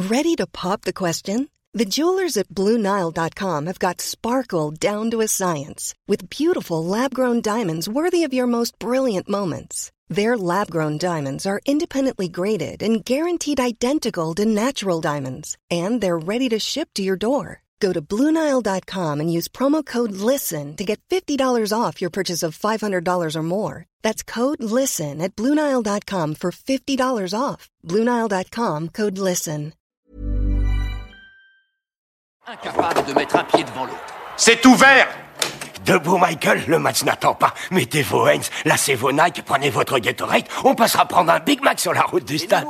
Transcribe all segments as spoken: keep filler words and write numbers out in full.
Ready to pop the question? The jewelers at Blue Nile dot com have got sparkle down to a science with beautiful lab-grown diamonds worthy of your most brilliant moments. Their lab-grown diamonds are independently graded and guaranteed identical to natural diamonds, and they're ready to ship to your door. Go to Blue Nile dot com and use promo code LISTEN to get fifty dollars off your purchase of five hundred dollars or more. That's code LISTEN at Blue Nile dot com for fifty dollars off. Blue Nile dot com, code LISTEN. Incapable de mettre un pied devant l'autre. C'est ouvert! Debout, Michael, le match n'attend pas. Mettez vos Hanes, lacez vos Nike, prenez votre Gatorade. On passera prendre un Big Mac sur la route du stade.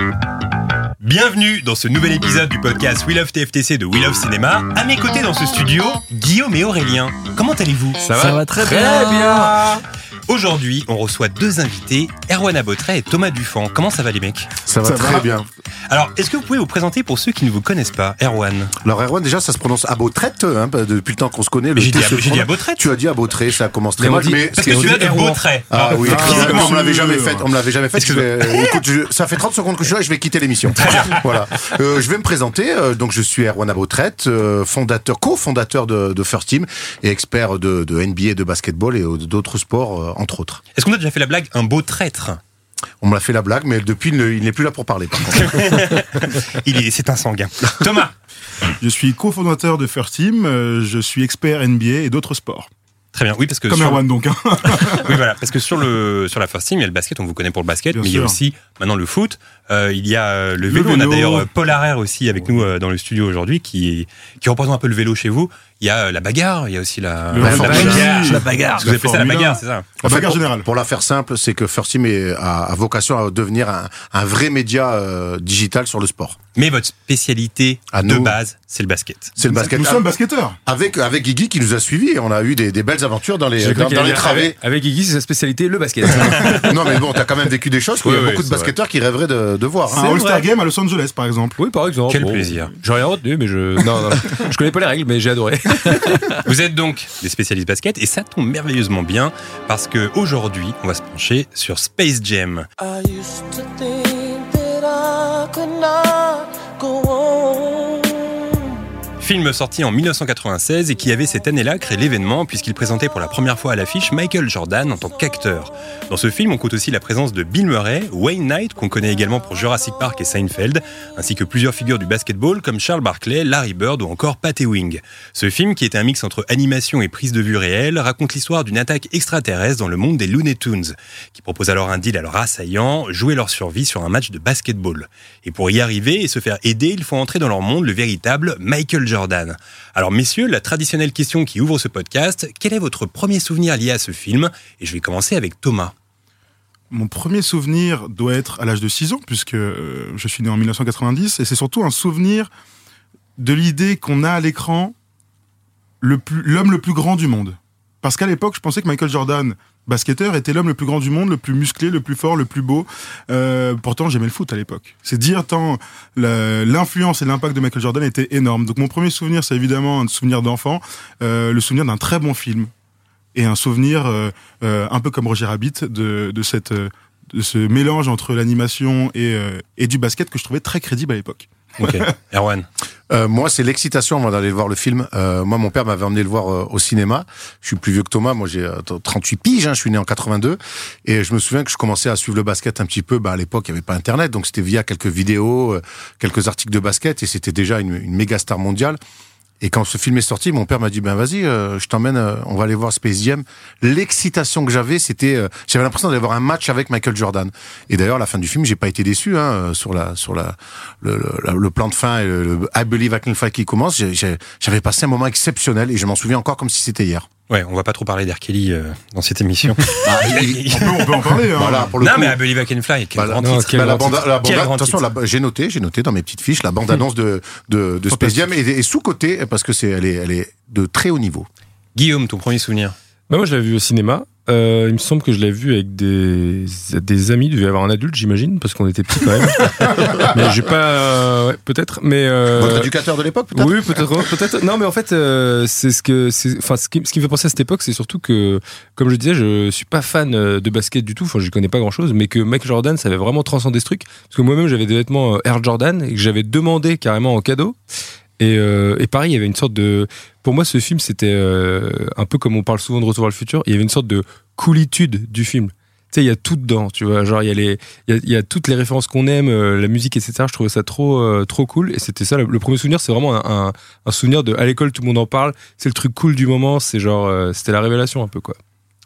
Bienvenue dans ce nouvel épisode du podcast We Love T F T C de We Love Cinéma. À mes côtés dans ce studio, Guillaume et Aurélien. Comment allez-vous ? Ça va, Ça va très, très bien. bien. Aujourd'hui, on reçoit deux invités, Erwan Abotret et Thomas Dufan. Comment ça va les mecs ? Ça va ça très va. bien. Alors, est-ce que vous pouvez vous présenter pour ceux qui ne vous connaissent pas, Erwan ? Alors Erwan, déjà, ça se prononce Abotret, hein, depuis le temps qu'on se connaît. Le j'ai, dit, se j'ai dit Abotret. Tu as dit Abotret, ça commence très mal. Mais parce que tu as de beaux traits. Ah oui, ah, on me l'avait jamais fait. On me l'avait jamais fait. Je vais, écoute, je, ça fait trente secondes que je suis là et je vais quitter l'émission. Voilà. Euh, je vais me présenter. Euh, donc, je suis Erwan Abotret, euh, fondateur, co-fondateur de, de First Team et expert de, de N B A, de basketball et d'autres sports, euh, entre autres. Est-ce qu'on a déjà fait la blague un beau traître ? On me l'a fait la blague, mais depuis, il, ne, il n'est plus là pour parler, par contre. il est, c'est un sanguin. Thomas. Je suis cofondateur de First Team, euh, je suis expert N B A et d'autres sports. Très bien, oui, parce que... Comme sur... Erwan, donc. Hein. Oui, voilà, parce que sur, le, sur la First Team, il y a le basket, on vous connaît pour le basket, bien mais sûr. Il y a aussi, maintenant, le foot. Euh, il y a le vélo. le vélo. On a d'ailleurs Paul Harrer aussi avec nous euh, dans le studio aujourd'hui, qui, qui représente un peu le vélo chez vous. Il y a la bagarre, il y a aussi la, la, la, la bagarre. bagarre. La bagarre. Vous appelez ça la bagarre, c'est ça ? La bagarre générale. Pour, pour la faire simple, c'est que First Team est, a, a vocation à devenir un, un vrai média euh, digital sur le sport. Mais votre spécialité à de nous, base, c'est le basket. C'est le basket. Nous sommes basketteurs. Avec, avec Guigui qui nous a suivis, on a eu des, des belles aventures dans les, dans, dans les travées. Avec, avec Guigui, c'est sa spécialité, le basket. Non, mais bon, t'as quand même vécu des choses qu'il oui, y a oui, beaucoup de basketteurs vrai. qui rêveraient de, de voir. Un All-Star Game à Los Angeles, par exemple. Oui, par exemple. Quel bon, plaisir. J'aurais rien retenu, mais je. Non, non. Je connais pas les règles, mais j'ai adoré. Vous êtes donc des spécialistes basket, et ça tombe merveilleusement bien, parce que aujourd'hui, on va se pencher sur Space Jam. I used to think that I could not go on. Film sorti en dix-neuf cent quatre-vingt-seize et qui avait cette année-là créé l'événement puisqu'il présentait pour la première fois à l'affiche Michael Jordan en tant qu'acteur. Dans ce film, on compte aussi la présence de Bill Murray, Wayne Knight, qu'on connaît également pour Jurassic Park et Seinfeld, ainsi que plusieurs figures du basketball comme Charles Barkley, Larry Bird ou encore Pat Ewing. Ce film, qui est un mix entre animation et prise de vue réelle, raconte l'histoire d'une attaque extraterrestre dans le monde des Looney Tunes, qui propose alors un deal à leurs assaillants, jouer leur survie sur un match de basketball. Et pour y arriver et se faire aider, il faut entrer dans leur monde le véritable Michael Jordan. Jordan. Alors messieurs, la traditionnelle question qui ouvre ce podcast, quel est votre premier souvenir lié à ce film ? Et je vais commencer avec Thomas. Mon premier souvenir doit être à l'âge de six ans, puisque euh, je suis né en dix-neuf cent quatre-vingt-dix, et c'est surtout un souvenir de l'idée qu'on a à l'écran le plus, l'homme le plus grand du monde. Parce qu'à l'époque, je pensais que Michael Jordan, basketteur, était l'homme le plus grand du monde, le plus musclé, le plus fort, le plus beau. Euh, pourtant, j'aimais le foot à l'époque. C'est dire tant la, l'influence et l'impact de Michael Jordan était énorme. Donc mon premier souvenir, c'est évidemment un souvenir d'enfant, euh, le souvenir d'un très bon film. Et un souvenir, euh, euh, un peu comme Roger Rabbit, de, de, cette, de ce mélange entre l'animation et, euh, et du basket que je trouvais très crédible à l'époque. Ok, Erwan. Euh, moi, c'est l'excitation avant d'aller voir le film. Euh, moi, mon père m'avait emmené le voir euh, au cinéma. Je suis plus vieux que Thomas. Moi, j'ai euh, trente-huit piges. Hein, je suis né en quatre-vingt-deux. Et je me souviens que je commençais à suivre le basket un petit peu. Bah, à l'époque, il n'y avait pas Internet. Donc, c'était via quelques vidéos, euh, quelques articles de basket. Et c'était déjà une, une méga star mondiale. Et quand ce film est sorti, mon père m'a dit, ben vas-y, euh, je t'emmène, euh, on va aller voir Space Jam. L'excitation que j'avais, c'était, euh, j'avais l'impression d'aller voir un match avec Michael Jordan. Et d'ailleurs, à la fin du film, j'ai pas été déçu, hein, sur la, sur la, le, le, le plan de fin et le, le I Believe I Can Fly qui commence. J'ai, j'ai, j'avais passé un moment exceptionnel et je m'en souviens encore comme si c'était hier. Ouais, on va pas trop parler d'R. Kelly euh, dans cette émission. Ah, il, on, peut, on peut en parler. Hein. Voilà, pour le non, coup. mais I Believe I Can Fly, quel bah, grand non, titre. quel bah, grand la bande, la bande, quel attention, la, j'ai noté, j'ai noté dans mes petites fiches la bande-annonce de, de, de Space Jam est, est sous-cotée parce que c'est, elle est, elle est de très haut niveau. Guillaume, ton premier souvenir ? Bah moi, je l'avais vu au cinéma. euh, il me semble que je l'ai vu avec des, des amis, il devait y avoir un adulte, j'imagine, parce qu'on était petits quand même. Mais j'ai pas, euh, ouais, peut-être, mais euh, Votre éducateur de l'époque, peut-être. Oui, peut-être, peut-être. Non, mais en fait, euh, c'est ce que, c'est, enfin, ce qui, ce qui me fait penser à cette époque, c'est surtout que, comme je disais, je suis pas fan de basket du tout. Enfin, je connais pas grand-chose, mais que Michael Jordan, ça avait vraiment transcendé ce truc, parce que moi-même, j'avais des vêtements Air Jordan et que j'avais demandé carrément en cadeau. Et, euh, et pareil, il y avait une sorte de... Pour moi, ce film, c'était euh, un peu comme on parle souvent de Retour vers le futur. Il y avait une sorte de coolitude du film. Tu sais, il y a tout dedans, tu vois. Genre, il y a, les, il y a, il y a toutes les références qu'on aime, euh, la musique, et cetera. Je trouvais ça trop, euh, trop cool. Et c'était ça, le, le premier souvenir, c'est vraiment un, un, un souvenir de... À l'école, tout le monde en parle. C'est le truc cool du moment. C'est genre... Euh, c'était la révélation, un peu, quoi.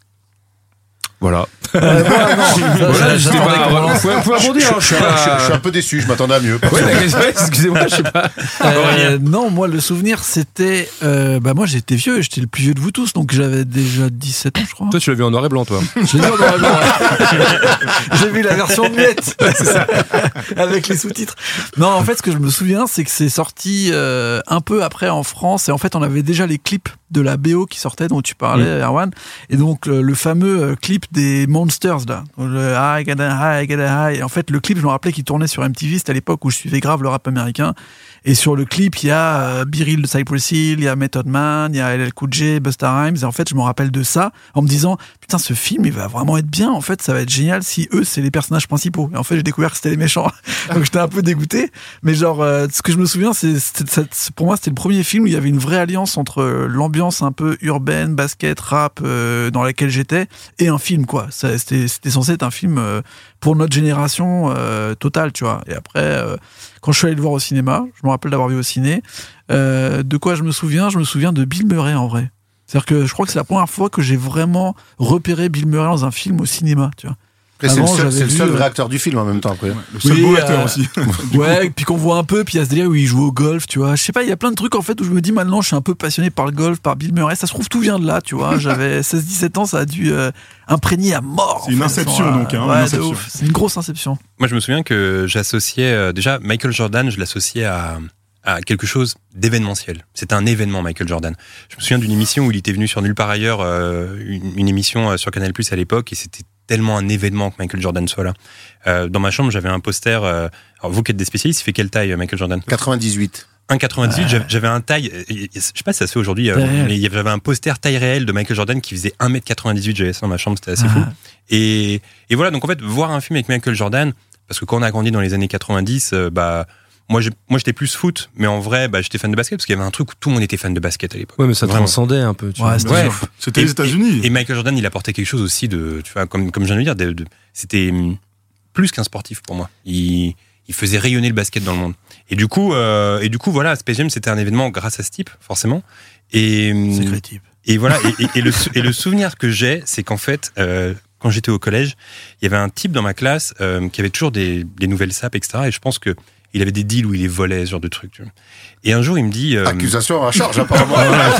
Voilà. Euh, voilà, non, Voilà, je j'étais j'attendais pas- qu'on voilà, lance. vous pouvez- vous pouvez rebondir, hein, je suis Je, pas- je- je suis un peu déçu, je m'attendais à mieux. Ouais, ouais, excusez-moi, je sais pas. Euh, non, moi, le souvenir, c'était. Euh, bah, moi, j'étais vieux, j'étais le plus vieux de vous tous, donc j'avais déjà dix-sept ans, je crois. Toi, tu l'as vu en noir et blanc, toi. J'ai vu, en noir et blanc, ouais. J'ai vu la version muette. C'est ça. Avec les sous-titres. Non, en fait, ce que je me souviens, c'est que c'est sorti euh, un peu après en France, et en fait, on avait déjà les clips de la B O qui sortait, dont tu parlais, Mm. Erwan. Et donc, le, le fameux euh, clip des Monsters, là. Le I Get a High, I Get a High. Et en fait, le clip, je me rappelais qu'il tournait sur M T V. C'était à l'époque où je suivais grave le rap américain. Et sur le clip, il y a euh, Beryl de Cypress Hill, il y a Method Man, il y a L L Cool J, Busta Rhymes. Et en fait, je me rappelle de ça en me disant, putain, ce film, il va vraiment être bien. En fait, ça va être génial si eux, c'est les personnages principaux. Et en fait, j'ai découvert que c'était les méchants. Donc, j'étais un peu dégoûté. Mais genre, euh, ce que je me souviens, c'est, c'était- c'est- pour moi, c'était le premier film où il y avait une vraie alliance entre euh, l'ambiance un peu urbaine, basket, rap, euh, dans laquelle j'étais, et un film, quoi. Ça, c'était, c'était censé être un film euh, pour notre génération euh, totale, tu vois. Et après, euh, quand je suis allé le voir au cinéma, je me rappelle d'avoir vu au ciné, euh, de quoi je me souviens Je me souviens de Bill Murray, en vrai. C'est-à-dire que je crois que c'est la première fois que j'ai vraiment repéré Bill Murray dans un film au cinéma, tu vois. Après, c'est le Avant, seul, j'avais c'est le vu, seul euh, vrai acteur du film en même temps. Après. Le seul Oui, beau euh, acteur aussi. Ouais, puis qu'on voit un peu, puis il y a ce délire où il joue au golf, tu vois. Je sais pas, il y a plein de trucs en fait où je me dis maintenant, je suis un peu passionné par le golf, par Bill Murray. Ça se trouve, tout vient de là, tu vois. J'avais seize dix-sept ans, ça a dû euh, imprégner à mort. C'est une en fait, inception, genre, donc, hein, ouais, une de inception. ouf. C'est une grosse inception. Moi, je me souviens que j'associais euh, déjà Michael Jordan, je l'associais à, à quelque chose d'événementiel. C'était un événement, Michael Jordan. Je me souviens d'une émission où il était venu sur Nulle part ailleurs, euh, une, une émission euh, sur Canal+ à l'époque, et c'était tellement un événement que Michael Jordan soit là. Euh, dans ma chambre, j'avais un poster. Euh, alors vous qui êtes des spécialistes, il fait quelle taille, Michael Jordan ? quatre-vingt-dix-huit. un virgule quatre-vingt-dix-huit, j'avais- j'avais un taille, euh, je sais pas si ça se fait aujourd'hui, euh, Taille réelle. mais il y avait un poster taille réelle de Michael Jordan qui faisait un mètre quatre-vingt-dix-huit, j'avais ça dans ma chambre, c'était assez fou. Ah. Et, et voilà, donc en fait, voir un film avec Michael Jordan, parce que quand on a grandi dans les années quatre-vingt-dix, euh, bah, moi, j'ai- moi j'étais plus foot, mais en vrai, bah, j'étais fan de basket, parce qu'il y avait un truc où tout le monde était fan de basket à l'époque. Ouais, mais ça Vraiment. transcendait un peu, tu Ouais, vois. c'était Ouais. sûr. C'était Et- les États-Unis. Et, et Michael Jordan, il apportait quelque chose aussi de, tu vois, comme, comme je viens de le dire, de, de- c'était hum, plus qu'un sportif pour moi. Il, il faisait rayonner le basket dans le monde. Et du coup, euh, et du coup, voilà, Space Jam, c'était un événement grâce à ce type, forcément. Et, hum, Secret type. et voilà, et, et- et le, sou- et le souvenir que j'ai, c'est qu'en fait, euh, quand j'étais au collège, il y avait un type dans ma classe euh, qui avait toujours des, des nouvelles sapes, et cetera. Et je pense que il avait des deals où il les volait, ce genre de trucs. Tu vois. Et un jour, il me dit... euh, Accusation à charge, apparemment.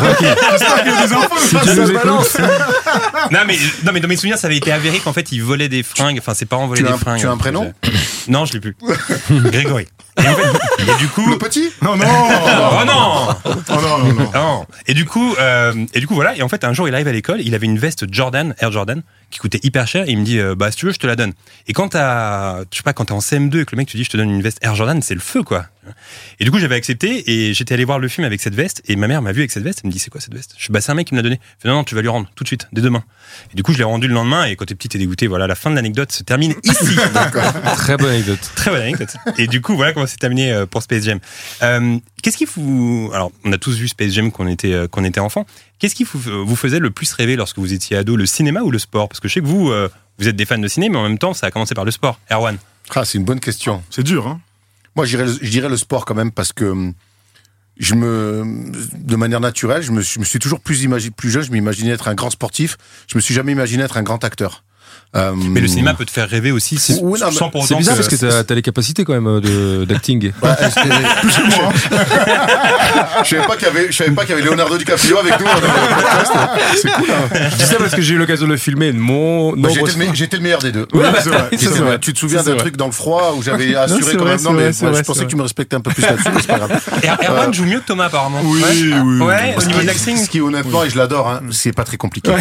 Si tu nous écoutes. non, mais, non, mais dans mes souvenirs, ça avait été avéré qu'en fait, il volait des fringues. Enfin, ses parents volaient Tu as des un- fringues. tu as un prénom ? Non, je l'ai plus. Grégory. Et, en fait, et du coup... Le petit ? Non, non. Oh non Oh non, non, non. Non. Et du coup, euh, et du coup voilà. Et en fait, un jour, il arrive à l'école. Il avait une veste Jordan, Air Jordan, qui coûtait hyper cher. Et il me dit, euh, bah si tu veux, je te la donne. Et quand t'as, je sais pas, quand t'es en C M deux et que le mec te dit, je te donne une veste Air Jordan, c'est le feu, quoi. Et du coup, j'avais accepté et j'étais allé voir le film avec cette veste. Et ma mère m'a vu avec cette veste. Elle me dit, c'est quoi cette veste ? Je suis, bah c'est un mec qui me l'a donné. Elle fait, non, non, tu vas lui rendre tout de suite, dès demain. Et du coup, je l'ai rendu le lendemain. Et quand t'es petit, t'es dégoûté. Voilà, la fin de l'anecdote se termine ici. Très bonne anecdote. Très bonne anecdote. Et du coup, voilà comment c'est terminé euh, pour Space Jam. Euh, qu'est-ce qui vous... Alors, on a tous vu Space Jam quand on était, euh, quand on était enfant. Qu'est-ce qui vous, vous faisait le plus rêver lorsque vous étiez ado, le cinéma ou le sport ? Parce que je sais que vous, euh, vous êtes des fans de ciné, mais en même temps, ça a commencé par le sport. Erwan. Ah, c'est une bonne question. C'est dur, hein. Moi, je dirais, le- je dirais le sport quand même parce que hum, je me, de manière naturelle, je me suis, je me suis toujours plus imagi- plus jeune, je m'imaginais être un grand sportif. Je me suis jamais imaginé être un grand acteur. Euh, Mais le cinéma peut te faire rêver aussi, c'est, Oui, non, mais sans pour C'est autant bizarre que- parce que t'as, t'as les capacités quand même de, d'acting. Bah, est-ce que- plus que moi. Je savais pas qu'il y avait, je savais pas qu'il y avait Leonardo DiCaprio avec nous dans le podcast. C'est cool. Hein. Je dis ça parce que j'ai eu l'occasion de le filmer. Mon Moi, j'étais, nombreux- le me- j'étais le meilleur des deux. Ouais, c'est vrai. ça, C'est c'est vrai. vrai. Tu te souviens Ça, c'est d'un vrai. truc dans le froid où j'avais assuré c'est quand vrai, même. c'est Non, mais vrai, c'est ouais, vrai, je pensais c'est que tu me respectais un peu plus là-dessus, mais c'est pas grave. Et Erwan joue mieux que Thomas apparemment. Oui, ouais. oui, oui. Ouais, au Ce niveau qui, de l'acting. ce qui honnêtement, et je l'adore, hein, c'est pas très compliqué.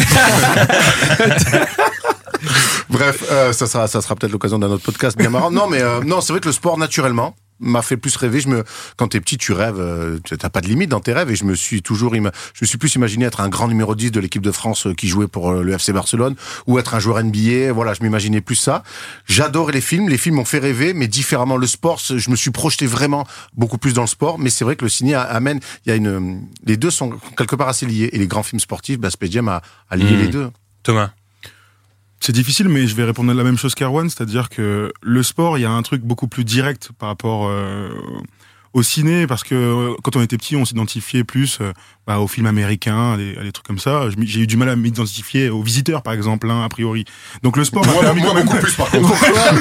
Bref, euh, ça sera, ça sera peut-être l'occasion d'un autre podcast bien marrant. Non, mais euh, non, c'est vrai que le sport naturellement m'a fait plus rêver. Je me, quand t'es petit, tu rêves, euh, t'as pas de limite dans tes rêves, et je me suis toujours, ima- je me suis plus imaginé être un grand numéro dix de l'équipe de France euh, qui jouait pour euh, le F C Barcelone, ou être un joueur N B A. Voilà, je m'imaginais plus ça. J'adore les films. Les films m'ont fait rêver, mais différemment. Le sport, c'est- je me suis projeté vraiment beaucoup plus dans le sport. Mais c'est vrai que le ciné a- amène, il y a une, les deux sont quelque part assez liés. Et les grands films sportifs, bah, Space Jam a, a lié Mmh. les deux. Thomas. C'est difficile, mais je vais répondre à la même chose qu'Erwan, c'est-à-dire que le sport, il y a un truc beaucoup plus direct par rapport euh, au ciné, parce que euh, quand on était petit, on s'identifiait plus euh, bah, aux films américains, à des, à des trucs comme ça. Je m'y- J'ai eu du mal à m'identifier aux Visiteurs, par exemple, hein, a priori. Donc le sport m'a Moi, permis moi quand même beaucoup de- plus par contre.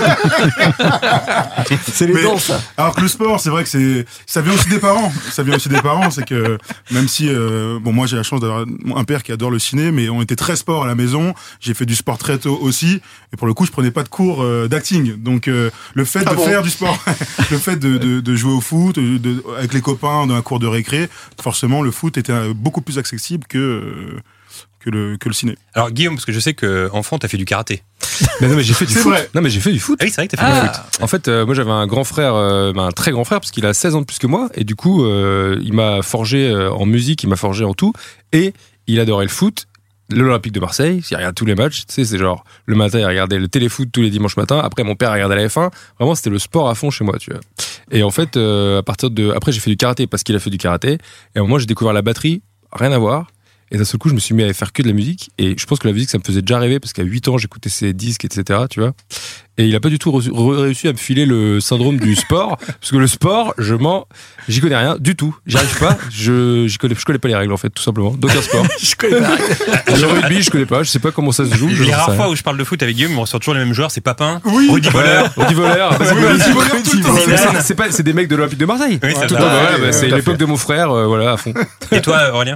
C'est les Mais- dents, ça. Alors que le sport, c'est vrai que c'est, ça vient aussi des parents. Ça vient aussi des parents, c'est que même si, euh, bon, moi j'ai la chance d'avoir un père qui adore le ciné, mais on était très sport à la maison. J'ai fait du sport très tôt aussi, et pour le coup, je prenais pas de cours euh, d'acting. Donc euh, le fait Ah de bon faire du sport, le fait de, de, de jouer au foot, de, de- avec les copains dans un cours de récré, forcément le foot était euh, beaucoup plus accessible que euh, que le que le ciné. Alors Guillaume, parce que je sais que enfant t'as fait du karaté. Mais non, mais j'ai fait du C'est foot. vrai. Non, mais j'ai fait du foot. Ah oui, c'est vrai que t'as fait Ah. du foot. En fait, euh, moi j'avais un grand frère, euh, ben, un très grand frère, parce qu'il a seize ans de plus que moi, et du coup, euh, il m'a forgé euh, en musique, il m'a forgé en tout, et il adorait le foot. L'Olympique de Marseille, il regarde tous les matchs, tu sais, c'est genre, le matin, il regardait le téléfoot tous les dimanches matins, après mon père regardait la F un, vraiment c'était le sport à fond chez moi, tu vois. Et en fait, euh, à partir de, après j'ai fait du karaté parce qu'il a fait du karaté, et à un moment j'ai découvert la batterie, rien à voir, et d'un seul coup je me suis mis à faire que de la musique, et je pense que la musique ça me faisait déjà rêver, parce qu'à huit ans j'écoutais ses disques, et cetera, tu vois. Et il a pas du tout re- re- réussi à me filer le syndrome du sport, parce que le sport, je m'en, j'y connais rien du tout, j'y arrive pas, je, j'y connais, je connais pas les règles en fait, tout simplement, d'aucun sport. Je connais pas. Le rugby, je connais pas, je sais pas comment ça se joue. je Les j'en rares sais fois rien. où je parle de foot avec Guillaume, on ressort toujours les mêmes joueurs, c'est Papin, Oui. Rudy Voller. Rudy Voller, parce que Oui, Rudy Rudy Voller, Voller, tout le temps. Rudy Voller. C'est- c'est pas, c'est des mecs de l'Olympique de Marseille. Oui, c'est Tout ça. le temps, Ouais, ouais, ouais, bah, c'est tout à l'époque fait. de mon frère, euh, voilà, à fond. Et toi, Aurélien?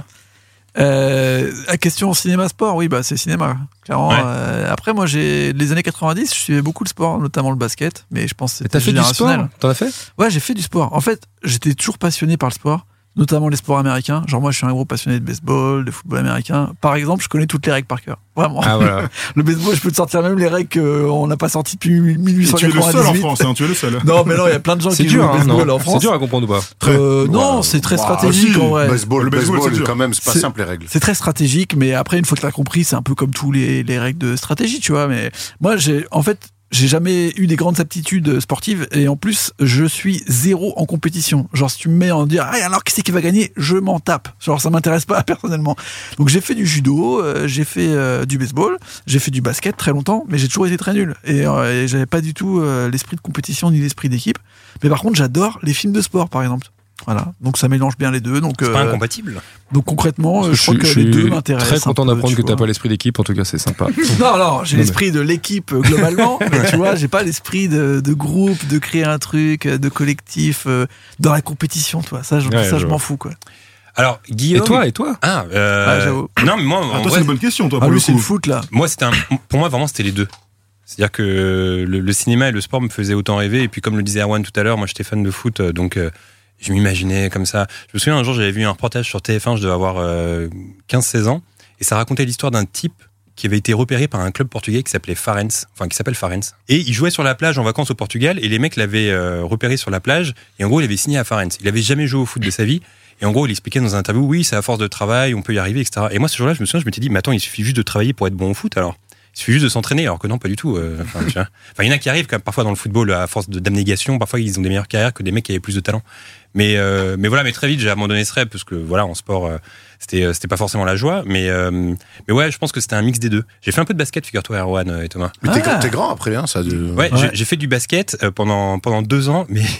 Euh, la question cinéma-sport, oui, bah c'est cinéma, clairement. Ouais. Euh, après, moi, j'ai les années quatre-vingt-dix, je suivais beaucoup le sport, notamment le basket, mais je pense que Et c'était t'as fait du générationnel. sport? T'en as fait? Ouais, j'ai fait du sport. En fait, j'étais toujours passionné par le sport, notamment les sports américains. Genre, moi, je suis un gros passionné de baseball, de football américain. Par exemple, je connais toutes les règles par cœur. Vraiment. Ah voilà. Le baseball, je peux te sortir même les règles qu'on n'a pas sorties depuis mille huit cent Tu es le seul en quatre-vingt-dix-huit. France, hein, tu es le seul. Non, mais non, il y a plein de gens C'est qui jouent dur, au hein, baseball non en France. C'est dur à comprendre ou pas? Euh, non, Ouais. c'est très Bah, stratégique si. en vrai. Baseball, Le baseball, baseball, c'est dur. quand même, c'est pas C'est- simple les règles. C'est très stratégique, mais après, une fois que tu l'as compris, c'est un peu comme tous les, les règles de stratégie, tu vois. Mais moi, j'ai, en fait, j'ai jamais eu des grandes aptitudes sportives et en plus, je suis zéro en compétition. Genre, si tu me mets en dire, ah, alors qui c'est qui va gagner, je m'en tape. Genre, ça m'intéresse pas personnellement. Donc, j'ai fait du judo, euh, j'ai fait euh, du baseball, j'ai fait du basket très longtemps, mais j'ai toujours été très nul. Et, euh, et j'avais pas du tout euh, l'esprit de compétition ni l'esprit d'équipe. Mais par contre, j'adore les films de sport, par exemple. Voilà, donc ça mélange bien les deux. Donc, C'est pas euh, incompatible. donc concrètement, euh, je, crois que suis les deux m'intéressent. très un content peu, d'apprendre tu que t'as vois. pas l'esprit d'équipe, en tout cas, c'est sympa. Non, non, j'ai Non, l'esprit de l'équipe euh, globalement, mais tu vois, j'ai pas l'esprit de, de groupe, de créer un truc, euh, de collectif, euh, dans la compétition, toi. Ça, je, Ouais, ça, je je m'en vois. fous, quoi. Alors, Et Guillaume. toi, et toi? Ah, euh, Ah, j'avoue. non, mais moi, Ah, en toi, vrai, c'est une bonne question, toi, Ah, pour lui, le c'est le coup. foot, là. moi, c'était un, pour moi, vraiment, c'était les deux. C'est-à-dire que le, le cinéma et le sport me faisaient autant rêver. Et puis, comme le disait Erwan tout à l'heure, moi, j'étais fan de foot, euh, donc euh, je m'imaginais comme ça. Je me souviens, un jour, j'avais vu un reportage sur T F un, je devais avoir euh, quinze seize ans, et ça racontait l'histoire d'un type qui avait été repéré par un club portugais qui s'appelait Farense, enfin qui s'appelle Farense. Et il jouait sur la plage en vacances au Portugal, et les mecs l'avaient euh, repéré sur la plage, et en gros, il avait signé à Farense. Il avait jamais joué au foot de sa vie. Et en gros, il expliquait dans un interview, oui, c'est à force de travail, on peut y arriver, et cetera. Et moi, ce jour-là, je me souviens, je m'étais dit, mais attends, il suffit juste de travailler pour être bon au foot, alors. Il suffit juste de s'entraîner, alors que non, pas du tout. euh, Enfin, tu vois. Enfin, il y en a qui arrivent, comme parfois dans le football, à force de- d'abnégation, parfois ils ont des meilleures carrières que des mecs qui avaient plus de talent. Mais, euh, mais voilà, mais très vite, j'ai abandonné ce rêve, parce que voilà, en sport, euh, c'était, euh, c'était pas forcément la joie. Mais, euh, mais ouais, je pense que c'était un mix des deux. J'ai fait un peu de basket, figure-toi, Erwan euh, et Thomas. Mais t'es, Ah. t'es grand après, hein, ça. De... Ouais, Ouais. J'ai, j'ai fait du basket euh, pendant, pendant deux ans, mais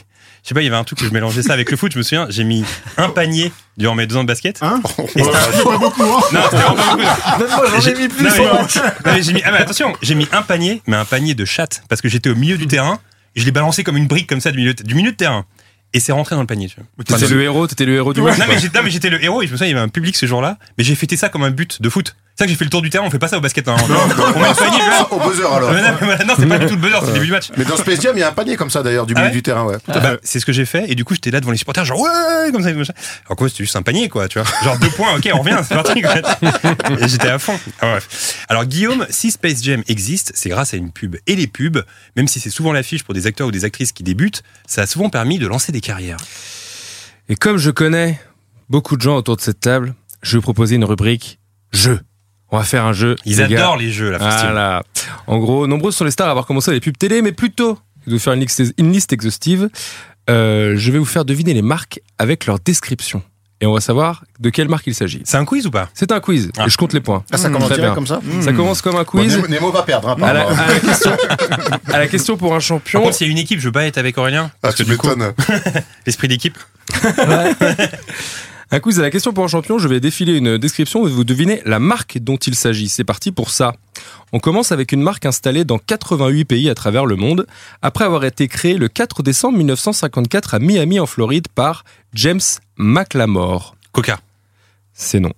Je sais pas, il y avait un truc que je mélangeais ça avec le foot. Je me souviens, j'ai mis un panier durant mes deux ans de basket. Hein Et c'était un- Pas beaucoup, hein. Non, c'était vraiment pas beaucoup. Même moi, j'en ai J'ai- mis plus. non, mais- moi. non, mais j'ai mis, ah, mais attention, j'ai mis un panier, mais un panier de chatte, parce que j'étais au milieu du terrain, et je l'ai balancé comme une brique comme ça du milieu, du milieu de terrain. Et c'est rentré dans le panier, tu vois. T'étais le héros, t'étais le héros du match. Non mais, j'étais, non, mais j'étais le héros, et je me souviens, il y avait un public ce jour-là, mais j'ai fêté ça comme un but de foot. C'est ça que j'ai fait le tour du terrain, on fait pas ça au basket. Hein. On met un panier, là. Au buzzer alors. Mais non, mais voilà, non, c'est pas du tout le buzzer, c'est le début du match. Mais dans Space Jam, il y a un panier comme ça d'ailleurs, du Ah milieu ouais du terrain, ouais. Bah, c'est ce que j'ai fait, et du coup j'étais là devant les supporters, genre ouais, comme ça, machin. Alors quoi, c'était juste un panier, quoi, tu vois. Genre deux points, ok, on revient, c'est parti, quoi. Et j'étais à fond. Ah, bref. Alors Guillaume, si Space Jam existe, c'est grâce à une pub. Et les pubs, même si c'est souvent l'affiche pour des acteurs ou des actrices qui débutent, ça a souvent permis de lancer des carrières. Et comme je connais beaucoup de gens autour de cette table, je vais vous proposer une rubrique jeu. On va faire un jeu. Ils les adorent gars. les jeux, là, Faustine. Voilà. En gros, nombreuses sont les stars à avoir commencé les pubs télé, mais plutôt de vous faire une liste, une liste exhaustive. Euh, je vais vous faire deviner les marques avec leur description. Et on va savoir de quelle marque il s'agit. C'est un quiz ou pas? C'est un quiz. Ah. Et je compte les points. Ah, ça commence Très direct bien. comme ça Ça commence comme un Bon, quiz. Nemo, Nemo va perdre, hein, à, la, apparemment. à la question, à la question pour un Par champion. contre, s'il y a une équipe, je veux pas être avec Aurélien. Ah, Parce tu que du coup, m'étonnes. l'esprit d'équipe. Un quiz à la question pour un champion, je vais défiler une description et vous devinez la marque dont il s'agit. C'est parti pour ça. On commence avec une marque installée dans quatre-vingt-huit pays à travers le monde, après avoir été créée le quatre décembre mille neuf cent cinquante-quatre à Miami en Floride par James McLamore. Coca. C'est non.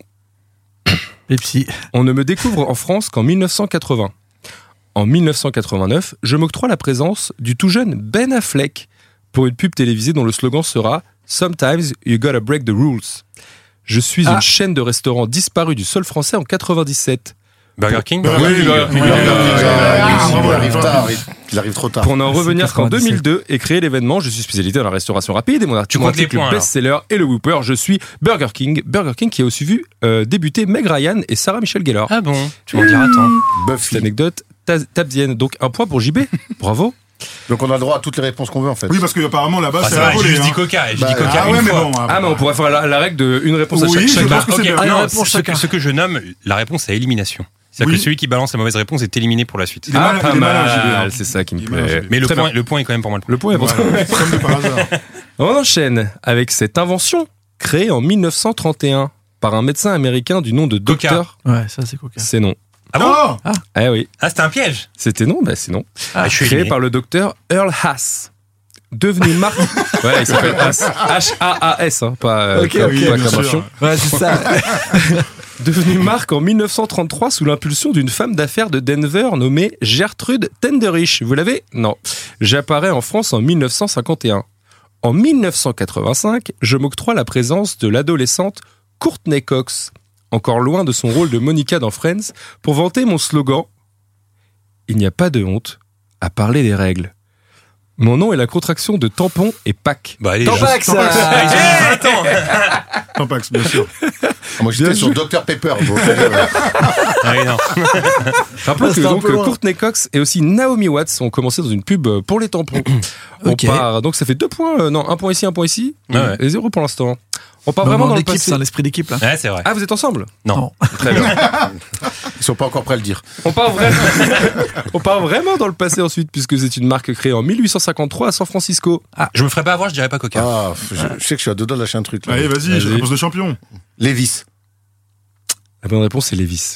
Pepsi. On ne me découvre en France qu'en mille neuf cent quatre-vingts. En mille neuf cent quatre-vingt-neuf, je m'octroie la présence du tout jeune Ben Affleck pour une pub télévisée dont le slogan sera « Sometimes you gotta break the rules ». Je suis Ah. une chaîne de restaurants disparue du sol français en quatre-vingt-dix-sept. Burger King. Oui, Oui, il bah, arrive, oui, il arrive, ah, il bravo, arrive bravo. tard, il- il arrive trop tard. Pour n'en revenir qu'en quatre-vingt-dix-sept. deux mille deux et créer l'événement, je suis spécialisé dans la restauration rapide et mon article, Tu mon comptes les article points, best-seller et le Whooper, je suis Burger King. Burger King qui a aussi vu euh, débuter Meg Ryan et Sarah Michelle Gellar. Ah bon, tu m'en diras tant. Cette Buffy. anecdote ta- tabzienne. Donc un point pour J B. Bravo. Donc on a le droit à toutes les réponses qu'on veut en fait. Oui, parce qu'apparemment là-bas, Ah, c'est ça la va, j'ai volée. juste dit hein. Coca. J'ai Bah, dit Coca Ah une ouais, mais fois. bon. Ah mais on pourrait faire la, la règle de une réponse à Oui, chaque, je chaque pense que Ok, c'est bien. Ah, non, une réponse ce, que, chacun. ce que je nomme la réponse à élimination. C'est-à-dire Oui. que celui qui balance la mauvaise réponse est éliminé pour la suite. Il est Ah, malin, pas il est malin, J B, mal, hein. c'est ça qui me Il est malin, plaît. J B. Mais le Très point, bien. le point est quand même pour moi. Le point est pour toi. Voilà, comme de par hasard. On enchaîne avec cette invention créée en mille neuf cent trente et un par un médecin américain du nom de Coca. Docteur. Ouais, ça c'est coca. C'est non. Ah bon Oh Eh oui, Ah, c'était un piège. c'était non, bah c'est non. Ah, je suis Créé éliminé. par le docteur Earl Haas. Devenu une marque. Ouais, il s'appelle Haas. H A A S, hein, pas, euh, Ok, pas, ok, pas bien acclamation. sûr. Ouais, c'est ça. Devenu marque en mille neuf cent trente-trois sous l'impulsion d'une femme d'affaires de Denver nommée Gertrude Tenderich. Vous l'avez? Non. J'apparais en France en mille neuf cent cinquante et un. En mille neuf cent quatre-vingt-cinq, je m'octroie la présence de l'adolescente Courtney Cox, encore loin de son rôle de Monica dans Friends, pour vanter mon slogan « Il n'y a pas de honte à parler des règles ». Mon nom est la contraction de tampon et pack. Bah, allez, Tampax, je- ça. Ah, ils ont mis vingt ans. Tampax, bien sûr. Ah, moi j'étais Bien sur joué. docteur Pepper. donc, euh, Ah, oui, non. Rappelons que C'était un donc peu loin. Courtney Cox et aussi Naomi Watts ont commencé dans une pub pour les tampons. On Ok. part, donc ça fait deux points, euh, non, un point ici, un point ici, Ouais, ouais. et zéro pour l'instant. On part Non, vraiment mais en dans le équipe, passé. c'est un esprit d'équipe là. Ouais, c'est vrai. Ah, vous êtes ensemble? Non. Très bien. Ils sont pas encore prêts à le dire. On part vraiment, on part vraiment dans le passé ensuite, puisque c'est une marque créée en mille huit cent cinquante-trois à San Francisco. Je me ferais pas avoir, je dirais pas Coca. Ah, je, je sais que je suis à deux doigts de lâcher un truc là. Allez, vas-y, j'ai réponse de champion. Levis. La bonne réponse, c'est Levis.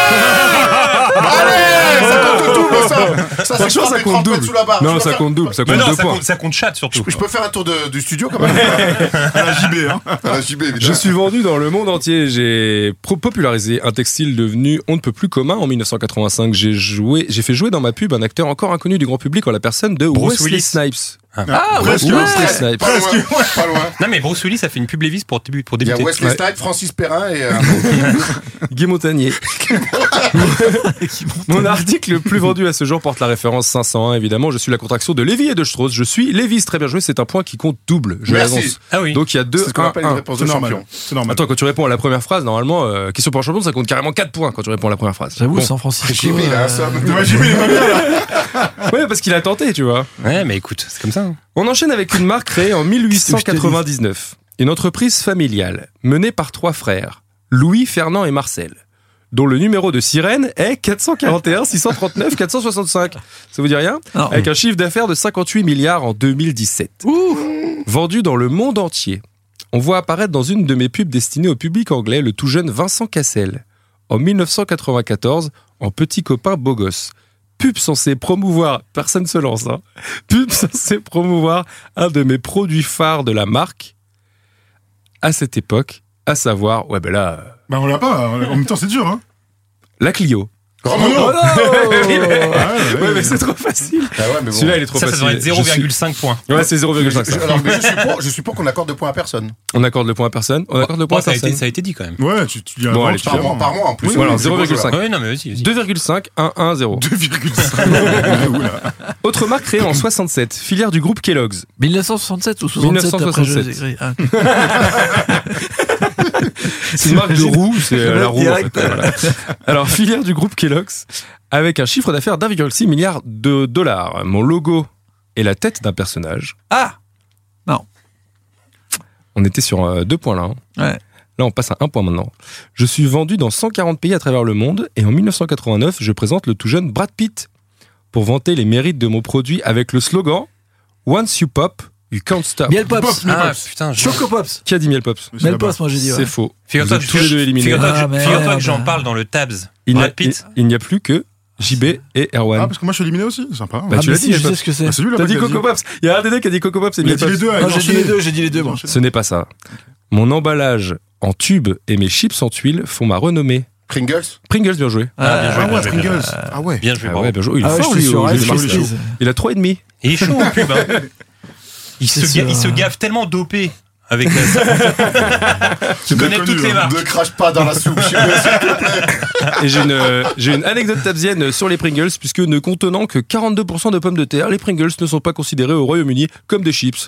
Allez, ça compte double ça. Ça, c'est Franchement, ça trente compte mètres double. sous la barre. Non, Je peux ça faire- compte double, ça Mais compte non, deux ça points. compte, ça compte chat surtout. Je peux faire un tour de- du studio quand même. À la J B, hein. À la J B, évidemment. Je suis vendu dans le monde entier. J'ai pro- popularisé un textile devenu on ne peut plus commun en mille neuf cent quatre-vingt-cinq. J'ai joué, j'ai fait jouer dans ma pub un acteur encore inconnu du grand public en la personne de Bruce Wesley Willis. Snipes. Ah, presque. Wesley Snipes. Pas loin, pas loin. Non, mais Bruce Willis a fait une pub Levi's pour, débu- pour Il y a débuter. Wesley Ouais. Snipes, Francis Perrin et euh, Guy Montagnier. Mon article le plus vendu à ce jour porte la référence cinq cent un, évidemment. Je suis la contraction de Lévi et de Strauss. Je suis Lévis, très bien joué. C'est un point qui compte double. Je Merci. l'avance. Ah oui. Donc il y a deux, c'est ce qu'on un, appelle une un. réponse C'est de normal. champion. C'est normal. Attends, quand tu réponds à la première phrase, normalement, euh, question pour un champion, ça compte carrément quatre points quand tu réponds à la première phrase. J'avoue, Bon. San Francisco. J B, il a un euh, somme. Ouais, J B, il est pas bien là. Ouais, parce qu'il a tenté, tu vois. Ouais, mais écoute, c'est comme ça. hein. On enchaîne avec une marque créée en mille huit cent quatre-vingt-dix-neuf. Une entreprise familiale menée par trois frères, Louis, Fernand et Marcel. dont le numéro de sirène est quatre cent quarante et un six cent trente-neuf quatre cent soixante-cinq. Ça vous dit rien ? Non. Avec un chiffre d'affaires de cinquante-huit milliards en deux mille dix-sept. Ouh. Vendu dans le monde entier. On voit apparaître dans une de mes pubs destinées au public anglais le tout jeune Vincent Cassel. En dix-neuf cent quatre-vingt-quatorze, en petit copain beau gosse. Pub censée promouvoir, personne se lance, hein. Pub censée promouvoir un de mes produits phares de la marque à cette époque, à savoir, ouais ben là, Bah, on l'a pas. En même temps, c'est dur, hein. la Clio. Oh non, non. Ouais, mais c'est trop facile. Ah ouais, mais bon. Celui-là, il est trop Ça, ça facile. devrait être zéro virgule cinq points. Ouais, c'est zéro virgule cinq. Je- alors, mais je suis pour, je suis pour qu'on accorde de points à personne. On accorde le point à personne. On accorde le point Bon, à ça, a personne. été, ça a été dit quand même. Ouais, tu, tu dis un Bon, nom, allez, tu par dis un Par nom. mois, par mois en plus. Oui, voilà, c'est zéro virgule cinq. Ouais, non, mais vas-y, vas-y. deux virgule cinq, un, un, zéro. deux virgule cinq. Oula. Autre marque créée en soixante-sept, filière du groupe Kellogg's. mille neuf cent soixante-sept ou soixante-sept après je les ai écrits. Ah. C'est une marque de roue, c'est euh, la roue. En Direct. fait, voilà. Alors, filière du groupe Kellogg's, avec un chiffre d'affaires d'un virgule six milliard de dollars. Mon logo est la tête d'un personnage. Ah. On était sur euh, deux points là. hein. Ouais. Là, on passe à un point maintenant. Je suis vendu dans cent quarante pays à travers le monde et en dix-neuf cent quatre-vingt-neuf, je présente le tout jeune Brad Pitt pour vanter les mérites de mon produit avec le slogan Once you pop, you can't stop. Miel Pops. Ah putain, je... Choco Pops. Qui a dit Miel Pops? C'est Miel là-bas. Pops, moi j'ai dit. C'est Ouais. faux. Figure-toi Vous que êtes tous les deux éliminés. Figure-toi que, Ah, je- figure-toi merde. que j'en parle dans le Tabs. Il n'y a, Brad Pitt. il- il n'y a plus que J B et Erwan. Ah, parce que moi, je suis éliminé aussi. Sympa. Bah, Ah, tu mais l'as si, dit, je Miel sais Pops. ce que c'est. Ah, c'est lui, là, T'as dit qui a Coco Pops. Il y a un des deux qui a dit Coco Pops et Il a Miel dit les Pops. deux. Non, j'ai dit les deux, j'ai dit les deux, moi. Ce n'est pas ça. Mon emballage en tube et mes chips en tuile font ma renommée. Pringles. Pringles, bien joué. Ah, bien joué, Ah bien ouais, joué, bien Pringles. joué. Ah ouais. Bien joué, Ah bravo. ouais, bien joué. Il est Ah ouais, fort, je lui, suis sur au jeu Ice des marques. Freeze. Il a trois et demi. Il est chaud en pub. Hein. Il, se C'est ga- il sûr. se gave tellement dopé avec la... Tu connais connu, toutes les hein. marques. Ne crache pas dans la soupe, s'il te plaît. Et j'ai une, euh, j'ai une anecdote tabzienne sur les Pringles, puisque ne contenant que quarante-deux pour cent de pommes de terre, les Pringles ne sont pas considérés au Royaume-Uni comme des chips.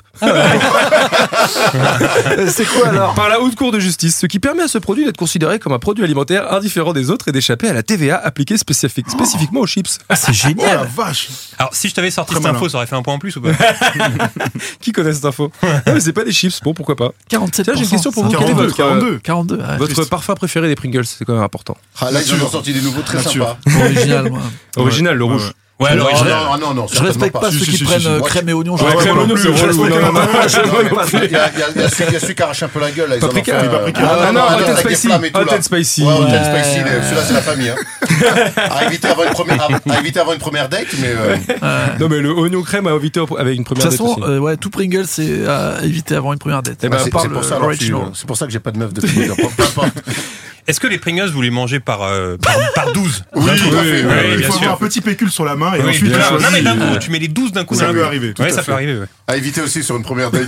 Euh, C'est quoi alors? Par la haute cour de justice, ce qui permet à ce produit d'être considéré comme un produit alimentaire indifférent des autres et d'échapper à la T V A appliquée spécifique- spécifiquement aux chips. Ah, c'est Oh la génial. vache. Alors, si je t'avais sorti Très cette info, malin. ça aurait fait un point en plus ou pas? Qui connaît cette info? Non, mais c'est pas des chips, bon pourquoi pas. quarante-sept Tiens, j'ai une question pour vous. Quel est quarante-deux, votre, quarante-deux. quarante-deux, ouais. votre Triste. parfum préféré des Pringles? C'est quand même important. Ah, là, ils en ont sorti des nouveaux très Nature. sympas. Original, moi. Original, le Ouais, rouge. ouais. Ouais, alors, Ah, je- non, ah, non, non, Je respecte pas Si, ceux si, qui si, prennent si, euh, si. crème et oignon. je Ouais, respecte crème pas et non oignon, plus. c'est Je relou. respecte Non, pas. non, non, Il y a, il y a- il y a celui- il y a celui qui arrache un peu la gueule. Là, ils en ont Paprika, fait, oui, euh, paprika. Ah, Ah non, non, non, hot avec and des spicy. flammes et tout, Hot là. and spicy. Ouais, hot and Ouais. spicy, les- celui-là c'est la famille. Hein. à, éviter avant une première, à, à éviter avant une première date, mais euh, Non mais le oignon crème à éviter avec une De première toute date façon, aussi. euh, ouais, tout Pringles, c'est à éviter avant une première date. Eh ben, c'est Par c'est le pour ça. alors, original. je suis- C'est pour ça que j'ai pas de meuf de tout dire. Peu importe. Est-ce que les Pringles, vous les mangez par, euh, par, par douze? Oui, tout à fait. oui, Il bien faut sûr. avoir un petit pécule sur la main et Oui, ensuite bien tu sûr. choisis. Non mais d'un coup, euh, tu mets les douze d'un coup. Ça d'un peut coup. arriver, tout Ouais, à ça fait. peut arriver. Ouais. À éviter aussi sur une première date.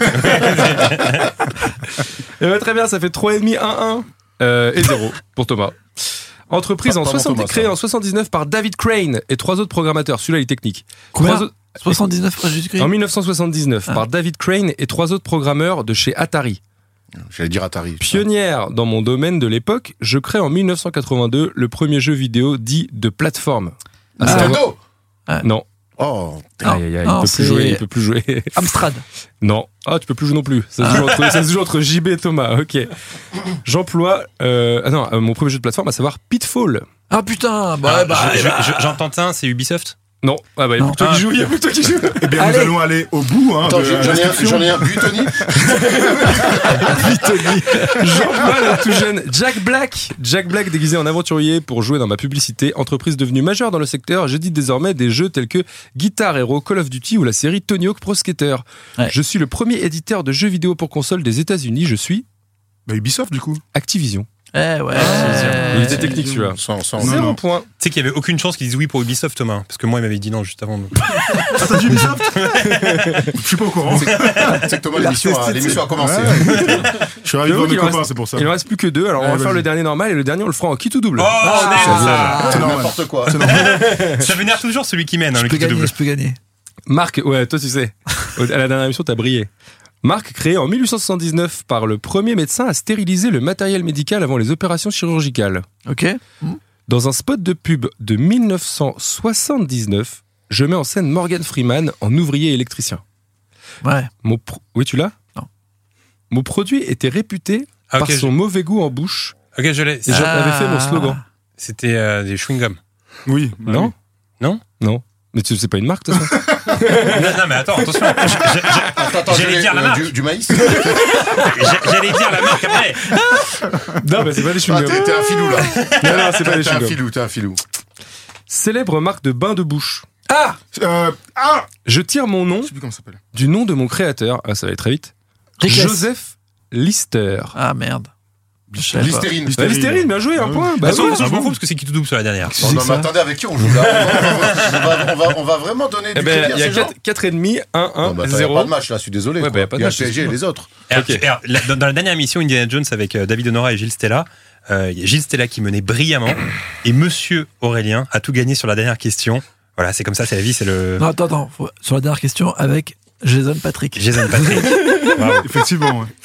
Eh ben, très bien, ça fait trois virgule cinq, un, un euh, et zéro pour Thomas. Entreprise Pas- en pas mon soixante, Thomas, créée ça. en soixante-dix-neuf par David Crane et trois autres programmateurs. Celui-là, il est technique. Combien Trois autres- soixante-dix-neuf après Jésus-Christ. En mille neuf cent soixante-dix-neuf, Ah. par David Crane et trois autres programmeurs de chez Atari. J'allais dire Atari. Pionnière dans mon domaine de l'époque, je crée en mille neuf cent quatre-vingt-deux le premier jeu vidéo dit de plateforme. À Ah. savoir- Nintendo. Non. Oh, Non, Aïe, aïe, aïe, non, il peut c'est- plus jouer, il peut plus jouer. Amstrad. Non. Ah, tu peux plus jouer non plus. Ça se joue entre, ça se joue entre J B et Thomas. Ok. J'emploie. Euh, ah non, euh, mon premier jeu de plateforme, à savoir Pitfall. Ah putain, bah, Ah, bah, je- bah, je- je- J'entends un, c'est Ubisoft. Non. Ah bah, il y a Non. plus que toi Ah. qui joue. Il y a plus que toi qui joue. Eh bien, Allez. nous allons aller au bout. Hein, attends, de j'ai- la j'en ai un, description. j'en ai un. Butoni. J'emploie le tout jeune Jack Black. Jack Black déguisé en aventurier pour jouer dans ma publicité. Entreprise devenue majeure dans le secteur, j'édite désormais des jeux tels que Guitar Hero, Call of Duty ou la série Tony Hawk Pro Skater. Ouais. Je suis le premier éditeur de jeux vidéo pour console des États-Unis. Je suis Bah, Ubisoft, du coup. Activision. Eh ouais. Il était technique celui-là. Sans, sans, Non, Zéro non. point. Tu sais qu'il y avait aucune chance qu'ils disent oui pour Ubisoft, Thomas. Parce que moi, il m'avait dit non juste avant. donc. Ah, t'as dit Ubisoft Je suis pas au courant. C'est que Thomas, l'émission a, l'émission a commencé. Ouais. Je suis ravi de J'avoue voir mes qu'il en copains, reste- c'est pour ça. Il ne reste plus que deux, alors on Ouais, va faire vas-y. le dernier normal et le dernier on le fera en quitte ou double. Oh, Ah, C'est normal. n'importe quoi. ça vénère toujours celui qui mène, hein, Je le peux qui double. gagner, je peux gagner. Marque, ouais, toi tu sais, à la dernière émission t'as brillé. Marque créée en mille huit cent soixante-dix-neuf par le premier médecin à stériliser le matériel médical avant les opérations chirurgicales. Ok. Dans un spot de pub de mille neuf cent soixante-dix-neuf, je mets en scène Morgan Freeman en ouvrier électricien. Ouais. Mon pro- Oui, tu l'as Non. Mon produit était réputé Ah, ok, par son je- mauvais goût en bouche Ok, je l'ai. et j'en avais fait mon slogan. C'était euh, des chewing-gums. Oui. bah Non oui. Non Non. Mais tu- c'est pas une marque, de toute façon. non, non, mais attends, attention. Je- je- je- Attends, attends, J'allais je l'ai- dire la euh, marque. Du, du maïs. j'a- J'allais dire la marque après. Non, mais c'est pas des Ah, chewing-gums. t'es, t'es un filou là. Non, non, c'est pas des T'es un chewing-gums. filou, t'es un filou. Célèbre marque de bain de bouche. Ah euh, Ah Je tire mon nom Je sais plus comment ça s'appelle. du nom de mon créateur. Ah, ça va aller très vite. Rickless. Joseph Lister. Ah merde. Je sais pas. Listerine. Bah, Listerine, bien joué, un Ah oui. point. Bah, Bah, de toute ouais. façon, je m'en fous parce que c'est qui tout double sur la dernière. Non, non, mais attendez, avec qui on joue là on va, on, va, on va vraiment donner Eh du ben, crédit il y à a ces gens. quatre et demi, un, un, Non, bah, attends, y a zéro. pas de match là, je suis désolé. Ouais, quoi. bah, y a pas de Il y a match, le P S G et c'est les autres. Alors, Ok. alors, la- dans, dans la dernière émission Indiana Jones avec euh, David Honora et Gilles Stella, euh, il y a Gilles Stella qui menait brillamment et Monsieur Aurélien a tout gagné sur la dernière question. Voilà, c'est comme ça, c'est la vie, c'est le Non, attends, attends. Faut- Sur la dernière question, avec Jason Patrick. Jason Patrick. Bravo. Effectivement, ouais.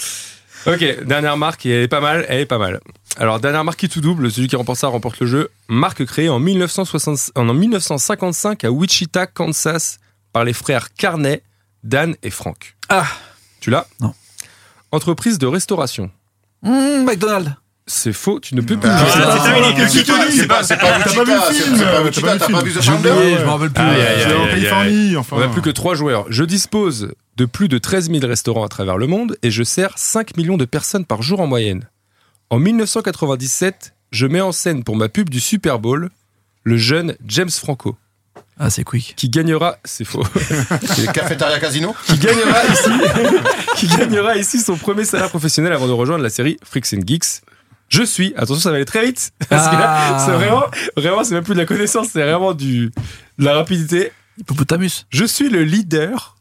Ok, dernière marque, et elle est pas mal, elle est pas mal. Alors, dernière marque qui tout double, celui qui remporte ça remporte le jeu. Marque créée en, mille neuf cent soixante, en mille neuf cent cinquante-cinq à Wichita, Kansas, par les frères Carney, Dan et Frank. Ah Tu l'as Non. Entreprise de restauration. Mmh, McDonald's. C'est faux, tu ne peux plus Bah, le dire. c'est non, terminé. non, Qui c'est te pas- dit C'est pas c'est pas T'as pas vu le Wichita, c'est film, c'est pas t'as Wichita, pas vu t'as le pas film. vu The J'ai Founder. oublié, ouais. je me rappelle plus. Aïe, Euh, aïe, C'est en aïe, aïe, Californie, enfin. On n'a plus que trois joueurs. Je dispose de plus de treize mille restaurants à travers le monde et je sers cinq millions de personnes par jour en moyenne. En mille neuf cent quatre-vingt-dix-sept, je mets en scène pour ma pub du Super Bowl le jeune James Franco, Ah, c'est quick. qui gagnera, c'est faux, C'est le Cafétéria Casino. qui gagnera ici, qui gagnera ici son premier salaire professionnel avant de rejoindre la série Freaks and Geeks. Je suis, attention, ça va aller très vite, parce que là, Ah. c'est vraiment, vraiment, c'est même plus de la connaissance, c'est vraiment du, de la rapidité. Hippopotamus. Je suis le leader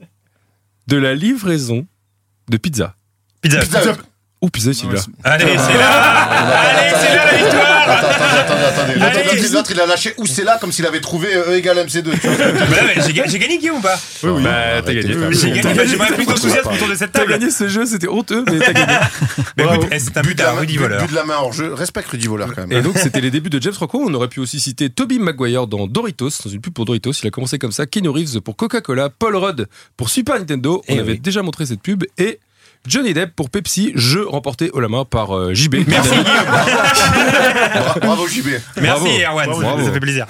de la livraison de pizza. Pizza. Pizza Hut. Ou pizza, il Ouais, là. c'est- Allez, c'est là. Allez, c'est là la victoire. Attends, attendez, attendez, attendez. L'autre, Allez. l'autre, l'autre, il a lâché où c'est là comme s'il avait trouvé E égale M C deux. tu vois. Bah, mais j'ai ga- j'ai gagné Guillaume ou pas? Oui, oui. Bah, Arrêtez t'as les gagné. conneries. J'ai gagné. T'as Bah, gagné. J'aimerais plus d'enthousiasme autour de cette T'as table. gagné ce jeu, c'était honteux, mais t'as gagné. Mais Bravo. écoute, eh, c'est un But but de à la main- Rudy but- Voleur. but de la main hors jeu. Respecte Rudy Voleur quand Et même. donc, c'était les débuts de James Franco. On aurait pu aussi citer Tobey Maguire dans Doritos, dans une pub pour Doritos. Il a commencé comme ça. Keanu Reeves pour Coca-Cola. Paul Rudd pour Super Nintendo. On Eh avait oui. déjà montré cette pub. Et Johnny Depp pour Pepsi. Jeu remporté haut la main par euh, J B. Merci Guillaume. Bra- Bravo J B. Merci Bravo. Erwan, Bravo. ça- Bravo. ça fait plaisir.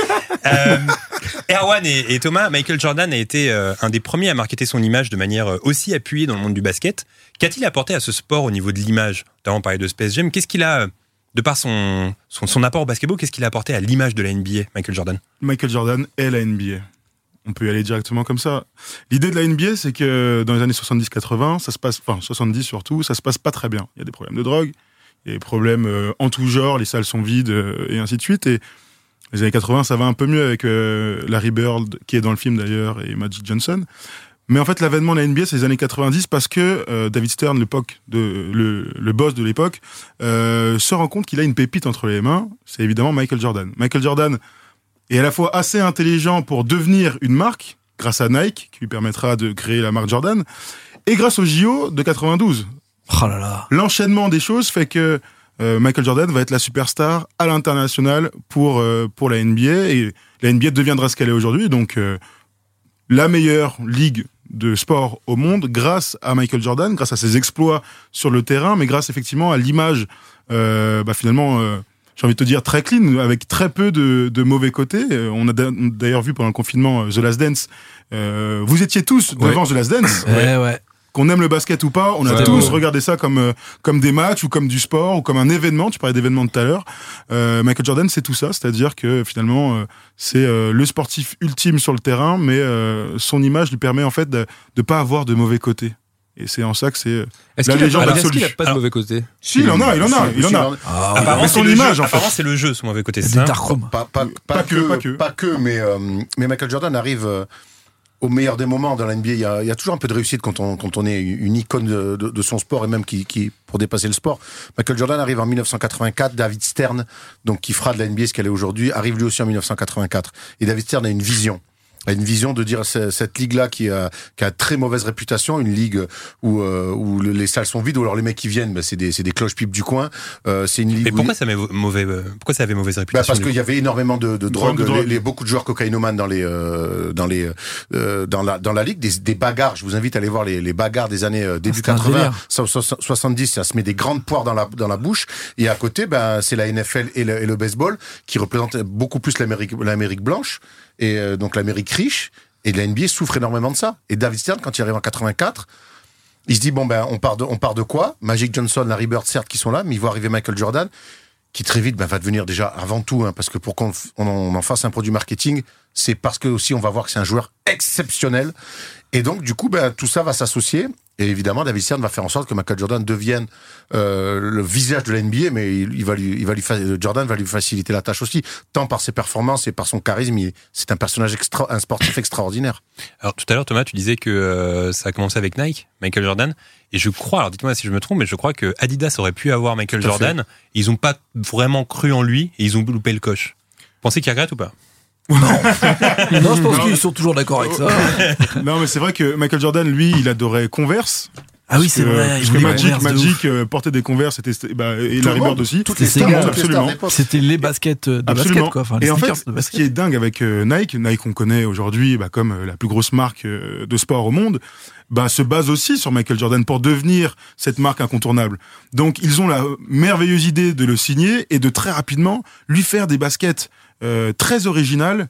euh, Erwan et, et Thomas, Michael Jordan a été euh, un des premiers à marketer son image de manière euh, aussi appuyée dans le monde du basket. Qu'a-t-il apporté à ce sport au niveau de l'image? Notamment parler de Space Jam. Qu'est-ce qu'il a, euh, de par son, son, son apport au basketball, qu'est-ce qu'il a apporté à l'image de la N B A, Michael Jordan? Michael Jordan est la N B A. On peut y aller directement comme ça. L'idée de la N B A, c'est que dans les années soixante-dix quatre-vingts, ça se passe, enfin soixante-dix surtout, ça se passe pas très bien. Il y a des problèmes de drogue, il y a des problèmes euh, en tout genre, les salles sont vides euh, et ainsi de suite. Et les années quatre-vingts, ça va un peu mieux avec euh, Larry Bird, qui est dans le film d'ailleurs, et Magic Johnson. Mais en fait, l'avènement de la N B A, c'est les années quatre-vingt-dix parce que euh, David Stern, l'époque de, le, le boss de l'époque, euh, se rend compte qu'il a une pépite entre les mains. C'est évidemment Michael Jordan. Michael Jordan est à la fois assez intelligent pour devenir une marque, grâce à Nike, qui lui permettra de créer la marque Jordan, et grâce au J O de quatre-vingt-douze. Oh là là. L'enchaînement des choses fait que euh, Michael Jordan va être la superstar à l'international pour, euh, pour la N B A, et la N B A deviendra ce qu'elle est aujourd'hui, donc euh, la meilleure ligue de sport au monde grâce à Michael Jordan, grâce à ses exploits sur le terrain, mais grâce effectivement à l'image, euh, bah, finalement... Euh, j'ai envie de te dire très clean, avec très peu de, de mauvais côtés. Euh, on a d'ailleurs vu pendant le confinement euh, The Last Dance. Euh, vous étiez tous devant The Last Dance. Ouais, ouais. Qu'on aime le basket ou pas, on a Ouais, tous ouais. regardé ça comme euh, comme des matchs ou comme du sport ou comme un événement. Tu parlais d'événement tout à l'heure. Euh, Michael Jordan, c'est tout ça, c'est-à-dire que finalement, euh, c'est euh, le sportif ultime sur le terrain, mais euh, son image lui permet en fait de ne pas avoir de mauvais côtés. Et c'est en ça que c'est. Est-ce La qu'il a, légende alors, est-ce absolue. qu'il a pas de Alors- mauvais côté? Si, il en a, il en a, Si, il en si, a. Ah, Apparemment, mais c'est son le image, jeu. en fait. Apparemment, c'est le jeu, son mauvais côté. il y a C'est des ça? dark Pas, pas, pas, Pas que, que, pas que. pas que, mais, euh, mais Michael Jordan arrive euh, au meilleur des moments dans la N B A. Il y a, il y a toujours un peu de réussite quand on, quand on est une icône de, de, de son sport et même qui, qui, pour dépasser le sport. Michael Jordan arrive en dix-neuf cent quatre-vingt-quatre. David Stern, donc qui fera de la N B A ce qu'elle est aujourd'hui, arrive lui aussi en dix-neuf cent quatre-vingt-quatre. Et David Stern a une vision. a une vision de dire c'est, cette ligue-là qui a, qui a très mauvaise réputation, une ligue où, euh, où le, les salles sont vides, ou alors les mecs qui viennent, bah, c'est des, c'est des cloches-pipes du coin. Euh, c'est une ligue. Mais pourquoi où... ça avait mauvais, pourquoi ça avait mauvaise réputation? Bah parce qu'il y avait énormément de, de drogue, de drogue. Les, les, beaucoup de joueurs cocaïnomanes dans les, euh, dans les, euh, dans la, dans la ligue, des, des bagarres. Je vous invite à aller voir les, les bagarres des années euh, début Ah, quatre-vingts, soixante-dix. Ça se met des grandes poires dans la, dans la bouche. Et à côté, ben, c'est la N F L et le, et le baseball qui représentent beaucoup plus l'Amérique, l'Amérique blanche et euh, donc l'Amérique riche. Et la N B A souffre énormément de ça. Et David Stern, quand il arrive en quatre-vingt-quatre, il se dit, bon, ben, on part de, on part de quoi? Magic Johnson, Larry Bird, certes, qui sont là, mais il voit arriver Michael Jordan, qui très vite, ben, va devenir déjà, avant tout, hein, parce que pour qu'on on, on en fasse un produit marketing, c'est parce que aussi, on va voir que c'est un joueur exceptionnel. Et donc, du coup, ben, tout ça va s'associer. Et évidemment, David Stern va faire en sorte que Michael Jordan devienne euh, le visage de la N B A, mais il, il va lui, il va lui, Jordan va lui faciliter la tâche aussi, tant par ses performances et par son charisme. Il, c'est un personnage extra, un sportif extraordinaire. Alors tout à l'heure, Thomas, tu disais que euh, ça a commencé avec Nike, Michael Jordan, et je crois, alors dites-moi si je me trompe, mais je crois que Adidas aurait pu avoir Michael Jordan. Ils n'ont pas vraiment cru en lui et ils ont loupé le coche. Vous pensez qu'ils regrettent ou pas? Non, non, je pense non. qu'ils sont toujours d'accord avec ça. Non, mais c'est vrai que Michael Jordan, lui, il adorait Converse. Ah oui, c'est que, vrai. Parce que Magic, Magic euh, portait des Converse, c'était, bah, et Larry Bird aussi. Toutes les stars, absolument. C'était les baskets de absolument. basket, quoi. Enfin, les et en fait, de basket. ce qui est dingue avec euh, Nike, Nike, on connaît aujourd'hui bah, comme euh, la plus grosse marque euh, de sport au monde, bah, se base aussi sur Michael Jordan pour devenir cette marque incontournable. Donc, ils ont la merveilleuse idée de le signer et de très rapidement lui faire des baskets euh, très originales.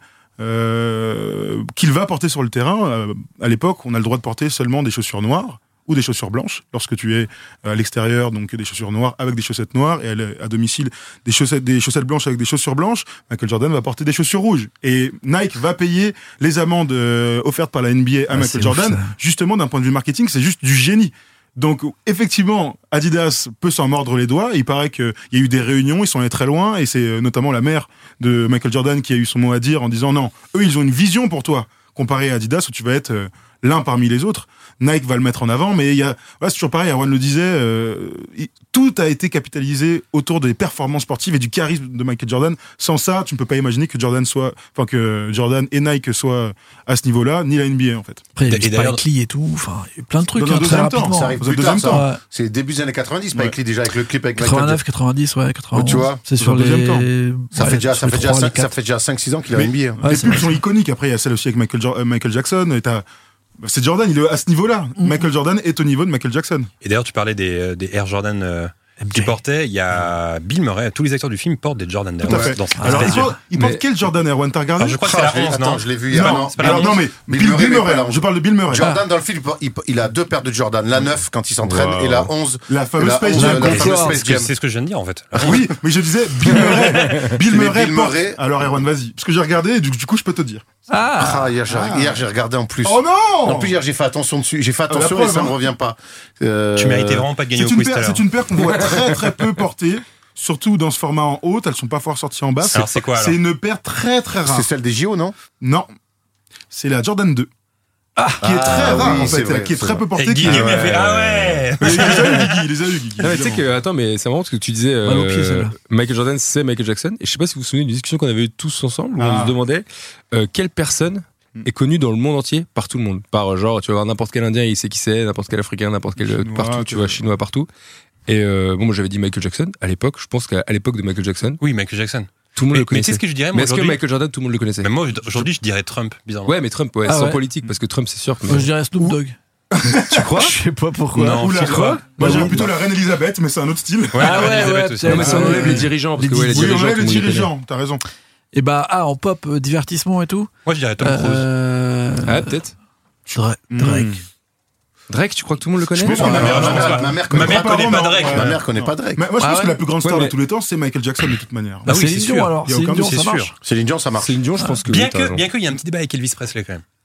Euh, qu'il va porter sur le terrain. Euh, à l'époque, on a le droit de porter seulement des chaussures noires ou des chaussures blanches lorsque tu es à l'extérieur, donc des chaussures noires avec des chaussettes noires, et à domicile des chaussettes, des chaussettes blanches avec des chaussures blanches. Michael Jordan va porter des chaussures rouges, et Nike va payer les amendes euh, offertes par la N B A à ah, Michael Jordan. Ouf, justement, d'un point de vue marketing, c'est juste du génie. Donc, effectivement, Adidas peut s'en mordre les doigts. Il paraît qu'il y a eu des réunions, ils sont allés très loin, et c'est notamment la mère de Michael Jordan qui a eu son mot à dire en disant non, eux, ils ont une vision pour toi, comparé à Adidas, où tu vas être euh, l'un parmi les autres. Nike va le mettre en avant, mais il y a, voilà, c'est toujours pareil, Erwan le disait, euh, tout a été capitalisé autour des performances sportives et du charisme de Michael Jordan. Sans ça, tu ne peux pas imaginer que Jordan soit, enfin, que Jordan et Nike soient à ce niveau-là, ni la N B A, en fait. Après, il y a Spike Lee et tout, enfin, il y a plein de trucs. Dans hein, le deuxième temps, ça arrive plus tard, ça. Ouais. C'est début des années quatre-vingt-dix, Spike Lee, déjà, avec le clip avec quatre-vingt-neuf, quatre-vingt-dix, ouais, quatre-vingt-onze. Tu vois, c'est sur les, ça fait déjà, ça fait déjà cinq, ça fait déjà cinq, six ans qu'il a N B A. Les pubs sont iconiques. Après, il y a celle aussi avec Michael, jo- Michael Jackson, et t'as, c'est Jordan, il est à ce niveau-là. Mm. Michael Jordan est au niveau de Michael Jackson. Et d'ailleurs, tu parlais des, des Air Jordan euh, qu'il portait. Il y a Bill Murray, tous les acteurs du film portent des Jordan Tout à fait. Dans alors, il porte, il porte mais... quel Jordan, Erwan? T'as regardé? Alors, je crois que c'est la onze, Attends, non je l'ai vu il y a non, non, alors, non, mais Bill, Bill Murray, Bill Murray je parle de Bill Murray. Jordan, dans le film, il, il a deux paires de Jordan. La neuf, quand il s'entraîne, wow. et la onze. La fameuse Space Jam. C'est ce que je viens de dire, en fait. Oui, mais je disais Bill Murray. Bill Murray porte... Alors, Erwan, vas-y. Parce que j'ai regardé, et du coup, je peux te dire. Ah, ah, hier, j'ai, ah. hier j'ai regardé en plus. Oh non! En plus hier j'ai fait attention dessus, j'ai fait attention ah, et ça me revient pas. Euh... Tu méritais vraiment pas de gagner c'est au quiz. C'est une paire qu'on voit très très peu porter, surtout dans ce format en haute. Elles sont pas fort sorties en bas. Alors c'est, c'est quoi alors? C'est une paire très très rare. C'est celle des J O, non? Non, c'est la Jordan deux. Ah, qui est très ah, rare oui, en fait, vrai, qui est très peu portée. Et Guigui m'a fait ah ouais. Il les a eu Guigui, il les a eu Guigui. Non, mais tu sais que attends, mais c'est marrant parce que tu disais euh, pied, Michael Jordan c'est Michael Jackson, et je sais pas si vous vous souvenez d'une discussion qu'on avait eue tous ensemble où ah. on se demandait euh, quelle personne est connu dans le monde entier par tout le monde, par genre tu vas voir n'importe quel Indien il sait qui c'est, n'importe quel Africain, n'importe quel chinois, partout tu vois chinois partout, et euh, bon moi j'avais dit Michael Jackson à l'époque, je pense qu'à l'époque de Michael Jackson oui Michael Jackson tout le monde mais, le connaissait. Mais tu sais ce que je dirais moi, mais est-ce que Michael Jordan tout le monde le connaissait? Mais moi aujourd'hui je dirais Trump bizarrement. Ouais mais Trump ouais, ah, sans ouais. politique parce que Trump c'est sûr que moi je dirais Snoop Dogg. Tu crois? Je sais pas pourquoi. Non, Oula, tu crois? Moi, j'aime plutôt la reine Elisabeth, mais c'est un autre style. Ouais, ah ouais, ouais, aussi. Non, mais ça enlève les dirigeants. Parce que, ouais, les oui, dirigeants, on enlève les dirigeants, t'as raison. Et bah, ah, en pop, euh, divertissement et tout. Moi, je dirais Tom Cruise. Euh... Ah, peut-être. Drake. Drake. Mm. Drake, tu crois que tout le monde le connaît? Je pense que ma mère, ma mère connaît pas Drake. Ma mère connaît pas Drake. Moi, je pense que la plus grande star de tous les temps, c'est Michael Jackson de toute manière. Ah oui, c'est sûr. Alors, Céline Dion, ça marche. Céline Dion, ça marche. Céline Dion, je pense que bien que bien qu'il y a un petit débat avec Elvis Presley quand même.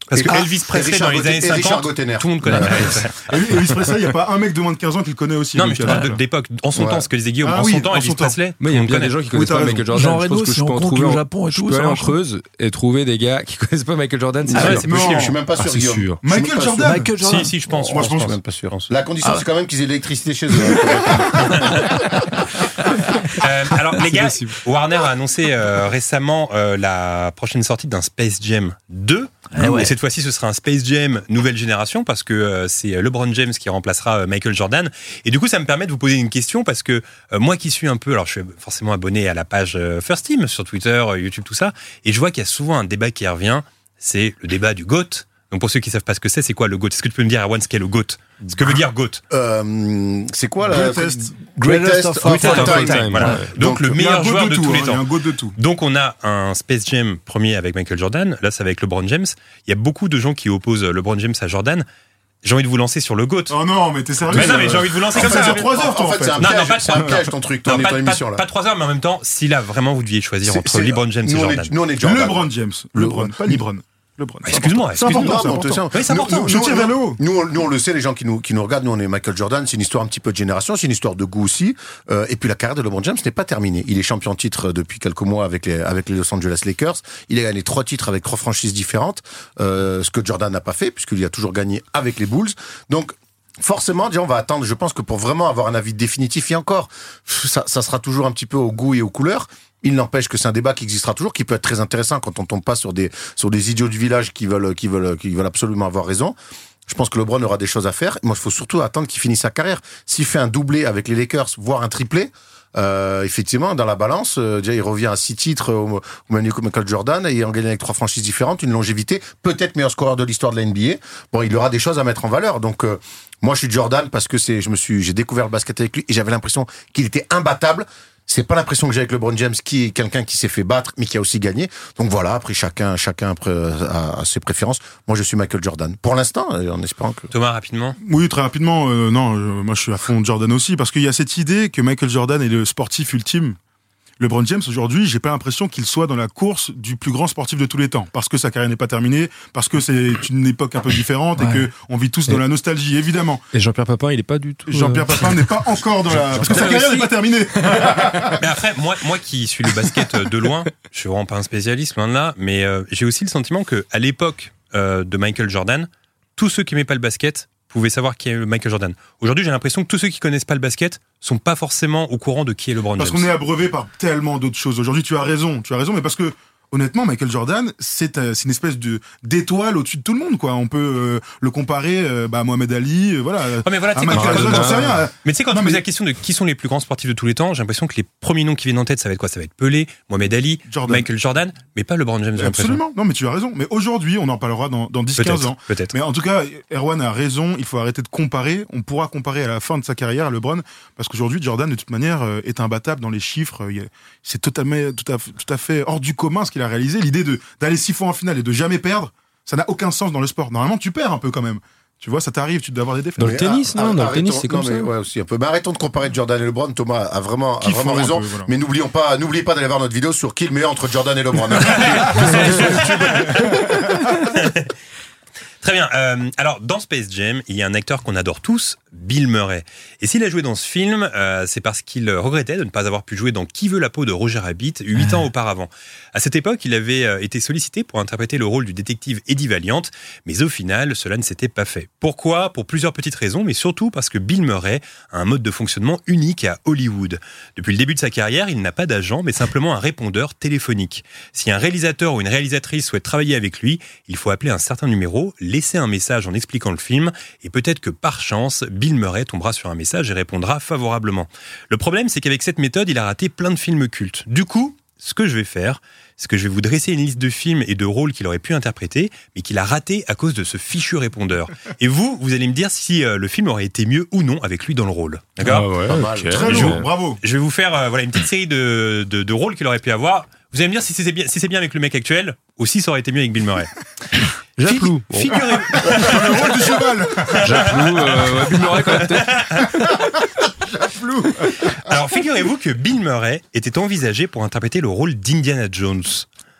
Parce Et- que ah, Elvis et Presley Richard dans les Gauthier- années et Richard cinquante, Gauthier. tout le monde connaît. Ouais. Et Elvis Presley, il n'y a pas un mec de moins de quinze ans qui le connaît aussi. Non, mais donc, je te parle euh, de- d'époque. En son Ouais. temps, ce que disait Guillaume, Ah en oui, son temps, en Elvis son temps. Presley. Moi, il y a tout le bien monde des gens connaît. qui connaissent t'as pas raison. Michael Jordan. Jean Je pense Reno, que si je peux on en compte trouver le en- Japon et je tout, peux ça aller en marche. Creuse et trouver des gars qui connaissent pas Michael Jordan. C'est Ah, sûr. c'est possible, je suis même pas Ah, sûr, c'est Guillaume. sûr. Je suis Michael pas sûr. Jordan. Michael Jordan. Si, si, je pense. Moi, je pense Je suis même pas sûr. La condition, c'est quand même qu'ils aient l'électricité chez eux. Euh, alors les gars, possible. Warner a annoncé euh, récemment euh, la prochaine sortie d'un Space Jam deux. Eh ouais. Et cette fois-ci, ce sera un Space Jam nouvelle génération parce que euh, c'est LeBron James qui remplacera euh, Michael Jordan. Et du coup, ça me permet de vous poser une question parce que euh, moi qui suis un peu, alors je suis forcément abonné à la page euh, First Team sur Twitter, euh, YouTube, tout ça, et je vois qu'il y a souvent un débat qui revient. C'est le débat du GOAT. Donc pour ceux qui savent pas ce que c'est, c'est quoi le GOAT? Est-ce que tu peux me dire, Erwan, ce qu'est le GOAT? Ce que veut dire GOAT? Euh, c'est quoi la Greatest. Greatest of Greatest all of all time. time. Voilà. Ouais. Donc, Donc, le Il y a un meilleur go joueur de de tout, tous hein, les il y a temps. un go de tout. Donc on a un Space Jam premier avec Michael Jordan, là ça va avec LeBron James. Il y a beaucoup de gens qui opposent LeBron James à Jordan. J'ai envie de vous lancer sur le GOAT. Oh non, mais t'es sérieux? Mais non, mais j'ai envie de vous lancer En comme fait, ça. ça dure trois heures, toi, En en fait, fait. c'est un Non, non, piège, pas- c'est un pas- piège ton truc, Non, ton pas, ton pas- émission là. pas trois heures, mais en même temps, si là vraiment vous deviez choisir C'est- entre c'est- LeBron James et nous, on Jordan. est, nous on est Jordan. LeBron James. LeBron, pas LeBron. LeBron. C'est Excuse-moi, important. excuse-moi. C'est Non, important, mais c'est on te important. sait- Oui, c'est important. Nous, Je nous, tire vers le haut. Nous, on, nous, on le sait, les gens qui nous, qui nous regardent, nous, on est Michael Jordan, c'est une histoire un petit peu de génération, c'est une histoire de goût aussi. Euh, et puis la carrière de LeBron James n'est pas terminée. Il est champion de titre depuis quelques mois avec les, avec les Los Angeles Lakers. Il a gagné trois titres avec trois franchises différentes, euh, ce que Jordan n'a pas fait, puisqu'il a toujours gagné avec les Bulls. Donc, forcément, déjà, on va attendre, je pense que pour vraiment avoir un avis définitif, et encore, ça, ça sera toujours un petit peu au goût et aux couleurs. Il n'empêche que c'est un débat qui existera toujours, qui peut être très intéressant quand on tombe pas sur des, sur des idiots du village qui veulent, qui veulent, qui veulent absolument avoir raison. Je pense que LeBron aura des choses à faire. Moi, il faut surtout attendre qu'il finisse sa carrière. S'il fait un doublé avec les Lakers, voire un triplé, euh, effectivement, dans la balance, euh, déjà, il revient à six titres au, au même niveau que Michael Jordan et en gagnant avec trois franchises différentes, une longévité, peut-être meilleur scoreur de l'histoire de la N B A. Bon, il aura des choses à mettre en valeur. Donc, euh, moi, je suis Jordan parce que c'est, je me suis, j'ai découvert le basket avec lui et j'avais l'impression qu'il était imbattable. C'est pas l'impression que j'ai avec LeBron James, qui est quelqu'un qui s'est fait battre, mais qui a aussi gagné. Donc voilà, après chacun, chacun après, a, a ses préférences. Moi, je suis Michael Jordan. Pour l'instant, en espérant que. Thomas, rapidement. Oui, très rapidement. Euh, non, je- moi je suis à fond Jordan aussi parce qu'il y a cette idée que Michael Jordan est le sportif ultime. LeBron James aujourd'hui, j'ai pas l'impression qu'il soit dans la course du plus grand sportif de tous les temps parce que sa carrière n'est pas terminée, parce que c'est une époque un peu différente et que on vit tous dans la nostalgie évidemment. Et Jean-Pierre Papin, il est pas du tout. Jean-Pierre Papin n'est pas encore dans la parce que sa carrière n'est pas terminée. Mais après, moi, moi qui suis le basket de loin, je suis vraiment pas un spécialiste, loin de là, mais euh, j'ai aussi le sentiment que à l'époque euh, de Michael Jordan, tous ceux qui aimaient pas le basket pouvaient savoir qui est Michael Jordan. Aujourd'hui, j'ai l'impression que tous ceux qui connaissent pas le basket sont pas forcément au courant de qui est LeBron Parce James. qu'on est abreuvé par tellement d'autres choses. Aujourd'hui, tu as raison, tu as raison, mais parce que honnêtement, Michael Jordan, c'est euh, c'est une espèce de d'étoile au-dessus de tout le monde, quoi. On peut euh, le comparer euh, bah, à Mohamed Ali, euh, voilà. Oh, mais voilà, tu à sais, Michael quand- Jordan, j'en sais rien. Mais tu sais, quand Non, tu poses mais- la question de qui sont les plus grands sportifs de tous les temps, j'ai l'impression que les premiers noms qui viennent en tête, ça va être quoi? Ça va être Pelé, Mohamed Ali, Jordan. Michael Jordan, mais pas LeBron James, j'ai l'impression. Absolument. Non, mais tu as raison. Mais aujourd'hui, on en parlera dans, dans dix quinze Peut-être, ans. peut-être. Mais en tout cas, Erwan a raison. Il faut arrêter de comparer. On pourra comparer à la fin de sa carrière à LeBron, parce qu'aujourd'hui, Jordan, de toute manière, euh, est imbattable dans les chiffres. Il y a- C'est totalement, tout à, fait- tout à fait hors du commun ce qu'il a réalisé. L'idée de d'aller six fois en finale et de jamais perdre, ça n'a aucun sens dans le sport. Normalement, tu perds un peu quand même. Tu vois, ça t'arrive, tu dois avoir des défaites. Dans le Mais tennis, ar- non, dans le arrêtons- tennis, c'est comme non, mais ça. ouais, aussi un peu. Mais arrêtons de comparer Jordan et LeBron. Thomas a vraiment, a Kiffons vraiment un raison. peu, voilà. Mais n'oublions pas, n'oubliez pas d'aller voir notre vidéo sur qui est le meilleur entre Jordan et LeBron. Très bien. Euh, alors, dans Space Jam, il y a un acteur qu'on adore tous, Bill Murray. Et s'il a joué dans ce film, euh, c'est parce qu'il regrettait de ne pas avoir pu jouer dans Qui veut la peau de Roger Rabbit huit ans auparavant. À cette époque, il avait euh, été sollicité pour interpréter le rôle du détective Eddie Valiant, mais au final, cela ne s'était pas fait. Pourquoi? Pour plusieurs petites raisons, mais surtout parce que Bill Murray a un mode de fonctionnement unique à Hollywood. Depuis le début de sa carrière, il n'a pas d'agent, mais simplement un répondeur téléphonique. Si un réalisateur ou une réalisatrice souhaite travailler avec lui, il faut appeler un certain numéro, laisser un message en expliquant le film, et peut-être que par chance, Bill Murray tombera sur un message et répondra favorablement. Le problème, c'est qu'avec cette méthode, il a raté plein de films cultes. Du coup, ce que je vais faire, c'est que je vais vous dresser une liste de films et de rôles qu'il aurait pu interpréter, mais qu'il a raté à cause de ce fichu répondeur. Et vous, vous allez me dire si euh, le film aurait été mieux ou non avec lui dans le rôle. D'accord? Ah ouais, Pas mal. ok. Très Je- lourd, bravo. Je vais vous faire euh, voilà, une petite série de, de, de rôles qu'il aurait pu avoir. Vous allez me dire si c'est bien, si c'est bien avec le mec actuel, aussi ça aurait été mieux avec Bill Murray. Japlou. Bon. Figurez-vous. Le rôle du cheval. Japlou, euh, ouais, Bill Murray quand même peut-être. Alors figurez-vous que Bill Murray était envisagé pour interpréter le rôle d'Indiana Jones.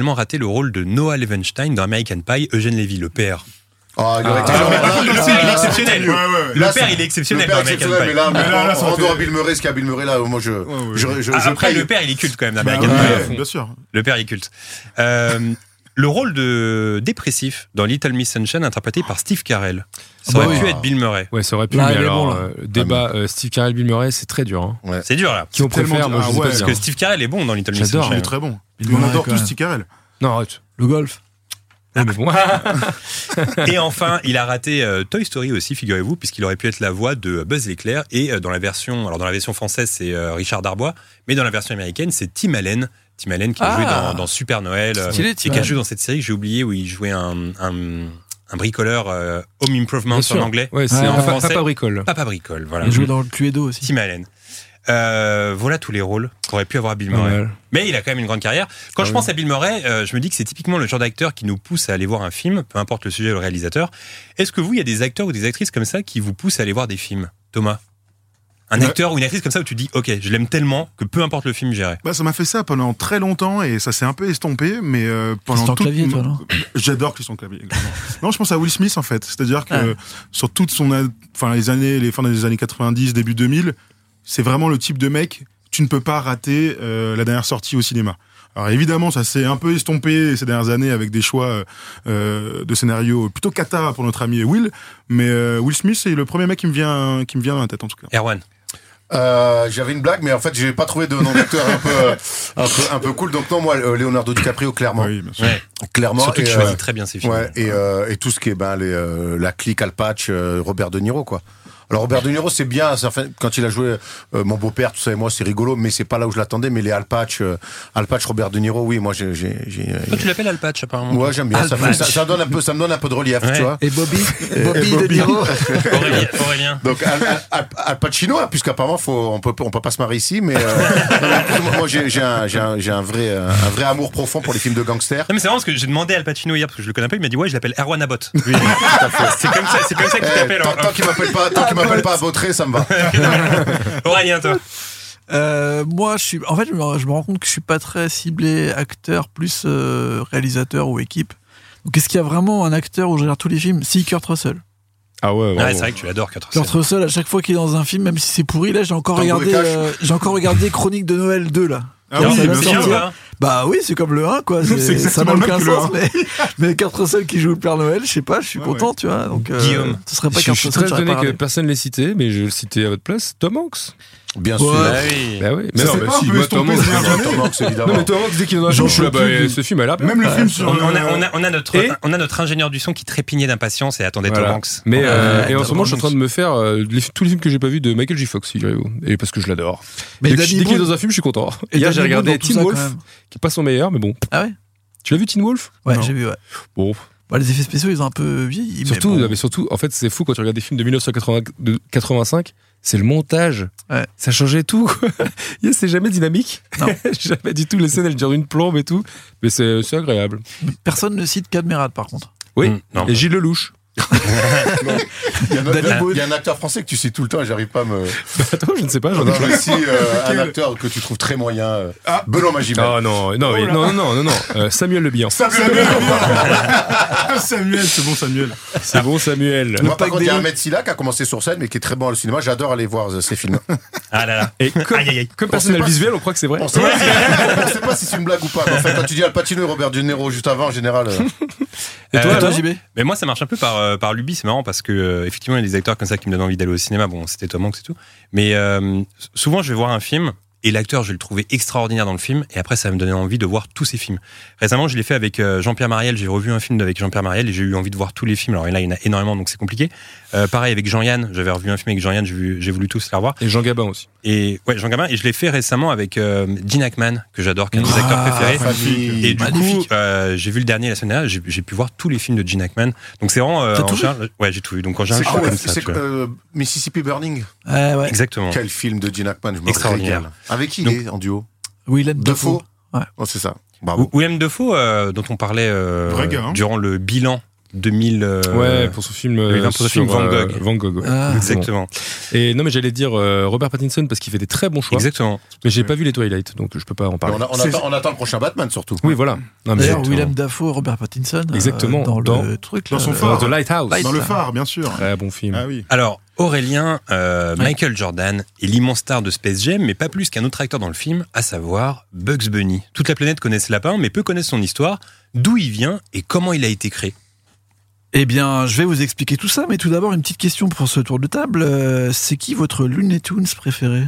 également raté le rôle de Noah Levenstein dans American Pie, Eugène Levy, le père. Oh, il aurait été Ah, genre- mais par contre, le là, père, il est là, exceptionnel. c'est mieux. Ouais, ouais. Le Là, père, c'est- il est exceptionnel Le père dans American exceptionnel, mais Pie. là, Mais là, là, ça aurait Rando été- à Bill Murray, ce qu'il y a Bill Murray, là, moi, je, ouais. je, je, Ah, je Après, paye. le père, il est culte quand même Bah, d'American ouais, Pie. bien sûr. Le père est culte. Euh, le rôle de dépressif dans Little Miss Sunshine, interprété par Steve Carell, ça Ah bah aurait pu oui. être Bill Murray. Ouais, ça aurait pu, Là, mais il est alors, bon, là. euh, débat euh, Steve Carell, Bill Murray, c'est très dur. Hein. C'est dur là. Qui on tellement préfère, dur. moi, je Ah sais ouais. pas Parce dire. que Steve Carell est bon dans Little Miss J'adore. Il est Sunshine. très bon. Il On Murray, adore quand tous même. Steve Carell. Non, arrête. Le golf. Ouais, mais bon. Et enfin, il a raté euh, Toy Story aussi, figurez-vous, puisqu'il aurait pu être la voix de Buzz l'éclair. Et euh, dans la version, alors dans la version française, c'est euh, Richard Darbois, mais dans la version américaine, c'est Tim Allen. Tim Allen qui a Ah. joué dans, dans Super Noël euh, Stylé, et Tim qui a Allen. joué dans cette série que j'ai oublié où il jouait un, un, un bricoleur euh, Home Improvement Bien sûr. en anglais. Ouais, c'est Ouais, en ouais. français. Papa Bricole. Papa Bricole, voilà. Il a joué dans le Cluedo aussi. Tim Allen. Euh, voilà tous les rôles qu'aurait pu avoir Bill Pas Murray. mal. Mais il a quand même une grande carrière. Quand Ah je oui. pense à Bill Murray, euh, je me dis que c'est typiquement le genre d'acteur qui nous pousse à aller voir un film, peu importe le sujet ou le réalisateur. Est-ce que vous, il y a des acteurs ou des actrices comme ça qui vous poussent à aller voir des films, Thomas? Un Ouais. acteur ou une actrice comme ça où tu dis, ok, je l'aime tellement que peu importe le film, j'irai. Bah, ça m'a fait ça pendant très longtemps et ça s'est un peu estompé, mais euh, pendant Christian toute Clavier, mon- toi, non J'adore Christian Clavier. également. Non, je pense à Will Smith en fait. C'est-à-dire que Ah. sur toute son, a- enfin les années, les fins des années quatre-vingt-dix, début deux mille, c'est vraiment le type de mec. Tu ne peux pas rater euh, la dernière sortie au cinéma. Alors évidemment, ça s'est un peu estompé ces dernières années avec des choix euh, de scénarios plutôt cata pour notre ami Will, mais euh, Will Smith c'est le premier mec qui me vient, qui me vient dans la tête en tout cas. Erwan. Euh, j'avais une blague, mais en fait, j'ai pas trouvé de nom d'acteur un peu, euh, un peu, un peu cool. Donc non, moi, euh, Leonardo DiCaprio, clairement, Oui, bien sûr. Ouais. clairement. Surtout et, qu'il euh, choisit très bien ses films. Ouais, et, euh, et tout ce qui est ben, les, euh, la clique Al Patch, euh, Robert De Niro, quoi. Alors Robert De Niro, c'est bien, ça fait- quand il a joué euh, mon beau-père, tout ça et moi, c'est rigolo, mais c'est pas là où je l'attendais. Mais les Al Patch, euh, Al Patch, Robert De Niro, oui, moi, j'ai, j'ai, j'ai Toi, tu l'appelles Al Patch, apparemment. ouais, j'aime bien. Al Ça, fait, Patch. ça, ça donne un peu, ça me donne un peu de relief, Ouais. tu vois. Et Bobby Bobby De Niro. Aurélien. Aurélien. Donc Al, Al, Al, Al Pacino, hein, puisqu'apparemment faut, on peut, on peut pas se marier ici, mais, euh, non, mais plus ou moins, moi j'ai, j'ai un, j'ai un, j'ai un vrai, euh, un vrai amour profond pour les films de gangsters. Non mais c'est marrant parce que j'ai demandé à Al Pacino hier parce que je le connais pas, il m'a dit ouais je l'appelle Erwan Abbott. Oui, c'est comme ça, c'est comme ça qu'il Eh, t'appelle. tant, hein. tant qu'il m'appelle pas, tant qu'il m'appelle pas à Vautray, ça me va. Aurélien, toi. Euh, moi, je suis. En fait, je me, je me rends compte que je suis pas très ciblé acteur plus euh, réalisateur ou équipe. Donc, est-ce qu'il y a vraiment un acteur où je regarde tous les films? Si, Kurt Russell. Ah ouais, Ouais, vraiment. c'est vrai que tu l'adores, Kurt Kurt Russell. Russell, à chaque fois qu'il est dans un film, même si c'est pourri, là, j'ai encore Tango regardé. et Cash. euh, j'ai encore regardé Chronique de Noël deux là. Ah Alors, oui, ça bien va sûr. C'est bien ou sortir. pas? Bah oui, c'est comme le un, quoi. C'est C'est- ça n'a exactement le aucun même que le sens, un. mais, mais Kurt Russell qui joue le Père Noël, je sais pas, je suis Ouais, content, ouais. tu vois. Donc, euh, Guillaume. ce serait pas Je, Kurt je suis Russell, très j'aurais étonné pas que regardé. personne ne l'ait cité, mais je vais le citer à votre place. Tom Hanks. Bien Ouais. sûr. Bah oui. Bah oui. Mais Ça non, s'est bah pas un si, peu moi, Tom estompé Hanks. ces dernières années Tom Hanks, évidemment. Non, mais Tom Hanks, dès qu'il en a J'en un, je suis là, peux bah, plus. ce film a l'air bien. Même le film sur. On, on a, euh, on, a, on, a notre, Et on a notre ingénieur du son qui trépignait d'impatience et attendait Voilà. Tom Hanks. Mais euh, Ouais, et en Tom ce moment, je suis en Hanks. train de me faire euh, les- tous les films que j'ai pas vus de Michael J. Fox, figurez-vous. Et parce que je l'adore. Mais Dès que- Danny dès qu'il est Boone- dans un film, je suis content. Et Hier, Danny j'ai Boone regardé dans tout Teen ça, Wolf, quand même. qui est pas son meilleur, mais bon. Ah ouais? Tu l'as vu, Teen Wolf? Ouais, Non. j'ai vu, ouais. Bon. Bah, les effets spéciaux, ils ont un peu vieilli. mais Surtout, bon. non, mais surtout, en fait, c'est fou quand tu regardes des films de mille neuf cent quatre-vingt-cinq, c'est le montage. Ouais. Ça changeait tout, quoi. Yeah, c'est jamais dynamique. Non. Jamais du tout. Les scènes, elles durent une plombe et tout. Mais c'est c'est agréable. Personne ne cite Cadmerade, par contre. Oui. Mm, non. Et Gilles Lelouch. Il y, a un, Danny Boone. il y a un acteur français que tu sais tout le temps et j'arrive pas à me. Attends, je ne sais pas. J'en ai Non, mais si, euh, un acteur que tu trouves très moyen. Euh, Ah. Benoît Magimel. Oh non, non, mais- non, non, non, non, non. Euh, Samuel Le Bihan. Samuel, Samuel, c'est bon Samuel. C'est bon, Samuel. Moi, par pack contre, il y a des- Ahmed Silla qui a commencé sur scène, mais qui est très bon au cinéma. J'adore aller voir euh, ses films. Ah là là. Et comme, Aïe, aïe, aïe. comme On personne sait n'a le pas visuel, on croit que c'est vrai. On sait, pas si, on sait pas si c'est une blague ou pas. Mais en fait, quand tu dis Al Pacino et Robert De Niro juste avant, en général. euh, Et toi, Euh, alors J B? Mais moi, ça marche un peu par, euh, par lubie, c'est marrant parce que, euh, effectivement, il y a des acteurs comme ça qui me donnent envie d'aller au cinéma. Bon, c'était Tom Hanks et tout. Mais euh, souvent, je vais voir un film et l'acteur, je vais le trouver extraordinaire dans le film et après, ça va me donner envie de voir tous ces films. Récemment, je l'ai fait avec euh, Jean-Pierre Mariel. J'ai revu un film avec Jean-Pierre Mariel et j'ai eu envie de voir tous les films. Alors là, il y en a énormément, donc c'est compliqué. Euh, pareil avec Jean-Yann. J'avais revu un film avec Jean-Yann, j'ai, vu- j'ai voulu tous les revoir. Et Jean Gabin aussi. Et ouais, Jean Gabin. Et je l'ai fait récemment avec euh, Gene Hackman, que j'adore, qui est un de mes acteurs Ah, préférés. famille. Et du Magnifique. coup, euh, j'ai vu le dernier la semaine dernière, j'ai, j'ai pu voir tous les films de Gene Hackman. Donc c'est vraiment. Euh, T'as en tout vu général- ouais, j'ai tout vu. Donc en général, C'est je suis quoi comme ça. C'est tu vois. euh, Mississippi Burning. Ouais, ouais. Exactement. Quel film de Gene Hackman, je me Extraordinaire. régale. Avec qui Donc- il est en duo Willem Dafoe. Ouais. Oh, c'est ça. Bravo. Ou- Willem Dafoe, euh, dont on parlait euh, Vrai gars, hein. durant le bilan deux mille. Euh, ouais, pour son film. deux mille vingt, pour son film Van Gogh. Euh, Van Gogh. Ouais. Ah, Exactement. Et non, mais j'allais dire euh, Robert Pattinson parce qu'il fait des très bons choix. Exactement. Mais j'ai pas vu les Twilight, donc je peux pas en parler. On, a- on attend, on attend le prochain Batman surtout. Oui, voilà. Non, mais D'ailleurs, exactement. Willem Dafoe, Robert Pattinson. euh, Exactement. dans, Dans- le truc. dans là, son euh, phare. The Lighthouse. Light- Dans le phare, bien sûr. Très bon film. Ah oui. Alors, Aurélien, euh, Ouais. Michael Jordan est l'immense star de Space Jam, mais pas plus qu'un autre acteur dans le film, à savoir Bugs Bunny. Toute la planète connaît ce lapin, mais peu connaissent son histoire, d'où il vient et comment il a été créé. Eh bien, je vais vous expliquer tout ça, mais tout d'abord, une petite question pour ce tour de table. Euh, c'est qui votre Looney Tunes préféré?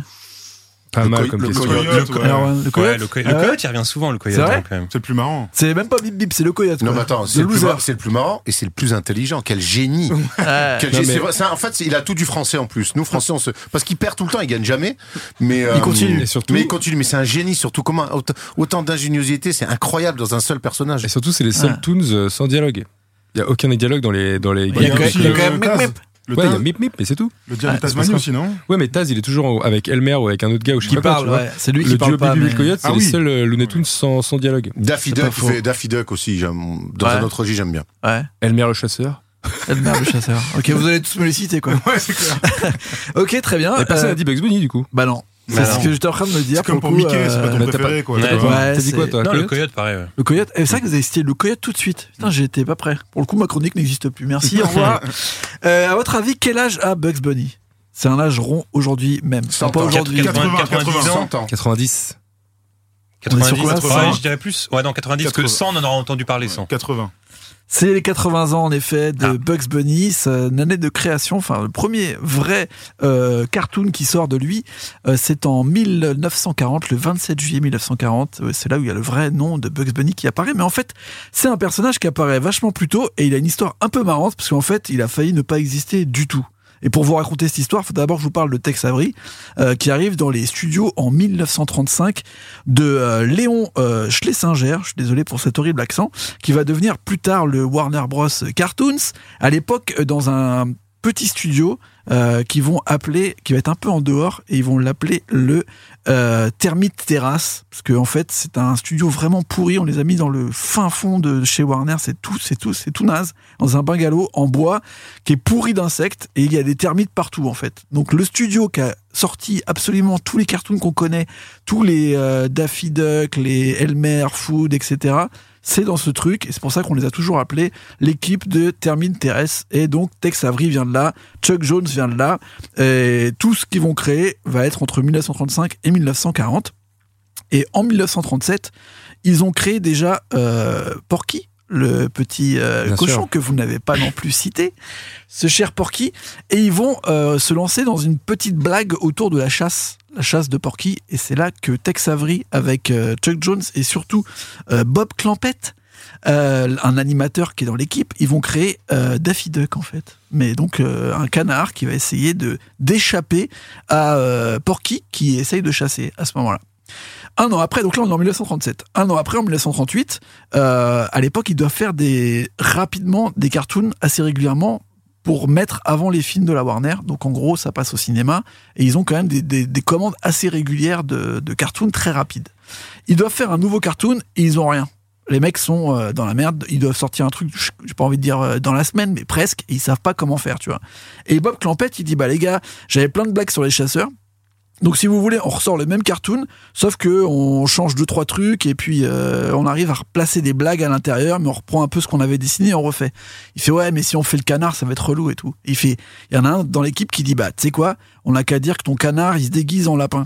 Pas Le mal coy- comme le question. coyote, le ouais. co- Alors, le Ouais, coyote le, coy- Ah le ouais coyote, il revient souvent, le coyote, C'est vrai hein, quand même. C'est le plus marrant. C'est même pas Bip Bip, c'est le coyote. Non, quoi. mais attends, The c'est le, plus loser. mar- c'est le plus marrant et c'est le plus intelligent. Quel génie. Ouais. Quel Non, génie. mais- C'est vrai, c'est un- en fait, c'est- il a tout du français en plus. Nous, français, on se. Parce qu'il perd tout le temps, il gagne jamais. Mais, euh, continue. Et surtout- Mais il continue. Mais c'est un génie, surtout. Comment, autant, autant d'ingéniosité, c'est incroyable dans un seul personnage. Et surtout, c'est les seuls Ouais. toons euh, sans dialogue. Il y a aucun dialogue dans les dans les. Il y a Il y a quand aussi il y a le quand même Mip Taz. Mip. Le, Ouais, il y a Taz- Mip Mip, mais c'est tout. le diable Ah, de Tasmanie c'est aussi, non? Ouais, mais Taz, il est toujours avec Elmer ou avec un autre gars ou je sais Qui pas quoi, parle, tu vois. ouais. C'est lui qui Le parle duo pas. Bibi mais- le Coyote, c'est Ah les oui. seuls euh, Looney Tunes sans, sans dialogue. Daffy C'est pas Duck, faux. fait- Daffy Duck aussi, j'aime- dans Ouais. un autre registre, j'aime bien. Ouais. Elmer le chasseur. Elmer le chasseur. Ok, vous allez tous me les citer, quoi. Ouais, c'est clair. Ok, très bien. Et personne Euh, n'a dit Bugs Bunny du coup. Bah non. C'est Bah ce non. que j'étais en train de me dire. C'est comme pour le coup, Mickey, c'est pas ton mais t'as préféré, pas- quoi. Ouais. T'as pas- Ouais, T'as dit quoi c'est- toi Non, le Coyote coyote, pareil. ouais. Le coyote. Et c'est vrai que vous avez cité le coyote tout de suite. Putain, j'étais pas prêt. Pour le coup, ma chronique n'existe plus. Merci, au revoir. Euh, à votre avis, quel âge a Bugs Bunny? C'est un âge rond aujourd'hui même. cent Pas ans. aujourd'hui. quatre-vingts, quatre-vingt-dix ans. cent ans. quatre-vingt-dix. On est sur quatre-vingt-dix, quoi, ouais, cent je dirais plus. Ouais, non, quatre-vingt-dix, que quatre-vingts. cent, on en aura entendu parler, cent. quatre-vingts. C'est les quatre-vingts ans en effet de Ah. Bugs Bunny, c'est une année de création, enfin le premier vrai euh, cartoon qui sort de lui, euh, c'est en mille neuf cent quarante, le vingt-sept juillet mille neuf cent quarante, euh, c'est là où il y a le vrai nom de Bugs Bunny qui apparaît, mais en fait c'est un personnage qui apparaît vachement plus tôt et il a une histoire un peu marrante parce qu'en fait il a failli ne pas exister du tout. Et pour vous raconter cette histoire, il faut d'abord que je vous parle de Tex Avery, euh, qui arrive dans les studios en mille neuf cent trente-cinq de euh, Léon euh, Schlesinger, je suis désolé pour cet horrible accent, qui va devenir plus tard le Warner Bros. Cartoons, à l'époque euh, dans un petit studio euh, qui vont appeler, qui va être un peu en dehors, et ils vont l'appeler le euh, Termite Terrace, parce qu'en en fait c'est un studio vraiment pourri, on les a mis dans le fin fond de chez Warner, c'est tout, c'est tout, c'est tout naze, dans un bungalow en bois qui est pourri d'insectes, et il y a des termites partout en fait. Donc le studio qui a sorti absolument tous les cartoons qu'on connaît, tous les euh, Daffy Duck, les Elmer, Food, et cetera, c'est dans ce truc, et c'est pour ça qu'on les a toujours appelés l'équipe de Termite Terrace, et donc Tex Avery vient de là, Chuck Jones vient de là, et tout ce qu'ils vont créer va être entre mille neuf cent trente-cinq et mille neuf cent quarante. Et en mille neuf cent trente-sept, ils ont créé déjà euh, Porky, le petit euh, Bien cochon sûr. que vous n'avez pas non plus cité, ce cher Porky, et ils vont euh, se lancer dans une petite blague autour de la chasse, la chasse de Porky, et c'est là que Tex Avery avec euh, Chuck Jones et surtout euh, Bob Clampett, euh, un animateur qui est dans l'équipe, ils vont créer euh, Daffy Duck en fait. Mais donc euh, un canard qui va essayer de d'échapper à euh, Porky qui essaye de chasser à ce moment-là. Un an après, donc là on est en mille neuf cent trente-sept. Un an après, en mille neuf cent trente-huit, euh, à l'époque, ils doivent faire des rapidement des cartoons assez régulièrement pour mettre avant les films de la Warner. Donc en gros, ça passe au cinéma et ils ont quand même des, des, des commandes assez régulières de, de cartoons très rapides. Ils doivent faire un nouveau cartoon et ils ont rien. Les mecs sont euh, dans la merde, ils doivent sortir un truc, j'ai pas envie de dire euh, dans la semaine, mais presque, et ils savent pas comment faire, tu vois. Et Bob Clampett, il dit, bah les gars, j'avais plein de blagues sur les chasseurs, donc si vous voulez, on ressort le même cartoon, sauf que on change deux trois trucs et puis euh, on arrive à replacer des blagues à l'intérieur, mais on reprend un peu ce qu'on avait dessiné et on refait. Il fait ouais, mais si on fait le canard, ça va être relou et tout. Et il fait, il y en a un dans l'équipe qui dit bah tu sais quoi, on n'a qu'à dire que ton canard il se déguise en lapin.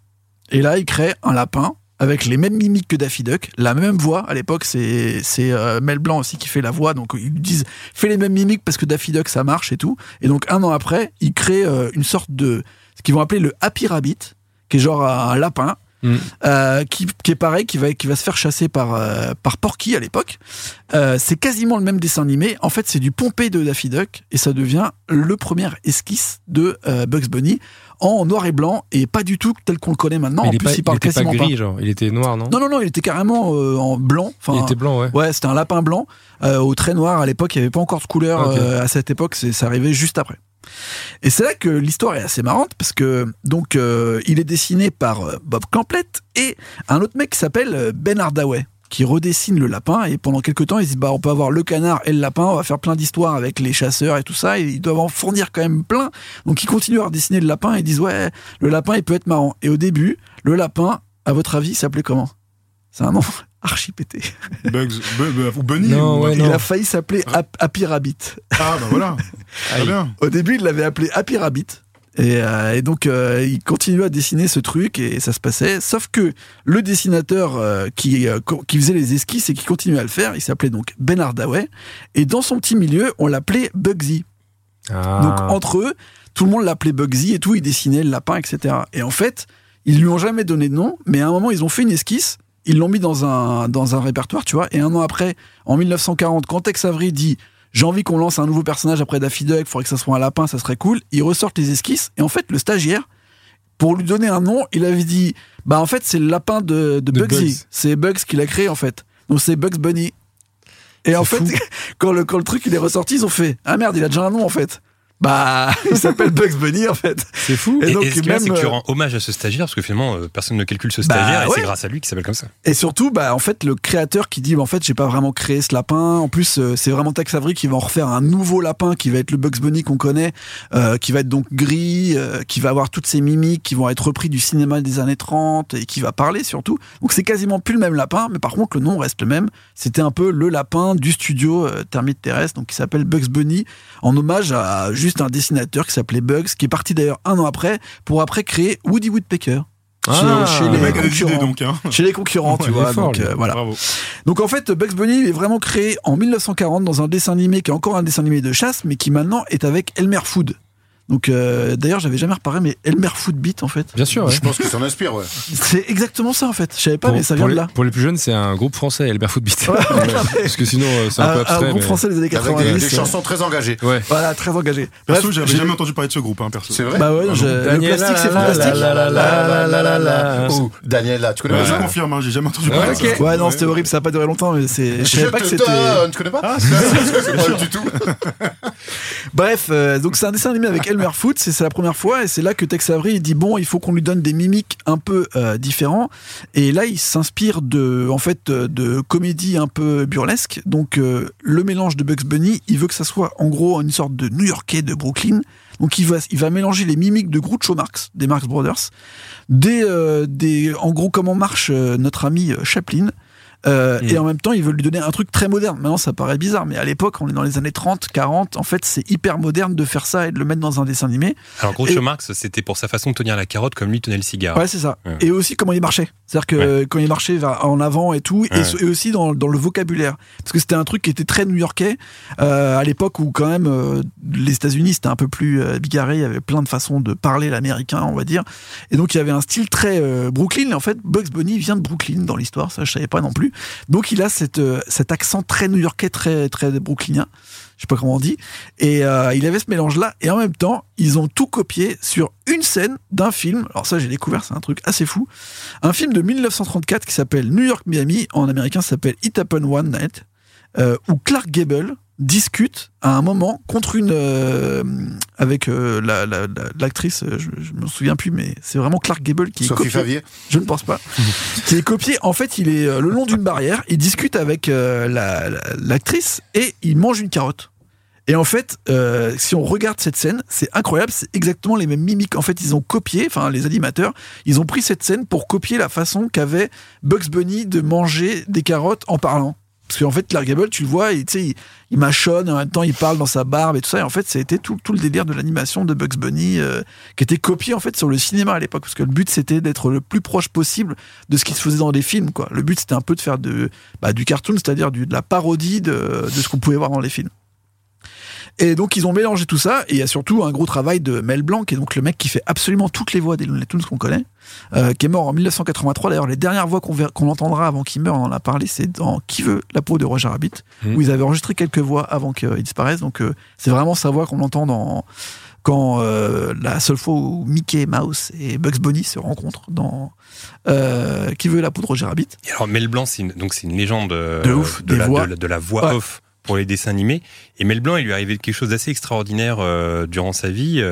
Et là, il crée un lapin avec les mêmes mimiques que Daffy Duck, la même voix. À l'époque, c'est c'est euh, Mel Blanc aussi qui fait la voix, donc ils lui disent fais les mêmes mimiques parce que Daffy Duck ça marche et tout. Et donc un an après, il crée euh, une sorte de ce qu'ils vont appeler le Happy Rabbit, qui est genre un lapin, Mm. euh, qui, qui est pareil, qui va, qui va se faire chasser par, euh, par Porky à l'époque. Euh, c'est quasiment le même dessin animé. En fait, c'est du pompé de Daffy Duck et ça devient le premier esquisse de euh, Bugs Bunny en noir et blanc et pas du tout tel qu'on le connaît maintenant. Mais En il est plus, pas, il parle était pas quasiment gris, pas. genre. Il était noir, non Non, non, non, il était carrément euh, en blanc. Enfin, Il était blanc, ouais. Ouais, c'était un lapin blanc euh, au trait noir. À l'époque, il n'y avait pas encore de couleur. Ah, ok. euh, à cette époque, c'est, ça arrivait juste après. Et c'est là que l'histoire est assez marrante parce que donc euh, il est dessiné par euh, Bob Clampett et un autre mec qui s'appelle euh, Ben Hardaway, qui redessine le lapin, et pendant quelques temps ils disent bah on peut avoir le canard et le lapin, on va faire plein d'histoires avec les chasseurs et tout ça, et ils doivent en fournir quand même plein, donc ils continuent à redessiner le lapin et ils disent ouais le lapin il peut être marrant. Et au début le lapin, à votre avis, il s'appelait comment? C'est un nom archi pété. Bugs, bu- ou Bunny Non, ou- ouais, Il non. a failli s'appeler Ap- Happy Rabbit. Ah bah voilà, très bien. Au début il l'avait appelé Happy Rabbit. Et, euh, et donc euh, il continuait à dessiner ce truc et ça se passait. Sauf que le dessinateur euh, qui, euh, co- qui faisait les esquisses et qui continuait à le faire, il s'appelait donc Ben Hardaway. Et dans son petit milieu, on l'appelait Bugsy. Ah. Donc entre eux, tout le monde l'appelait Bugsy et tout, il dessinait le lapin, et cetera. Et en fait, ils lui ont jamais donné de nom, mais à un moment, ils ont fait une esquisse, ils l'ont mis dans un, dans un répertoire, tu vois, et un an après, en mille neuf cent quarante, quand Tex Avery dit « J'ai envie qu'on lance un nouveau personnage après Daffy Duck, il faudrait que ça soit un lapin, ça serait cool », ils ressortent les esquisses, et en fait, le stagiaire, pour lui donner un nom, il avait dit « Bah en fait, c'est le lapin de, de, De Bugsy, Bugs. c'est Bugs qui l'a créé, en fait. Donc c'est Bugs Bunny. » Et en fait, fou. quand le, quand le truc il est ressorti, ils ont fait « Ah merde, il a déjà un nom, en fait. » Bah, il s'appelle Bugs Bunny, en fait. C'est fou. Et Et, donc, et ce qu'il y a, même, c'est que tu euh, rends hommage à ce stagiaire, parce que finalement, euh, personne ne calcule ce Bah, stagiaire, et ouais. c'est grâce à lui qu'il s'appelle comme ça. Et surtout, bah, en fait, le créateur qui dit, bah, en fait, j'ai pas vraiment créé ce lapin. En plus, euh, c'est vraiment Tex Avery qui va en refaire un nouveau lapin qui va être le Bugs Bunny qu'on connaît, euh, qui va être donc gris, euh, qui va avoir toutes ces mimiques, qui vont être repris du cinéma des années trente et qui va parler surtout. Donc, c'est quasiment plus le même lapin, mais par contre, le nom reste le même. C'était un peu le lapin du studio euh, Termite Terrestre, donc qui s'appelle Bugs Bunny, en hommage à juste un dessinateur qui s'appelait Bugs, qui est parti d'ailleurs un an après, pour après créer Woody Woodpecker. Ah, chez, chez Le les mec a des idées concurrents. donc, hein. Chez les concurrents, tu Ouais, il est vois. fort, donc, lui. euh, voilà. Bravo. Donc en fait, Bugs Bunny il est vraiment créé en mille neuf cent quarante dans un dessin animé qui est encore un dessin animé de chasse, mais qui maintenant est avec Elmer Fudd. Donc euh, d'ailleurs, j'avais jamais reparé, mais Elmer Fudd Beat en fait. Bien sûr, ouais. Je pense que ça en inspire, ouais. C'est exactement ça en fait. Je savais pas, Pour, mais ça pour vient de les, là. pour les plus jeunes, c'est un groupe français, Elmer Footbeat. Ouais, ouais. Parce que sinon, euh, c'est un, Un, peu un abstrait. groupe mais- français des années Avec des, quatre-vingt-dix. des chansons très engagées. Ouais. Voilà, très engagé. Perso, Bref, j'avais j'ai- jamais entendu parler de ce groupe, hein, perso. C'est vrai? Bah ouais, Ah je- non. le Daniela, plastique c'est la, la, fantastique. la, la, la, la, la, la. Ouh, Daniela, tu connais Ouais, pas je ça? confirme, hein, j'ai jamais entendu Ouais, parler de ok. ça. Ouais, non, c'était horrible, ça a pas duré longtemps, mais c'est. Je Je savais pas que te c'était. donne, tu connais pas? Ah, C'est pas du tout. Bref, euh, donc c'est un dessin animé avec Elmer Fudd, c'est c'est la première fois, et c'est là que Tex Avery il dit bon, il faut qu'on lui donne des mimiques un peu euh, différents, et là il s'inspire de, en fait, euh, de comédie un peu burlesque. Donc euh, le mélange de Bugs Bunny, il veut que ça soit en gros une sorte de New-Yorkais de Brooklyn. Donc il va, il va mélanger les mimiques de Groucho Marx, des Marx Brothers, des, euh, des, en gros comment marche euh, notre ami euh, Chaplin. Euh, Mmh. Et en même temps, ils veulent lui donner un truc très moderne. Maintenant, ça paraît bizarre, mais à l'époque, on est dans les années trente, quarante. En fait, c'est hyper moderne de faire ça et de le mettre dans un dessin animé. Alors, Groucho Et- Marx, c'était pour sa façon de tenir la carotte comme lui tenait le cigare. Ouais, c'est ça. Ouais. Et aussi comment il marchait. C'est-à-dire que quand il marchait vers- en avant et tout, et, Ouais. so- et aussi dans, dans le vocabulaire. Parce que c'était un truc qui était très new-yorkais, euh, à l'époque où quand même euh, les États-Unis c'était un peu plus euh, bigarré, il y avait plein de façons de parler l'américain, on va dire. Et donc il y avait un style très euh, Brooklyn. Et en fait, Bugs Bunny vient de Brooklyn dans l'histoire, ça je savais pas non plus. Donc il a cette, euh, cet accent très new-yorkais, très, très brooklynien. Je sais pas comment on dit. Et euh, il avait ce mélange-là. Et en même temps, ils ont tout copié sur une scène d'un film. Alors ça, j'ai découvert, c'est un truc assez fou. Un film de mille neuf cent trente-quatre qui s'appelle New York Miami. En américain, ça s'appelle It Happened One Night. Euh, où Clark Gable discute à un moment contre une euh, avec euh, la, la, la- l'actrice, euh, je, je me souviens plus, mais c'est vraiment Clark Gable qui est Sophie copié. Favier. Je ne pense pas. Qui est copié. En fait, il est euh, le long d'une barrière. Il discute avec euh, la, la- l'actrice et il mange une carotte. Et en fait, euh, si on regarde cette scène, c'est incroyable. C'est exactement les mêmes mimiques. En fait, ils ont copié, enfin les animateurs, ils ont pris cette scène pour copier la façon qu'avait Bugs Bunny de manger des carottes en parlant. Parce qu'en fait, Clark Gable, tu le vois, il, tu sais, il, il mâchonne, et en même temps, il parle dans sa barbe et tout ça. Et en fait, c'était tout, tout le délire de l'animation de Bugs Bunny euh, qui était copié en fait sur le cinéma à l'époque. Parce que le but, c'était d'être le plus proche possible de ce qui se faisait dans les films, quoi. Le but, c'était un peu de faire de, bah, du cartoon, c'est-à-dire du, de la parodie de, de ce qu'on pouvait voir dans les films. Et donc ils ont mélangé tout ça, et il y a surtout un gros travail de Mel Blanc, qui est donc le mec qui fait absolument toutes les voix des Looney Tunes qu'on connaît, euh, qui est mort en mille neuf cent quatre-vingt-trois. D'ailleurs, les dernières voix qu'on, ver- qu'on entendra avant qu'il meure, on en a parlé, c'est dans Qui veut la peau de Roger Rabbit, Mmh. où ils avaient enregistré quelques voix avant qu'il disparaisse. Donc euh, c'est vraiment sa voix qu'on entend dans quand euh, la seule fois où Mickey Mouse et Bugs Bunny se rencontrent dans euh, Qui veut la peau de Roger Rabbit. Et alors, Mel Blanc, c'est une, donc c'est une légende euh, De ouf, de, des la, voix. de la- de la voix Ouais. off pour les dessins animés. Et Mel Blanc, il lui est arrivé quelque chose d'assez extraordinaire euh, durant sa vie. Euh,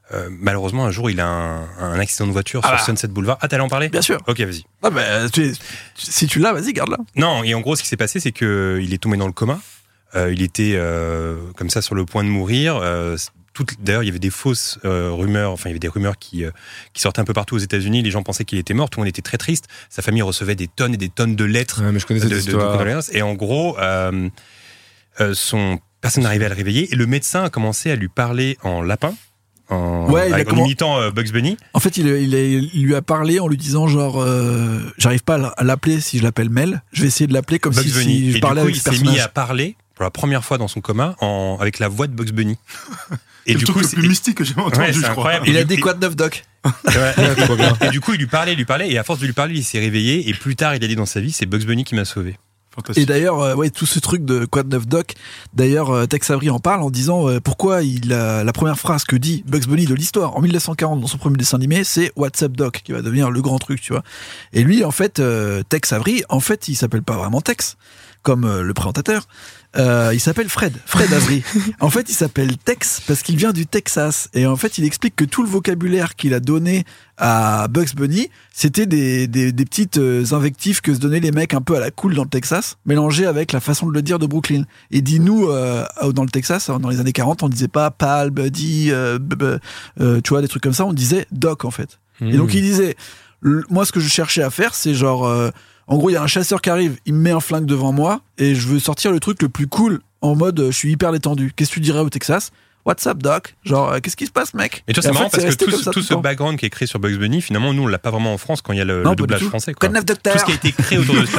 euh, malheureusement, un jour, il a un, un accident de voiture Ah sur bah. Sunset Boulevard. Ah, t'allais en parler ? Bien sûr. Ok, vas-y. Ah bah, tu es- si tu l'as, vas-y, garde-la. Non, et en gros, ce qui s'est passé, c'est que il est tombé dans le coma. Euh, il était euh, comme ça sur le point de mourir. Euh, toutes- D'ailleurs, il y avait des fausses euh, rumeurs. Enfin, il y avait des rumeurs qui euh, qui sortaient un peu partout aux États-Unis. Les gens pensaient qu'il était mort. Tout le monde était très triste. Sa famille recevait des tonnes et des tonnes de lettres Ouais, mais je connais de, cette de- de histoire. condoléances. Et en gros, euh, euh, son personne n'arrivait à le réveiller. Et le médecin a commencé à lui parler en lapin. En, Ouais, il a avec- en comment- imitant euh, Bugs Bunny. En fait, il, il, a- il lui a parlé en lui disant genre, euh, j'arrive pas à l'appeler si je l'appelle Mel. Je vais essayer de l'appeler comme Bugs si, Bunny. si je et parlais du coup, avec il ce s'est mis personnage. à parler pour la première fois dans son coma en, avec la voix de Bugs Bunny. Et le truc le c'est- plus mystique que j'ai entendu, Ouais, c'est je crois. incroyable. Il Et a du- des quoi de neuf, Doc. Ouais. Et du coup, il lui parlait, il lui parlait, et à force de lui parler, il s'est réveillé. Et plus tard, il a dit dans sa vie, c'est Bugs Bunny qui m'a sauvé. Fantastique. Et d'ailleurs, euh, ouais, tout ce truc de quoi de neuf, Doc. D'ailleurs, euh, Tex Avery en parle en disant euh, pourquoi il a la première phrase que dit Bugs Bunny de l'histoire en mille neuf cent quarante dans son premier dessin animé, c'est What's up, Doc, qui va devenir le grand truc, tu vois. Et lui, en fait, euh, Tex Avery, en fait, il s'appelle pas vraiment Tex, comme euh, le présentateur. Euh, il s'appelle Fred, Fred Avery. En fait, il s'appelle Tex parce qu'il vient du Texas. Et en fait, il explique que tout le vocabulaire qu'il a donné à Bugs Bunny, c'était des, des, des petites euh, invectives que se donnaient les mecs un peu à la cool dans le Texas, mélangées avec la façon de le dire de Brooklyn. Et dit nous, euh, dans le Texas, dans les années quarante, on disait pas pal, buddy, euh, b- b- euh, tu vois, des trucs comme ça, on disait doc en fait. Mmh. Et donc il disait, le- moi ce que je cherchais à faire, c'est genre, euh, en gros il y a un chasseur qui arrive, il me met un flingue devant moi, et je veux sortir le truc le plus cool, en mode euh, je suis hyper détendu. Qu'est-ce que tu dirais au Texas ? What's up, Doc ? Genre, euh, qu'est-ce qui se passe, mec ? Et toi, Et c'est en marrant fait, parce que resté tout, comme ce- ça tout le ce temps. background qui est créé sur Bugs Bunny, finalement, nous, on l'a pas vraiment en France quand il y a le, Non, le pas du doublage tout. français. Quoi Quoi. de neuf, docteur ? Tout ce qui a été créé autour de ce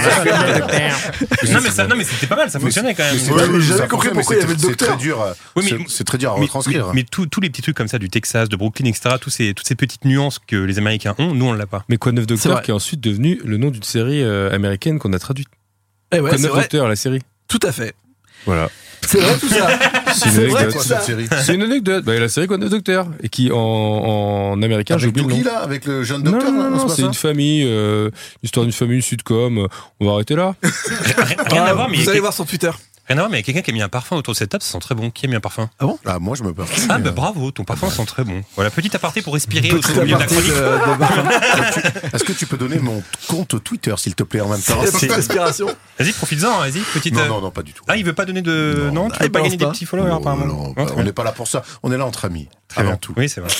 personnage. non, mais ça, non, mais c'était pas mal, ça fonctionnait quand même. C'est- Ouais, mais ça j'avais compris fonctionne, pourquoi mais il y avait le c'est- docteur. C'est très dur, à- Oui, mais- c'est- c'est très dur à Mais, retranscrire. mais- mais tous tous les petits trucs comme ça, du Texas, de Brooklyn, et cetera, tous ces, toutes ces petites nuances que les Américains ont, nous, on l'a pas. Mais Quoi de neuf C'est Docteur, vrai. qui est ensuite devenu le nom d'une série euh, américaine qu'on a traduite. Eh ouais, Quoi de c'est neuf vrai, Docteur, la série. tout à fait. Voilà. C'est vrai tout ça. C'est une C'est vrai anecdote. tout Quoi, ça. cette série C'est une anecdote. Bah, la série Quoi de neuf Docteur. Et qui, en, en américain, j'ai Avec oublié le nom. Doogie, là, avec le jeune Non, docteur, non, là, non, c'est non, pas c'est ça une famille, euh, l'histoire d'une famille, une sitcom. euh, On va arrêter là. Rien à voir, mais il y Vous a allez quel- voir sur Twitter. rien à voir, mais il y a quelqu'un qui a mis un parfum autour de cette table, ça sent très bon. Qui a mis un parfum ? Ah, moi, je me perds. Ah, bah bravo, ton parfum sent très bon. Voilà, petit aparté pour respirer au Petit milieu de la aparté chronique. de- de Martin. Est-ce que tu peux donner mon compte Twitter, s'il te plaît, en même temps Petite respiration. Vas-y, profites-en, hein, vas-y, petite. Non, euh, non, non, pas du tout. Ah, il veut pas donner de. Non, Non, bah, tu veux il pas balance gagner des pas. petits followers, Non, apparemment. non, Non, bah, très on bien. n'est pas là pour ça. On est là entre amis, Très avant bien. tout. Oui, c'est vrai.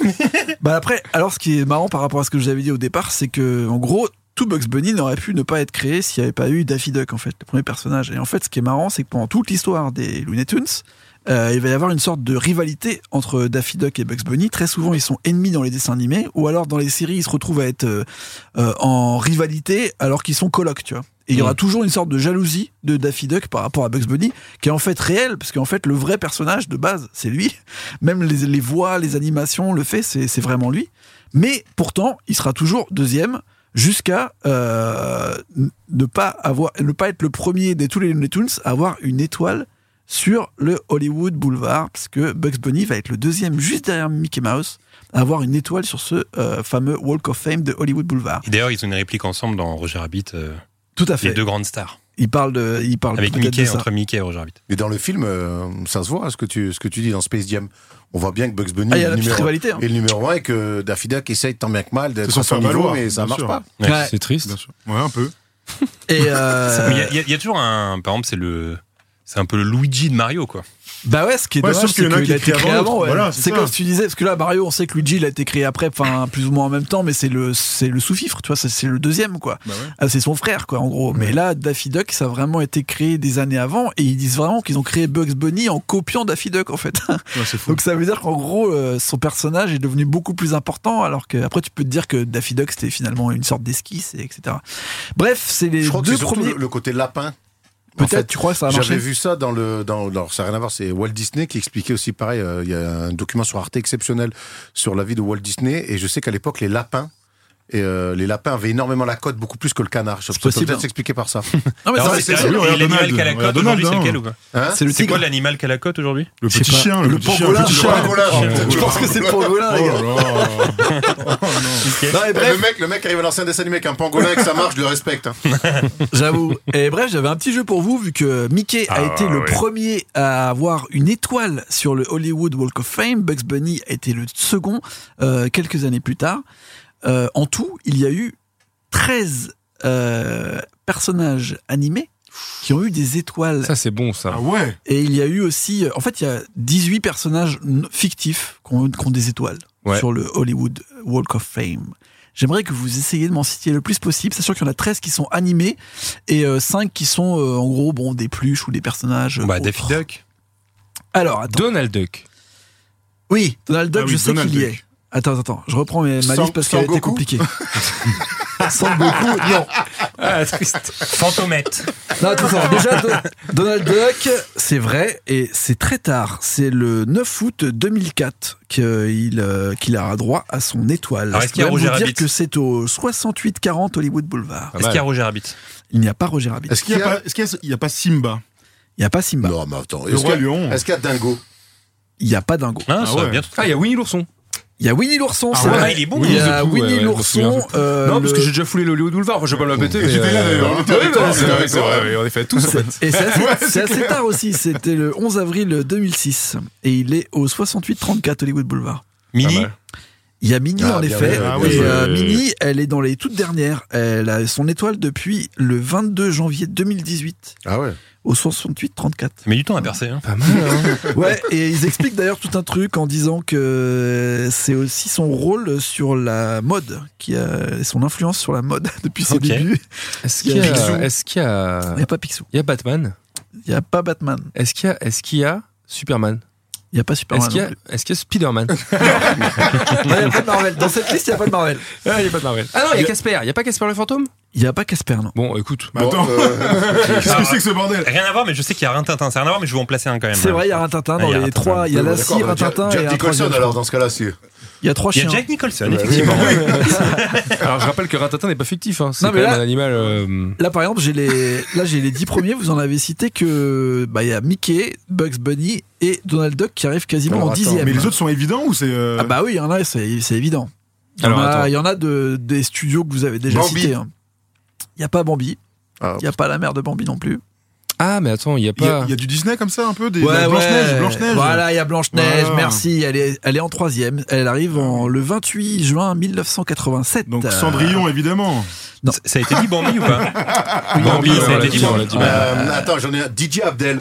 Bah après, alors ce qui est marrant par rapport à ce que je vous avais dit au départ, c'est que en gros, tout Bugs Bunny n'aurait pu ne pas être créé s'il n'y avait pas eu Daffy Duck en fait, le premier personnage. Et en fait, ce qui est marrant, c'est que pendant toute l'histoire des Looney Tunes, euh, il va y avoir une sorte de rivalité entre Daffy Duck et Bugs Bunny. Très souvent, ils sont ennemis dans les dessins animés, ou alors dans les séries, ils se retrouvent à être euh, euh, en rivalité alors qu'ils sont colocs, tu vois. Et il y aura toujours une sorte de jalousie de Daffy Duck par rapport à Bugs Bunny, qui est en fait réelle, parce qu'en fait, le vrai personnage de base, c'est lui. Même les, les voix, les animations, le fait, c'est c'est vraiment lui. Mais pourtant, il sera toujours deuxième jusqu'à euh, ne pas avoir, ne pas être le premier de tous les Looney Tunes à avoir une étoile sur le Hollywood Boulevard, parce que Bugs Bunny va être le deuxième juste derrière Mickey Mouse à avoir une étoile sur ce euh, fameux Walk of Fame de Hollywood Boulevard. Et d'ailleurs, ils ont une réplique ensemble dans Roger Rabbit, euh, Tout à les fait. deux grandes stars. Il parle de, il parle Avec peut-être de Mickey, ça. entre Mickey et Roger Rabbit. Et dans le film, euh, ça se voit, hein, ce que tu, ce que tu dis dans Space Jam. On voit bien que Bugs Bunny Ah, il y a est la le petite numéro, rivalité. Hein. est le numéro un et que Daffy Duck essaye tant bien que mal d'être C'est à son son niveau, faire-valoir, mais ça bien marche sûr. pas. Ouais. Ouais. C'est triste. Bien sûr. Ouais, un peu. Et euh, Mais Il y a- il y, a- il y a toujours un. Par exemple, c'est le. C'est un peu le Luigi de Mario, quoi. bah ouais, ce qui est Ouais, dommage, sauf c'est qu'il y en a qu'il qui a est été créé créé avant avant. l'autre. Ouais. Voilà, c'est c'est ça. comme tu disais, parce que là, Mario, on sait que Luigi, il a été créé après, enfin plus ou moins en même temps, mais c'est le, c'est le sous-fifre, tu vois, c'est c'est le deuxième, quoi. Bah ouais. Ah, c'est son frère, quoi, en gros. Mais là, Daffy Duck, ça a vraiment été créé des années avant, et ils disent vraiment qu'ils ont créé Bugs Bunny en copiant Daffy Duck, en fait. Ouais, c'est fou. Donc ça veut dire qu'en gros, euh, son personnage est devenu beaucoup plus important, alors que après tu peux te dire que Daffy Duck c'était finalement une sorte d'esquisse, et etc. Bref, c'est les Je crois que deux c'est surtout premiers. le, le côté lapin. En Peut-être, fait, tu crois que ça a marché? J'avais vu ça dans le, dans, alors ça n'a rien à voir, c'est Walt Disney qui expliquait aussi pareil. euh, Il y a un document sur Arte exceptionnel sur la vie de Walt Disney, et je sais qu'à l'époque les lapins Et euh, les lapins avaient énormément la cote, beaucoup plus que le canard. Ça peut possible, peut-être hein. s'expliquer par ça. Non, mais Alors, ça, c'est c'est- c'est- oui, regarde l'animal Donald, qui a la regarde cote aujourd'hui, Donald, c'est hein. lequel ou pas Hein c'est le C'est tigre. quoi l'animal qui a la cote aujourd'hui? Le Je sais petit pas. chien, Le le petit chien. pangolin. le petit Le chien. pangolin. Je pense que c'est le pangolin, les gars. Oh là là. Non, et Le bref, mec, le mec arrive à lancer un dessin animé avec un pangolin et que ça marche, je le respecte. hein. j'avoue. Et bref, j'avais un petit jeu pour vous, vu que Mickey a Ah, été le ouais. premier à avoir une étoile sur le Hollywood Walk of Fame. Bugs Bunny a été le second euh, quelques années plus tard. Euh, en tout, il y a eu treize euh, personnages animés qui ont eu des étoiles. Ça, c'est bon, ça. Ah ouais. Et il y a eu aussi, en fait, il y a dix-huit personnages n- fictifs qui ont, qui ont des étoiles Ouais. sur le Hollywood Walk of Fame. J'aimerais que vous essayiez de m'en citer le plus possible, sachant qu'il y en a treize qui sont animés et euh, cinq qui sont, euh, en gros, bon, des pluches ou des personnages. Bah, autres. Daffy Duck. Alors, attends. Donald Duck. Oui, Donald Duck, Ah oui, je sais Donald qu'il y Duck. est. Attends, attends, je reprends mes, ma San- liste parce qu'elle était Sangoku compliquée. Sangoku, non. Ah, triste. Fantomette. Non, attends, attends. Déjà, Do- Donald Duck, c'est vrai, et c'est très tard. C'est le neuf août deux mille quatre qu'il euh, qu'il a droit à son étoile. Alors, est-ce Je qu'il y a peux même Roger vous dire Rabbit que c'est au soixante-huit quarante Hollywood Boulevard. Pas Est-ce mal. qu'il y a Roger Rabbit? Il n'y a pas Roger Rabbit. Est-ce qu'il y a pas, est-ce qu'il y a- il y a pas Simba? Il n'y a pas Simba. Non, mais attends. Le Est-ce roi qu'il y a- lion. est-ce qu'il y a Dingo? Il n'y a pas Dingo. Ah, Ah ça va ouais. bien. Ah, il y a Winnie l'ourson. Il y a Winnie l'ourson, Ah c'est ouais, vrai. il est bon, Il y a Winnie the Pooh, Winnie ouais, je me l'ourson. souviens. euh, non, parce le- que j'ai déjà foulé le Hollywood Boulevard. Je vais pas l'embêter. Et mais, j'étais là, euh, d'ailleurs. On était ouais, avec toi, ouais, on c'est était vrai, avec c'est toi. vrai, on est fait tous. en fait. Et c'est assez, c'est assez tard aussi, c'était le onze avril deux mille six. Et il est au soixante-huit trente-quatre Hollywood Boulevard. Pas Mini. mal. Il y a Minnie Ah, en bien effet. vu, ah et oui, euh, ouais. Minnie, elle est dans les toutes dernières. Elle a son étoile depuis le vingt-deux janvier deux mille dix-huit Ah ouais. au soixante-huit trente-quatre. Ça met du temps à percer. Hein. Pas mal, hein. Ouais, et ils expliquent d'ailleurs tout un truc en disant que c'est aussi son rôle sur la mode, qui a son influence sur la mode depuis ses Ok. débuts. Est-ce Il qu'il y y a a, est-ce qu'il y a, Il n'y a pas Picsou, il y a Batman? il n'y a pas Batman, Est-ce qu'il y a, est-ce qu'il y a Superman? il n'y a pas Superman. Est-ce qu'il y a, non plus. est-ce qu'il y a Spider-Man? Non, il n'y a pas de Marvel. Dans cette liste, il n'y a pas de Marvel. Ah, il y a pas de Marvel. Ah non, il y a Casper. Il y a pas Casper le fantôme? Il n'y a pas Casper, non. Bon, écoute. Mais attends, euh, qu'est-ce que c'est que ce bordel? Rien à voir, mais je sais qu'il y a Rintintin. C'est rien à voir, mais je vais en placer un quand même. C'est vrai, il y a Rintintin Ah, dans il y a les Rintintin. trois. Il y a oui, Lassie, d'accord, Rintintin Jack et un Nicholson, troisième. alors, dans ce cas-là, c'est. Il y a trois Il y chiens. a Jack Nicholson, Ouais, effectivement. Alors, je rappelle que Rintintin n'est pas fictif. Hein. C'est Non, quand mais même là- un animal. euh, Là, par exemple, j'ai les, là, j'ai les dix premiers. Vous en avez cité que, bah, il y a Mickey, Bugs Bunny et Donald Duck qui arrivent quasiment Alors, en attends, dixième. Mais les autres sont évidents ou c'est. euh, Ah bah oui, il y en a, c'est, c'est évident. Il y en Alors, a, attends. il y en a de, des studios que vous avez déjà Bambi. cités. hein. Il n'y a pas Bambi. Ah, Il n'y a pas la mère de Bambi non plus. Ah, mais attends, il y a Il y, a, pas. il y a du Disney comme ça un peu des la Blanche-Neige, Blanche-Neige. Voilà, il y a Blanche-Neige, Voilà. merci. Elle est, elle est en troisième. Elle arrive en, le vingt-huit juin mille neuf cent quatre-vingt-sept. Donc Euh, Cendrillon évidemment. Non. Ça- Ça a été dit Bambi ou pas? Bambi, ça a on l'a été dit, dit. on l'a dit. Euh, attends, j'en ai un. D J Abdel.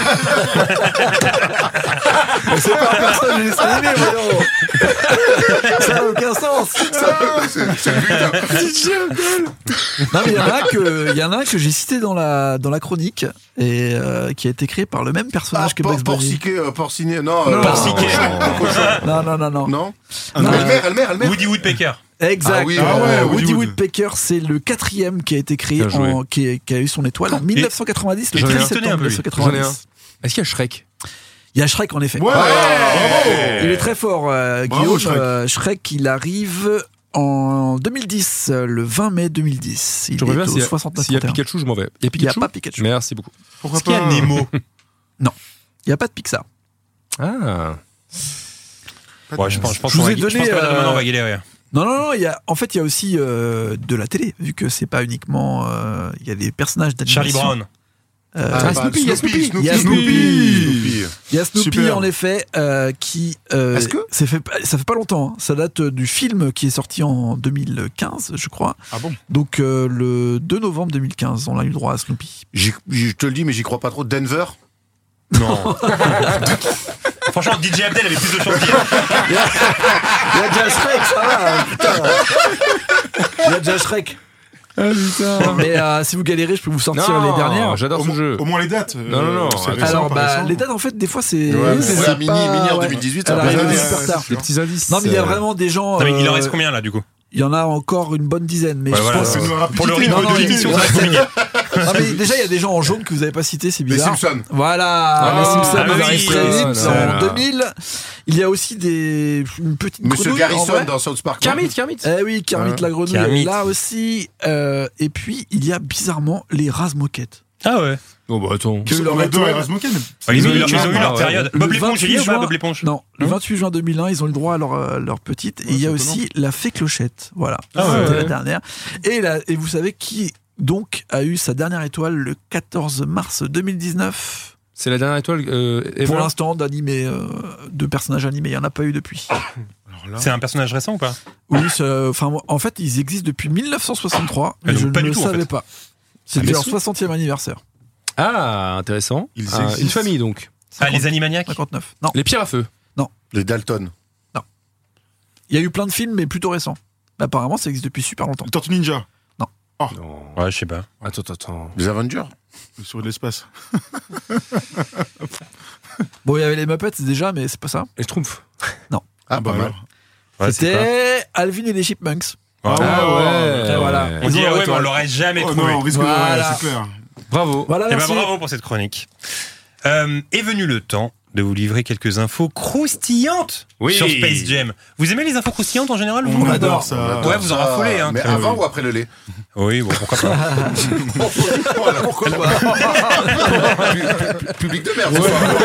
C'est pas un personnage de dessin animé, voyons. Ça n'a aucun sens. C'est le but. Non, mais il y en a un que, il y en a un que j'ai cité dans la, dans la chronique et euh, qui a été créé par le même Ah, personnage que Bugs Bunny. Porciqué, euh, Porciné. Non, Non. euh, Porciqué. Non, non, non, non. Non. Non. Elmer, Elmer, Elmer. Woody Woodpecker. Exact. Ah oui, Ah ouais, Euh, Woody Woody Wood. Woodpecker, c'est le quatrième qui a été créé, Bien joué. en, qui, est- qui a eu son étoile en mille neuf cent quatre-vingt-dix, le J'en ai treize un. septembre Tenez un peu, lui. J'en ai un. mille neuf cent quatre-vingt-dix. Est-ce qu'il y a Shrek? Il y a Shrek en effet. Ouais. Il est très fort, euh, Bravo, Guillaume. Shrek. Euh, Shrek, il arrive en deux mille dix, euh, le vingt mai deux mille dix. Il Je est reviens, au s'il y a, soixante-neuf s'il y a trente et un. Pikachu, je m'en vais. Il y a Il n'y a Pikachu? pas Pikachu. Merci beaucoup. Pourquoi Est-ce qu'il y a pas Nemo? Il n'y a pas de Pixar. Ah. Ouais, je pense, je pense Je vous qu'on ai va- je donné, pense que euh, maintenant on va galérer. Non, non, non. Il y a, en fait, il y a aussi euh, de la télé, vu que c'est pas uniquement. euh, Il y a des personnages d'animation. Charlie Brown. Euh, Ah, Ah, bah, Snoopy, il y a Snoopy. Snoopy. Il y a Snoopy. Snoopy. Il y a Snoopy Super. en effet euh, qui euh, Est-ce que- ça fait pas- ça fait pas longtemps, hein. Ça date du film qui est sorti en deux mille quinze, je crois. Ah bon? Donc euh, le deux novembre deux mille quinze, on a eu le droit à Snoopy. J'y- Je te le dis, mais j'y crois pas trop. Denver. Non. Franchement, D J Abdel avait plus de chantier. Il y a déjà Shrek, ça va, putain. Il y a déjà Shrek. Ah putain. Mais euh, si vous galérez, je peux vous sortir Non, les dernières. j'adore Au, ce mo- jeu. au moins les dates. Non, non, non, c'est attends. récent, Alors pas bah récent. les dates en fait des fois c'est Ouais, c'est ouais, Mini- pas- Mini en ouais. deux mille dix-huit, Elle ça arrive va, super ouais, tard. Des petits indices. Non mais il y a euh, vraiment des gens. Non, mais il en euh, reste combien là du coup? Il y en a encore une bonne dizaine, mais Ouais, je voilà, pense c'est que- une pour le rythme Non, non, de il- l'émission, ça va être compliqué. Non, mais déjà, il y a des gens en jaune que vous n'avez pas cités, c'est Les bizarre. Simpsons. Voilà, Ah, les Simpsons, ah ils oui, arrivent très oh vite, là en là. deux mille. Il y a aussi des, une petite Monsieur grenouille, en Garrison vrai. dans South Park. Kermit, Kermit. Eh oui, Kermit Ouais. la grenouille, Kermit. là aussi. Euh, et puis, il y a bizarrement les Razmoquettes. Ah ouais. Oh bah attends. Que On leur adore étoile- Erasmus Ken. Ouais, ils ont eu Oui, leur, ils ont eu ah, leur ouais. période. Le Bob l'éponge, il y est ou pas vingt-huit Bob l'éponge? Non, le Non. vingt-huit juin deux mille un, ils ont eu le droit à leur, euh, leur petite. Et il y a c'est aussi la fée Clochette. Voilà. Ah C'était ouais. la dernière. Et, la, et vous savez qui, donc, a eu sa dernière étoile le quatorze mars deux mille dix-neuf? C'est la dernière étoile. Euh, ever. Pour l'instant, d'animés, euh, de personnages animés. Il n'y en a pas eu depuis. Alors là, C'est un personnage récent ou pas? Oui, c'est- enfin, moi, en fait, ils existent depuis mille neuf cent soixante-trois. Mais donc je ne pas du le tout, en savais fait. pas. Ah, C'était mais leur si. soixantième anniversaire. Ah, intéressant. Ils Ah, existent. une famille donc. Ah, les Animaniacs. cinquante-neuf. Non, Les pierres à feu. Les Dalton. il y a eu plein de films, mais plutôt récents. Mais apparemment, ça existe depuis super longtemps. Tortue Ninja. Non. Ouais, je sais pas. Attends, attends, attends. Les Avengers. Sur l'espace. Bon, il y avait les Muppets déjà, mais c'est pas ça. Et je trouve. Ah, bah pas mal. alors. Ouais, c'est quoi? C'était Alvin et les Chipmunks. Ah, Et voilà. On dit Ils ont ah ouais, mais étoile. on l'aurait jamais Oh trouvé. non, on risque de. Voilà. Ouais, c'est clair. Bravo. Voilà, Eh ben, merci. bravo pour cette chronique. Euh, est venu le temps de vous livrer quelques infos croustillantes Oui. sur Space Jam. Vous aimez les infos croustillantes en général vous On adore. adore ça. Ouais, vous en Ça, raffolez, hein. Mais Très avant oui. ou après le lait Oui, bon, pourquoi pas. Voilà, pourquoi pas Pu- Public de merde.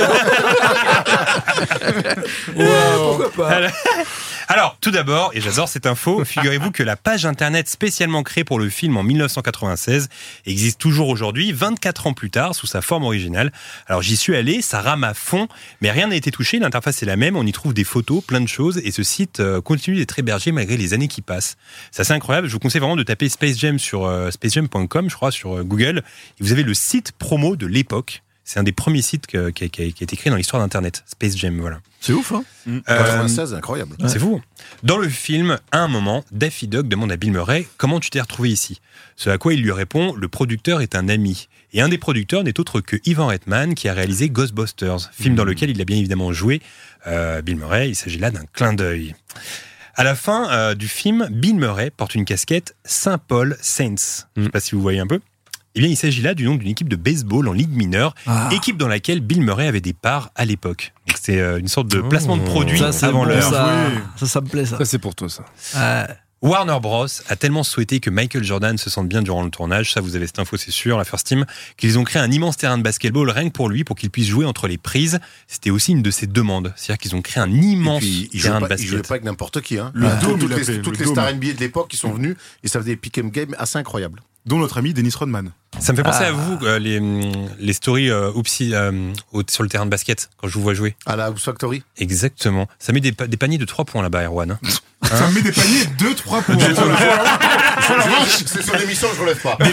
Ouais, pourquoi pas. Alors, tout d'abord, et j'adore cette info, figurez-vous que la page internet spécialement créée pour le film en dix-neuf cent quatre-vingt-seize existe toujours aujourd'hui, vingt-quatre ans plus tard, sous sa forme originale. Alors, j'y suis allé, ça rame à fond, mais rien n'a été touché, l'interface est la même, on y trouve des photos, plein de choses, et ce site euh, continue d'être hébergé malgré les années qui passent. C'est assez incroyable, je vous conseille vraiment de taper Space Jam sur euh, space jam point com, je crois, sur euh, Google, et vous avez le site promo de l'époque. C'est un des premiers sites que- qui, a, qui a- qui a été créé dans l'histoire d'Internet, Space Jam, voilà. C'est ouf, hein. Euh, quatre-vingt-seize, incroyable. c'est fou. Dans le film, à un moment, Daffy Duck demande à Bill Murray « Comment tu t'es retrouvé ici ?» Ce à quoi il lui répond « Le producteur est un ami. » Et un des producteurs n'est autre que Ivan Reitman qui a réalisé Ghostbusters, film dans lequel il a bien évidemment joué. Euh, Bill Murray, il s'agit là d'un clin d'œil. À la fin euh, du film, Bill Murray porte une casquette Saint Paul Saints. Je ne sais pas si vous voyez un peu. Eh bien, il s'agit là du nom d'une équipe de baseball en Ligue mineure, Ah. équipe dans laquelle Bill Murray avait des parts à l'époque. Donc c'est euh, une sorte de placement de produit Ça, c'est avant bon, l'heure. ça. joué. ça, ça me plaît, ça. Ça, c'est pour toi, ça. Ouais. Warner Bros a tellement souhaité que Michael Jordan se sente bien durant le tournage, ça vous avez cette info c'est sûr, la First Team, qu'ils ont créé un immense terrain de basketball rien que pour lui, pour qu'il puisse jouer entre les prises. C'était aussi une de ses demandes, c'est-à-dire qu'ils ont créé un Et immense puis, il terrain jouait de pas, il jouait basket. pas avec n'importe qui. Hein. Le Ah, dôme, toutes il les, l'appelait, toutes le les stars dôme. N B A de l'époque qui sont venus et ça faisait des pick and game assez incroyables. Dont notre ami Dennis Rodman. Ça me fait penser Ah. à vous, euh, les, les stories euh, oupsie, euh, au- sur le terrain de basket, quand je vous vois jouer. À la House Factory. Exactement. Ça met des, pa- des paniers de trois points là-bas, Erwan. hein. Ça met des paniers deux trois points. C'est sur l'émission, je relève pas.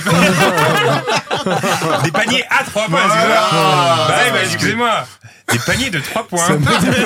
Des paniers à trois points, Voilà. excusez-moi. Bah, Ça ouais, bah, va, excusez-moi. Des paniers de trois points. Ça met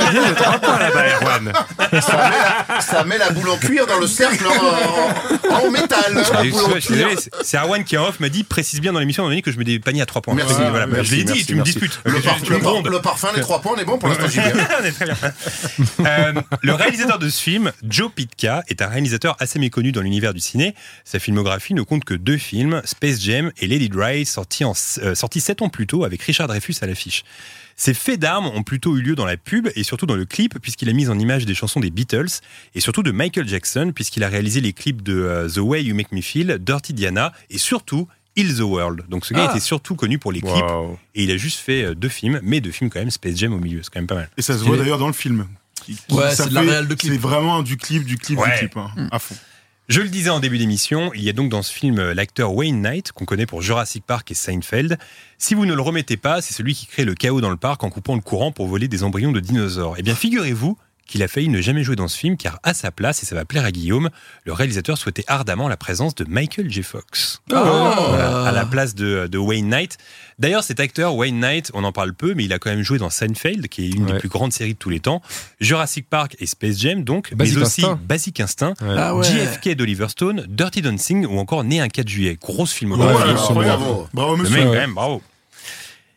la, ça met la boule en cuir dans le cercle en, en métal. La Ah, boule en je suis cuir. désolé, c'est- c'est Erwan qui en off m'a dit précise bien dans l'émission on a dit que je mets des paniers à trois points. Merci, Ah, voilà, merci, je l'ai dit, merci, tu me merci. disputes. Le, Tu- par- tu le me par- grondes. le parfum, les trois points, on est bon pour l'instant, j'y viens. On est très bien. Euh, le réalisateur de ce film, Joe Pytka, est un réalisateur assez méconnu dans l'univers du ciné. Sa filmographie ne compte que deux films, Space Jam et Lady Dry, sortis, en, euh, sortis sept ans plus tôt avec Richard Dreyfuss à l'affiche. Ces faits d'armes ont plutôt eu lieu dans la pub et surtout dans le clip puisqu'il a mis en image des chansons des Beatles et surtout de Michael Jackson puisqu'il a réalisé les clips de euh, The Way You Make Me Feel, Dirty Diana et surtout Heal the World. Donc ce gars Ah. était surtout connu pour les clips et il a juste fait euh, deux films, mais deux films quand même, Space Jam au milieu, c'est quand même pas mal. Et ça se voit d'ailleurs dans le film. Qui- qui- Ouais, ça c'est de la fait- réal de clip. C'est vraiment du clip, du clip, Ouais. du clip, hein, à fond. Je le disais en début d'émission, il y a donc dans ce film euh, l'acteur Wayne Knight, qu'on connaît pour Jurassic Park et Seinfeld. Si vous ne le remettez pas, c'est celui qui crée le chaos dans le parc en coupant le courant pour voler des embryons de dinosaures. Eh bien, figurez-vous qu'il a failli ne jamais jouer dans ce film, car à sa place, et ça va plaire à Guillaume, le réalisateur souhaitait ardemment la présence de Michael J. Fox. Voilà, à la place de, de Wayne Knight. D'ailleurs, cet acteur, Wayne Knight, on en parle peu, mais il a quand même joué dans Seinfeld, qui est une Ouais. des plus grandes séries de tous les temps, Jurassic Park et Space Jam, donc, Basic mais aussi Instinct. Basic Instinct, Ouais. Ah ouais. J F K d'Oliver Stone, Dirty Dancing ou encore Né un quatre juillet. Grosse filmographie. Voilà, bravo. bravo. Bravo, Le monsieur. mec, ouais. quand même, bravo.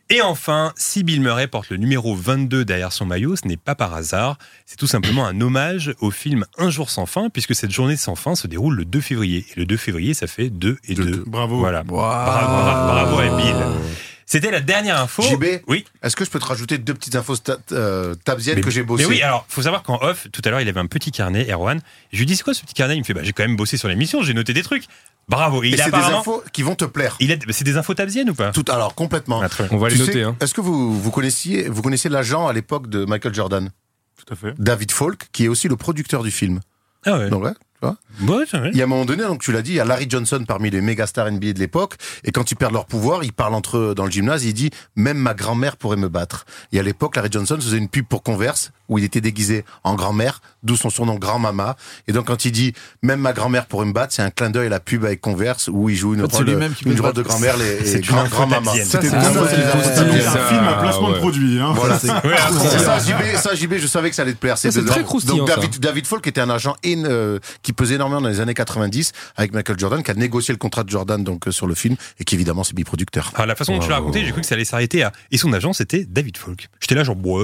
Et enfin, si Bill Murray porte le numéro vingt-deux derrière son maillot, ce n'est pas par hasard. C'est tout simplement un hommage au film Un jour sans fin, puisque cette journée sans fin se déroule le deux février. Et le deux février, ça fait deux et deux. Bravo. Voilà. Wow. Bravo, bravo, bravo à Bill. C'était la dernière info. J B, oui. Est-ce que je peux te rajouter deux petites infos sta- euh, tabziennes Mais, que j'ai bossées? mais oui, alors, faut savoir qu'en off, tout à l'heure, il avait un petit carnet, Erwan. Je lui dis, c'est quoi ce petit carnet? Il me fait, bah, j'ai quand même bossé sur l'émission, j'ai noté des trucs. Bravo. Et Et il a c'est des apparemment. infos qui vont te plaire. Il a... C'est des infos tabziennes ou pas? Tout, alors, complètement. Ah, très bien. On va Tu les sais, noter. Hein. Est-ce que vous, vous connaissiez, vous connaissiez l'agent à l'époque de Michael Jordan? Tout à fait. David Falk, qui est aussi le producteur du film. Ah ouais. Donc, ouais, tu vois. Ouais, c'est vrai. Il y a un moment donné, donc tu l'as dit, il y a Larry Johnson parmi les méga stars N B A de l'époque, et quand ils perdent leur pouvoir, ils parlent entre eux dans le gymnase, il dit « Même ma grand-mère pourrait me battre ». Et à l'époque, Larry Johnson faisait une pub pour Converse, où il était déguisé en grand-mère, d'où son surnom Grand-Mama. Et donc quand il dit « Même ma grand-mère pourrait me battre », c'est un clin d'œil à la pub avec Converse, où il joue une En fait, c'est rôle, lui-même qui peut une se rôle de battre. grand-mère, les, C'est et une grand, info grand-mama. tabzienne. C'était Ça, des c'est infos, ouais, c'est des infos ouais, tabziennes. ouais, C'est un ouais, film à ouais. placement de produit. Hein. Voilà, Ça, c'est Ouais, c'est ça, J B, ça, J B, je savais que ça allait te plaire. Ça, c'est de- très croustillant, Donc, ça. David, David Falk était un agent in, euh, qui pesait énormément dans les années quatre-vingt-dix avec Michael Jordan, qui a négocié le contrat de Jordan donc euh, sur le film et qui évidemment c'est biproducteur. Ah, la façon dont tu l'as raconté, j'ai cru que ça allait s'arrêter à. Et son agent, c'était David Falk. J'étais là, genre, bois.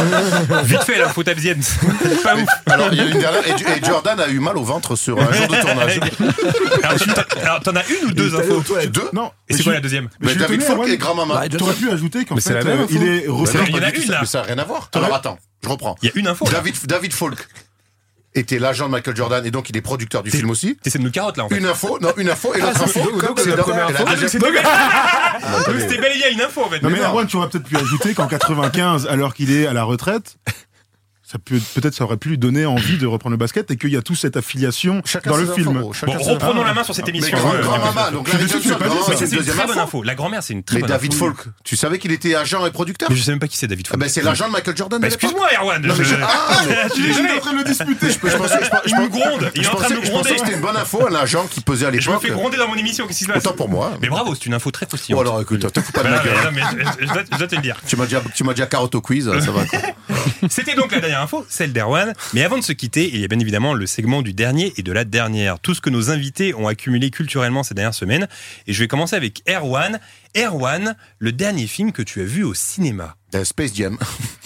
Vite fait, l'info tabzienne. Pas ouf. Alors il y a une dernière, et, et Jordan a eu mal au ventre sur un jour de tournage. Alors, tu- t'en- alors, t'en as une ou deux infos? Deux. Non. Et c'est quoi la deuxième? Mais Mais je David tenais, Falk Erwan. et grand-maman. Bah, T'aurais pu ajouter qu'en Mais fait, c'est la même euh, info. il est Bah, refait. non, il y en pas a du tout, une, là. Mais ça n'a rien à voir. T'aurais- Alors attends, je reprends. Il y a une info. là. David, David Falk était l'agent de Michael Jordan et donc il est producteur du T'es- film aussi. T'essaies de nous carotte là en fait. Une info, non, une info et l'autre info. donc, c'est la dans- première et la info. Ah, deuxième- donc c'était donc c'était bel et bien une info en fait. Non mais non. Erwan, tu aurais peut-être pu ajouter qu'en quatre-vingt-quinze, alors qu'il est à la retraite, ça peut peut-être ça aurait pu lui donner envie de reprendre le basket et qu'il y a toute cette affiliation Chacun dans ses le infos, film. gros, chacun Bon, ses reprenons infos. la main sur cette Mais émission. grand, Euh, grand-maman, donc Je suis Larry déçu que tu Johnson, l'aies pas dit, grand-maman, ça. Mais ça, c'est c'est une une deuxième très bonne info. info. La grand-mère, c'est une très Mais bonne David info. Falk, tu savais qu'il était agent et producteur? Mais je sais même pas qui c'est David Ah Falk. ben c'est l'agent de Michael Jordan. Bah, de l'époque. excuse-moi, Erwan. Non, mais je- Ah, mais- Je suis Il est désolé. en train de le disputer. Je pensais, je pensais- je Il me pensais- gronde. Il est je en train de pensais- me je pensais gronder. que c'était une bonne info, un agent qui pesait à Et je me l'époque. fais gronder dans mon émission. Qu'est-ce qui se passe? Autant pour moi. Mais bravo, c'est une info très Ou faussillante. alors écoute, te fous pas de Bah ma non, mais- gueule. non, mais je- je dois- je dois te le dire. Tu m'as déjà, tu m'as déjà carotte au quiz, ça va. quoi. C'était donc la dernière info, celle d'Erwan. Mais avant de se quitter, il y a bien évidemment le segment du dernier et de la dernière. Tout ce que nos invités ont accumulé culturellement ces dernières semaines. Et je vais commencer avec Erwan. Erwan, le dernier film que tu as vu au cinéma. Euh, Space Jam.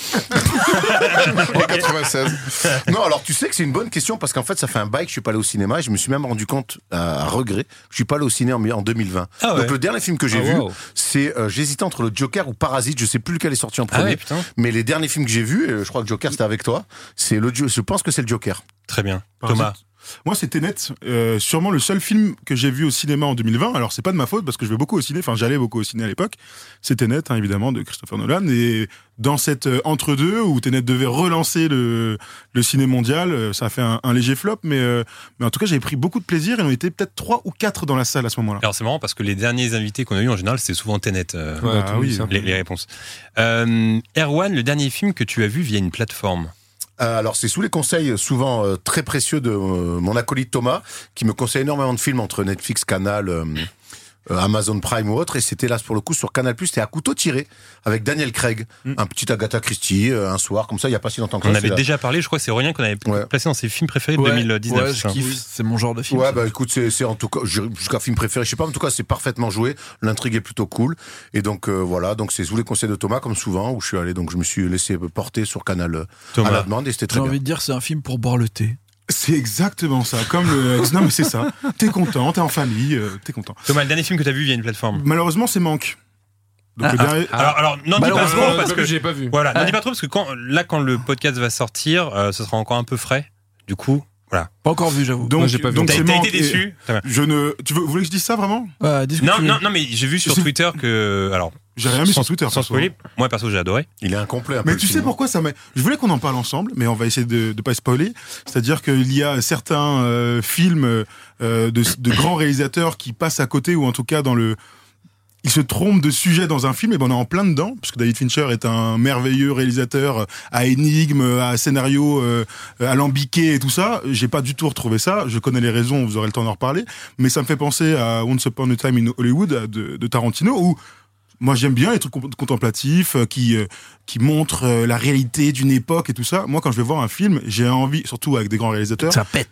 En quatre-vingt-seize. Non, alors tu sais que c'est une bonne question parce qu'en fait, ça fait un bail que je suis pas allé au cinéma et je me suis même rendu compte, à regret, que je suis pas allé au ciné en, en deux mille vingt. Ah ouais. Donc le dernier film que j'ai Ah, vu, wow. c'est, euh, j'hésitais entre le Joker ou Parasite, je sais plus lequel est sorti en Ah premier. ouais, putain. Mais les derniers films que j'ai vus, et je crois que Joker c'était avec toi, c'est le, Jo- je pense que c'est le Joker. Très bien. Parasite. Thomas. Moi, c'était net. Euh, sûrement le seul film que j'ai vu au cinéma en deux mille vingt. Alors, c'est pas de ma faute parce que je vais beaucoup au ciné. Enfin, j'allais beaucoup au ciné à l'époque. C'était net, hein, évidemment, de Christopher Nolan. Et dans cet euh, entre-deux où Tenet devait relancer le, le ciné mondial, euh, ça a fait un, un léger flop. Mais, euh, mais en tout cas, j'avais pris beaucoup de plaisir. Et on était peut-être trois ou quatre dans la salle à ce moment-là. Alors c'est marrant parce que les derniers invités qu'on a eu en général, c'est souvent Tenet. euh, Ouais, Ah tout oui, ça. les, les réponses. Euh, Erwan, le dernier film que tu as vu via une plateforme. Euh, alors c'est sous les conseils euh, souvent euh, très précieux de euh, mon acolyte Thomas, qui me conseille énormément de films entre Netflix, Canal, euh, euh, Amazon Prime ou autre, et c'était là pour le coup sur Canal+, c'était à couteau tiré, avec Daniel Craig, Mm. un petit Agatha Christie, euh, un soir, comme ça, il y a pas si longtemps que On ça. avait c'est déjà parlé, je crois que c'est Aurélien qu'on avait Ouais. placé dans ses films préférés de Ouais, deux mille dix-neuf. ouais, je ça. kiffe. C'est mon genre de là. film. Ouais, ça. bah écoute, c'est, c'est en tout cas, je- jusqu'à film préféré, je sais pas, en tout cas, c'est parfaitement joué, l'intrigue est plutôt cool, et donc euh, voilà, donc c'est sous les conseils de Thomas, comme souvent, où je suis allé, donc je me suis laissé porter sur Canal euh, à la Thomas. demande, et c'était J'ai très bien. envie de dire, c'est un film pour boire le thé. C'est exactement ça. Comme le ex. Non, mais c'est ça. T'es content, t'es en famille, euh, t'es content. Thomas, le dernier film que tu as vu via une plateforme. Malheureusement, c'est Manque. Donc, Ah, le ah. dernier- Alors, alors n'en dis pas Malheureusement, trop parce que j'ai pas vu. voilà, n'en Ouais. dis pas trop parce que quand là quand le podcast va sortir, euh, ce sera encore un peu frais. Du coup, voilà. Pas encore vu, j'avoue. Donc, Moi, j'ai pas vu donc T'as c'est t'as Manque été et- déçu. Thomas. Je ne. Tu veux, vous voulez que je dise ça vraiment? Ouais, dis ce que Non, tu veux. non, non, mais j'ai vu sur C'est- Twitter que alors J'ai rien mis sans, sur Twitter. sans perso. spoiler. Moi perso, j'ai adoré. Il est incomplet un peu. Mais le tu film. sais pourquoi ça m'a. Je voulais qu'on en parle ensemble, mais on va essayer de ne pas spoiler. C'est-à-dire qu'il y a certains euh, films euh, de, de grands réalisateurs qui passent à côté, ou en tout cas dans le. Ils se trompent de sujet dans un film, et ben on est en plein dedans, puisque David Fincher est un merveilleux réalisateur à énigmes, à scénario euh, alambiqué et tout ça. J'ai pas du tout retrouvé ça. Je connais les raisons, vous aurez le temps d'en reparler. Mais ça me fait penser à Once Upon a Time in Hollywood de, de Tarantino, où moi j'aime bien les trucs com- contemplatifs euh, qui euh, qui montrent euh, la réalité d'une époque et tout ça. Moi quand je vais voir un film, j'ai envie, surtout avec des grands réalisateurs, Ça pète, toi.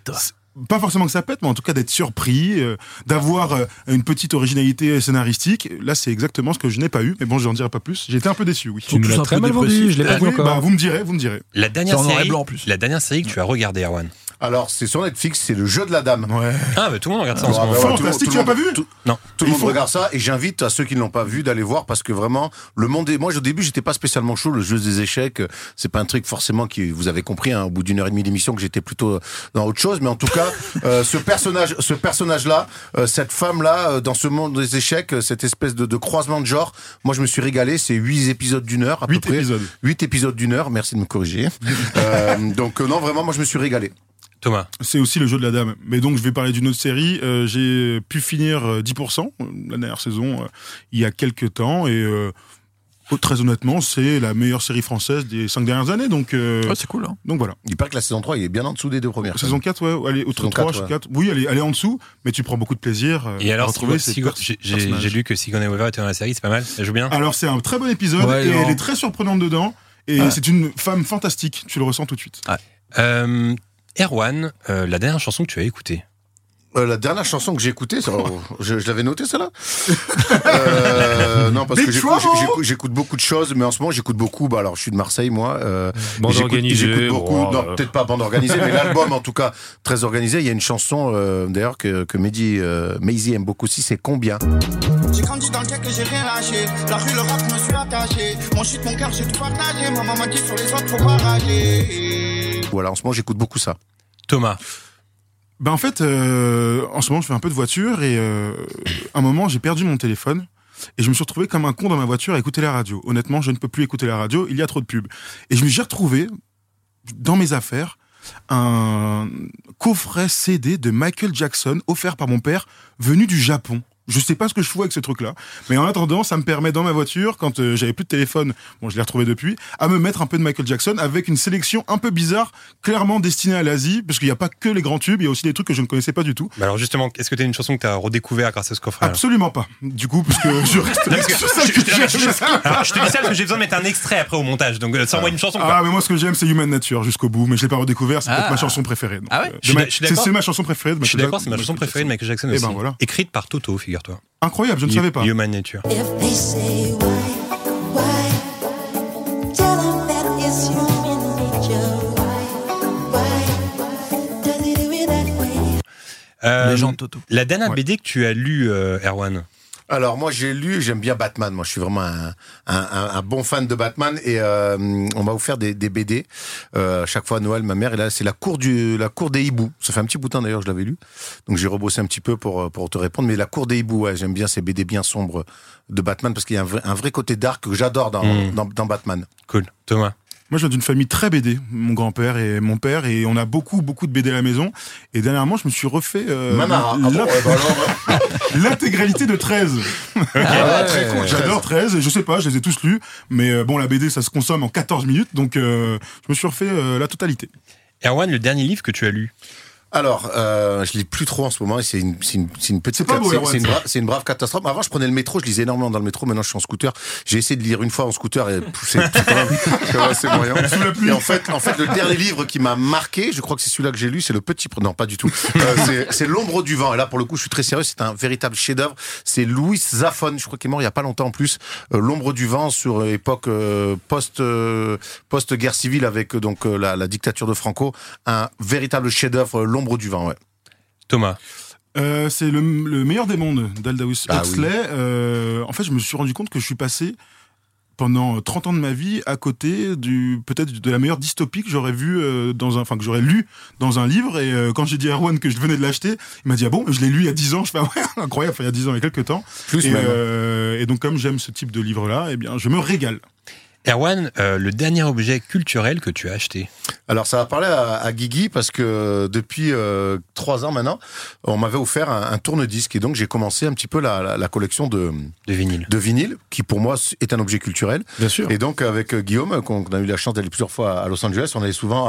pas forcément que ça pète, mais en tout cas d'être surpris, euh, d'avoir euh, une petite originalité scénaristique. Là, c'est exactement ce que je n'ai pas eu. Mais bon, je n'en dirai pas plus. J'ai été un peu déçu, oui. Tu nous l'as très mal vendu, je l'ai pas vu Oui, encore. bah, vous me direz, vous me direz. La dernière C'est en noir et série, blanc, en plus. la dernière série que tu as regardée, Erwan. Alors, c'est sur Netflix, c'est Le Jeu de la Dame. Ouais. Ah, bah tout le monde regarde ça en ce Ah, moment. bah, ouais, Fantastique, tout le tu l'as monde- pas vu tout- Non. Tout le Il monde faut- regarde ça et j'invite à ceux qui ne l'ont pas vu d'aller voir parce que vraiment le monde est. Moi au début j'étais pas spécialement chaud, le jeu des échecs c'est pas un truc forcément qui vous avez compris hein, au bout d'une heure et demie d'émission que j'étais plutôt dans autre chose, mais en tout cas euh, ce personnage ce personnage là euh, cette femme là dans ce monde des échecs, cette espèce de, de croisement de genre, moi je me suis régalé. C'est huit épisodes d'une heure à Huit peu près. épisodes. Huit épisodes d'une heure, merci de me corriger. euh, donc euh, non vraiment moi je me suis régalé. Thomas. C'est aussi Le Jeu de la Dame. Mais donc, je vais parler d'une autre série. Euh, j'ai pu finir euh, dix pour cent, euh, la dernière saison, euh, il y a quelques temps. Et euh, oh, très honnêtement, c'est la meilleure série française des cinq dernières années. Donc, euh, Ouais, c'est cool. Hein. donc voilà. Il paraît que la saison trois il est bien en dessous des deux premières. Saison quatre, ouais, elle est autre Saison trois, quatre, ouais. quatre. Oui, elle est, elle est en dessous, mais tu prends beaucoup de plaisir. euh, Et à alors, retrouver Sigourney- ces Sigour- pers- j'ai j'ai- personnages. j'ai lu que Sigourney Weaver était dans la série, c'est pas mal. Elle joue bien. Alors, c'est un très bon épisode Ouais, et non. elle est très surprenante dedans. Et Ouais. c'est une femme fantastique. Tu le ressens tout de suite. Euh, Erwan, euh, la dernière chanson que tu as écoutée. Euh, la dernière chanson que j'ai écoutée, ça, oh, je, je l'avais notée celle-là. euh, non parce Big que j'écoute, Trouble j'écoute, j'écoute beaucoup de choses, mais en ce moment j'écoute beaucoup. Bah alors je suis de Marseille moi. Euh, Bande et j'écoute- organisée, J'écoute beaucoup. bon, non euh. peut-être pas bande organisée, mais l'album en tout cas très organisé. Il y a une chanson euh, d'ailleurs que que Mehdi, euh, Maisie aime beaucoup aussi. C'est Combien. J'ai grandi dans le cas que j'ai rien lâché. La rue, le rap, je me suis attaché. Mon shit, mon cœur, j'ai tout partagé. Maman m'a dit sur les autres, faut pas rager. Voilà en ce moment j'écoute beaucoup ça. Thomas. Ben en fait, euh, en ce moment, je fais un peu de voiture et euh, à un moment, j'ai perdu mon téléphone et je me suis retrouvé comme un con dans ma voiture à écouter la radio. Honnêtement, je ne peux plus écouter la radio, il y a trop de pubs. Et je me suis retrouvé dans mes affaires un coffret C D de Michael Jackson offert par mon père venu du Japon. Je sais pas ce que je fous avec ce truc-là, mais en attendant, ça me permet dans ma voiture, quand euh, j'avais plus de téléphone, bon, je l'ai retrouvé depuis, à me mettre un peu de Michael Jackson avec une sélection un peu bizarre, clairement destinée à l'Asie, parce qu'il n'y a pas que les grands tubes, il y a aussi des trucs que je ne connaissais pas du tout. Bah alors justement, est-ce que tu as une chanson que tu as redécouvert grâce à ce coffret? Absolument pas. Du coup, parce que je reste Non, parce que sur celle je, que je- je- j'aime. alors, je te dis ça parce que j'ai besoin de mettre un extrait après au montage, donc euh, sors-moi une chanson. quoi. Ah, mais moi, ce que j'aime, c'est Human Nature jusqu'au bout, mais je l'ai pas redécouvert, c'est peut-être Ah. ma chanson préférée. Donc, Ah ouais euh, Je suis de ma- d'ac- je suis c'est d'accord. c'est ma chanson préférée de Je suis Michael d'accord, c'est ma Jackson. chanson préférée de Michael Jackson Eh aussi. ben voilà. Écrite par Toto, figure-toi. Incroyable, je ne savais pas. Human Nature. If they say why, why, tell them that it's human nature. Why, why, does he do it that way? Euh, Légende Toto. La dernière Ouais. B D que tu as lue, euh, Erwan. Alors moi j'ai lu, j'aime bien Batman. Moi je suis vraiment un, un, un, un bon fan de Batman et euh, on m'a offert des, des B D euh, chaque fois à Noël. Ma mère et là c'est la cour du la cour des hiboux. Ça fait un petit bout de temps d'ailleurs que je l'avais lu. Donc j'ai rebossé un petit peu pour pour te répondre. Mais la cour des hiboux, ouais, j'aime bien ces B D bien sombres de Batman parce qu'il y a un vrai, un vrai côté dark que j'adore dans, Mm. dans dans Batman. Cool. Thomas. Moi, je viens d'une famille très B D, mon grand-père et mon père, et on a beaucoup, beaucoup de B D à la maison. Et dernièrement, je me suis refait euh, Manara. Ah l'in- bon, ouais, bah alors, l'intégralité de treize. Ah, très cool. J'adore treize, et je sais pas, je les ai tous lus, mais euh, bon, la B D, ça se consomme en quatorze minutes, donc euh, je me suis refait euh, la totalité. Erwan, le dernier livre que tu as lu. Alors, euh, je lis plus trop en ce moment et c'est une, c'est une, c'est une petite, C'est pas beau, c'est, Erwan, c'est une, ça. bra- c'est une brave catastrophe. Avant, je prenais le métro, je lisais énormément dans le métro. Maintenant, je suis en scooter. J'ai essayé de lire une fois en scooter et pff, c'est, c'est quand même, c'est vrai, c'est moyen. Et en fait, en fait, le dernier livre qui m'a marqué, je crois que c'est celui-là que j'ai lu, c'est le petit, non, pas du tout. Euh, c'est, c'est L'ombre du vent. Et là, pour le coup, je suis très sérieux. C'est un véritable chef-d'œuvre. C'est Louis Zafón, je crois qu'il est mort il y a pas longtemps en plus. Euh, L'ombre du vent sur euh, époque euh, post, euh, post-guerre civile avec euh, donc euh, la, la dictature de Franco. Un véritable chef-d'œuvre, euh, L'ombre du vent, ouais. Thomas. Euh, c'est le, le meilleur des mondes d'Aldous Ah Huxley. Euh, en fait, je me suis rendu compte que je suis passé pendant trente ans de ma vie à côté du peut-être de la meilleure dystopie que j'aurais vu euh, dans un, enfin que j'aurais lu dans un livre. Et euh, quand j'ai dit à Erwan que je venais de l'acheter, il m'a dit ah bon, je l'ai lu il y a dix ans. Je fais ah ouais, incroyable, enfin, il y a dix ans, il y a quelques temps. Plus Et, même. euh, et donc comme j'aime ce type de livre-là, eh bien, je me régale. Erwan, euh, le dernier objet culturel que tu as acheté. Alors ça va parler à, à Guigui parce que depuis euh, trois ans maintenant, on m'avait offert un, un tourne-disque et donc j'ai commencé un petit peu la, la, la collection de, De vinyle. de vinyle qui pour moi est un objet culturel. Bien sûr. Et donc avec euh, Guillaume, qu'on qu'on a eu la chance d'aller plusieurs fois à Los Angeles, on allait souvent à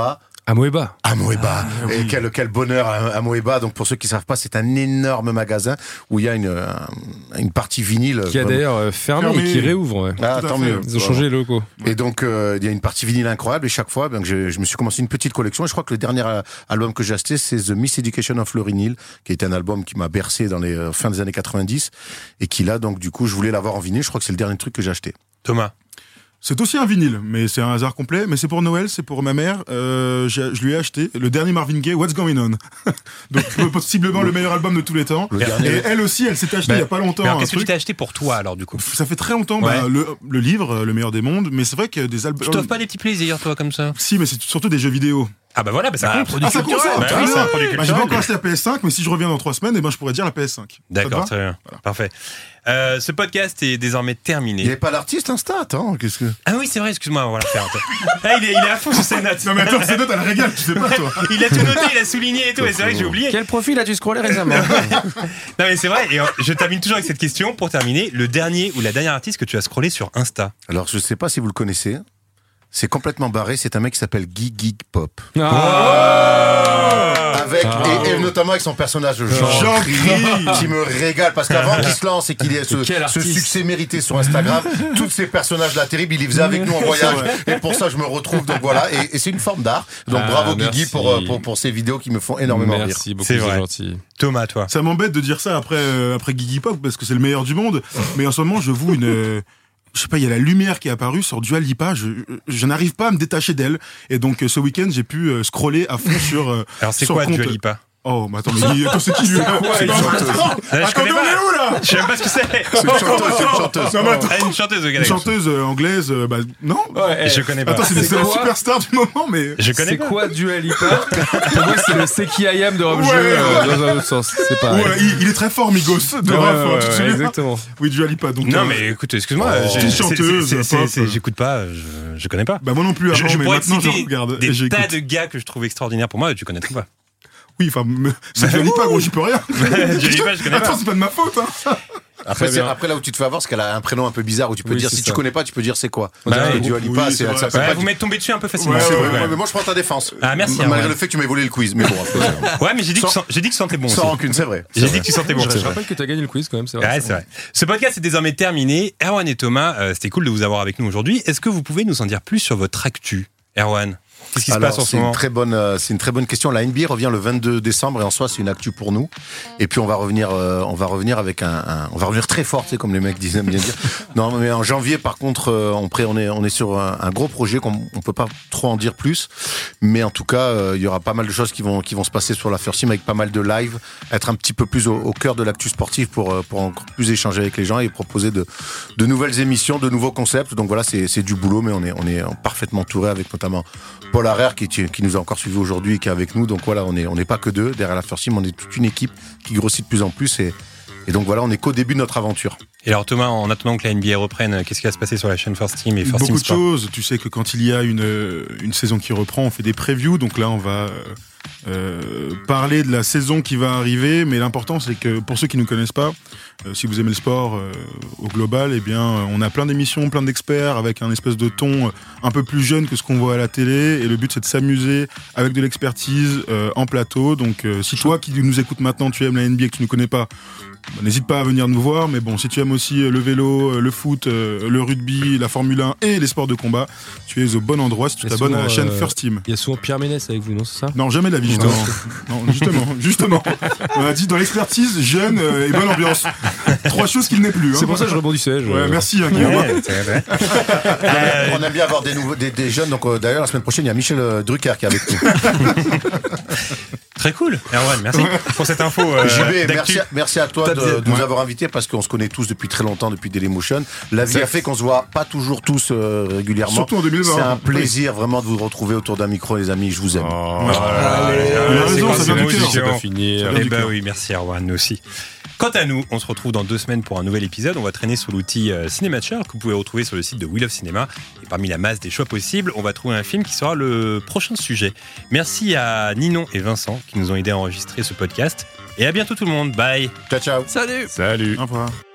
Amoeba. Amoeba. Ah, Et oui. quel, quel bonheur, Amoeba. Donc, pour ceux qui ne savent pas, c'est un énorme magasin où il y a une, une partie vinyle. Qui a d'ailleurs euh, fermé, Fermé. et qui réouvre. Ouais. Ah, Tout à tant fait. mieux. Ils ont changé les locaux. Et donc, euh, il y a une partie vinyle incroyable. Et chaque fois, ben, je, je me suis commencé une petite collection. Et je crois que le dernier euh, album que j'ai acheté, c'est The Miseducation of Lauryn Hill, qui est un album qui m'a bercé dans les euh, fins des années quatre-vingt-dix. Et qui là, donc, du coup, je voulais l'avoir en vinyle. Je crois que c'est le dernier truc que j'ai acheté. Thomas. C'est aussi un vinyle, mais c'est un hasard complet. Mais c'est pour Noël, c'est pour ma mère. Euh, j'ai- je lui ai acheté le dernier Marvin Gaye, What's Going On. Donc possiblement le meilleur album de tous les temps. Le Et dernier. elle aussi, elle s'est acheté Bah, il y a pas longtemps Mais alors, un qu'est-ce que tu truc. t'as acheté pour toi alors du coup? Ça fait très longtemps, Ouais. bah, le, le livre, Le meilleur des mondes. Mais c'est vrai que des albums. Tu t'offres pas des petits plaisirs toi comme ça? Si, mais c'est surtout des jeux vidéo. Ah bah voilà, bah ça compte. Ah, ça compte ça. Bah Très oui, bien. c'est un produit Bah, j'ai pas culturel. encore acheté la P S cinq, mais si je reviens dans trois semaines, eh ben, je pourrais dire la P S cinq. Ça te D'accord, va très bien. Parfait. Euh, ce podcast est désormais terminé. Il n'y avait pas l'artiste Insta, attends, qu'est-ce que. Ah oui, c'est vrai, excuse-moi, on va la faire. attends. Ah, il, est, il est à fond sur ses notes. Non, mais attends, ces notes, elle régale, tu sais pas, toi. Il a tout noté, il a souligné et tout, et c'est vrai que j'ai oublié. Quel profil as-tu scrollé récemment? Non mais c'est vrai, et euh, je termine toujours avec cette question pour terminer. Le dernier ou la dernière artiste que tu as scrollé sur Insta? Alors, je sais pas si vous le connaissez. C'est complètement barré. C'est un mec qui s'appelle Guy Geek Pop. Avec, et, et notamment avec son personnage Jean, Jean Cri, Cri. qui me régale parce qu'avant qu'il se lance et qu'il ait ce, Quel ce artiste. succès mérité sur Instagram, tous ces personnages-là terribles, il les faisait avec nous en voyage. Et pour ça, je me retrouve. Donc voilà. Et, et c'est une forme d'art. Donc Ah, bravo merci. Guigui pour, euh, pour, pour ces vidéos qui me font énormément rire. Merci beaucoup, C'est c'est vrai. gentil. Thomas, toi. Ça m'embête de dire ça après, euh, après Gigi Pop, parce que c'est le meilleur du monde. Mais en ce moment, je voue une. euh, Je sais pas, il y a la lumière qui est apparue sur Dua Lipa. Je, je n'arrive pas à me détacher d'elle. Et donc, euh, ce week-end, j'ai pu euh, scroller à fond sur. euh, Alors c'est sur quoi compte- Dua Lipa? Oh, mais attends, mais attends, c'est qui lui C'est quoi, une chanteuse Ah, je Attendez, connais on pas. est où là Je sais même pas ce que c'est. C'est une chanteuse, c'est une chanteuse. Non, mais attends, Ah, une chanteuse, ok, une d'accord. chanteuse euh, anglaise, euh, bah non. Je connais pas. Attends, c'est des C'est c'est la quoi superstar du moment, mais. Je connais C'est pas. quoi Dua Lipa? Pour moi, c'est le Seki Ayam de Rob Ouais, Jeu euh, ouais. dans un autre sens. C'est pareil. Ouais, il, il est très fort, Migos, de Ouais, rap, ouais, hein, tu te ouais, souviens exactement. Oui, Dua Lipa. Donc, Non euh, mais écoute, excuse-moi, Oh. j'ai- Une c'est- chanteuse, c'est- c'est- pop. c'est- j'écoute pas, je, je connais pas. Bah moi non plus Je, avant, je mais pourrais te maintenant je citer regarde et des j'écoute. tas de gars que je trouve extraordinaires pour moi, et tu connaîtrais pas. Oui, enfin, me- c'est Dua Lipa, gros, j'y peux rien. Dua Lipa, je connais Attends, pas. c'est pas de ma faute, hein. Après, Très c'est- bien. après, là où tu te fais avoir, c'est qu'elle a un prénom un peu bizarre où tu peux Oui, dire, c'est si ça. tu connais pas, tu peux dire c'est quoi. Bah, Parce que oui, Dua Lipa, oui, c'est- c'est vrai, ça c'est s'appelle Ouais, pas vous du- m'êtes tombé dessus un peu facilement. Ouais, c'est ouais, vrai. Ouais, ouais, mais moi je prends ta défense. Ah merci. Malgré ouais. le fait que tu m'aies volé le quiz, mais bon, après, Ouais, mais j'ai dit que tu Sans- sens- j'ai dit que tu sentais bon aussi. sans rancune, c'est vrai. J'ai dit que tu sentais bon. Je te rappelle que tu as gagné le quiz quand même, c'est vrai. Ouais, c'est vrai. Ce podcast est désormais terminé. Erwan et Thomas, euh, c'était cool de vous avoir avec nous aujourd'hui. Est-ce que vous pouvez nous en dire plus sur votre actu, Erwan? Qu'est-ce qui se Alors, passe en ce c'est une moment? très bonne, euh, c'est une très bonne question. La N B A revient le vingt-deux décembre et en soi c'est une actu pour nous. Et puis on va revenir, euh, on va revenir avec un, un- on va revenir très fort, tu sais, comme les mecs disent, aiment bien dire. Non, mais en janvier par contre, euh, on, pré, on est, on est sur un, un gros projet qu'on on peut pas trop en dire plus, mais en tout cas euh, il y aura pas mal de choses qui vont, qui vont se passer sur la First Team avec pas mal de live, être un petit peu plus au, au cœur de l'actu sportive pour, euh, pour encore plus échanger avec les gens et proposer de, de nouvelles émissions, de nouveaux concepts. Donc voilà, c'est, c'est du boulot, mais on est, on est parfaitement entouré avec notamment Paul Harrer qui, qui nous a encore suivi aujourd'hui et qui est avec nous. Donc voilà, on est on n'est pas que deux derrière la First Team, on est toute une équipe qui grossit de plus en plus et, et donc voilà, on est qu'au début de notre aventure. Et alors Thomas, en attendant que la N B A reprenne, qu'est-ce qui va se passer sur la chaîne First Team et First Team Beaucoup de Sport? choses. Tu sais que quand il y a une, euh, une saison qui reprend, on fait des previews. Donc là, on va euh, euh, parler de la saison qui va arriver. Mais l'important, c'est que pour ceux qui ne nous connaissent pas, euh, si vous aimez le sport euh, au global, eh bien, euh, on a plein d'émissions, plein d'experts avec un espèce de ton euh, un peu plus jeune que ce qu'on voit à la télé. Et le but, c'est de s'amuser avec de l'expertise euh, en plateau. Donc, euh, si toi qui nous écoutes maintenant, tu aimes la N B A et que tu ne connais pas, bah, n'hésite pas à venir nous voir, mais bon, si tu aimes aussi euh, le vélo, euh, le foot, euh, le rugby, la Formule un et les sports de combat, tu es au bon endroit si tu Il y a t'abonnes à la souvent, chaîne euh, First Team. Il y a souvent Pierre Ménès avec vous, non, c'est ça? Non, jamais de la vie, justement. Non, justement, justement. On a dit dans l'expertise, jeune euh, et bonne ambiance. Trois choses qu'il n'est plus. Hein. C'est pour ça que je rebondissais. je- Ouais, merci, hein, Guillaume. Ouais, c'est vrai. Euh, On aime bien avoir des, nouveaux, des, des jeunes. Donc euh, d'ailleurs, la semaine prochaine, il y a Michel euh, Drucker qui est avec nous. Très cool, Erwan, merci pour cette info. euh, J B, d'actu. merci, merci à toi T'as de, dit- de nous ouais. avoir invités parce qu'on se connaît tous depuis très longtemps, depuis Dailymotion. La vie a fait qu'on se voit pas toujours tous euh, régulièrement. Surtout en deux mille vingt. C'est un plaisir vraiment de vous retrouver autour d'un micro, les amis. Je vous aime. Oh, Il a c'est raison, quoi ça ces vient du cœur. émotions? C'est pas fini. Ça Eh vient du ben cœur. oui, merci Erwan, nous aussi. Quant à nous, on se retrouve dans deux semaines pour un nouvel épisode. On va traîner sur l'outil euh, Cinématcher que vous pouvez retrouver sur le site de Wheel of Cinema. Et parmi la masse des choix possibles, on va trouver un film qui sera le prochain sujet. Merci à Ninon et Vincent qui nous ont aidés à enregistrer ce podcast. Et à bientôt tout le monde. Bye. Ciao, ciao. Salut! Salut. Au revoir.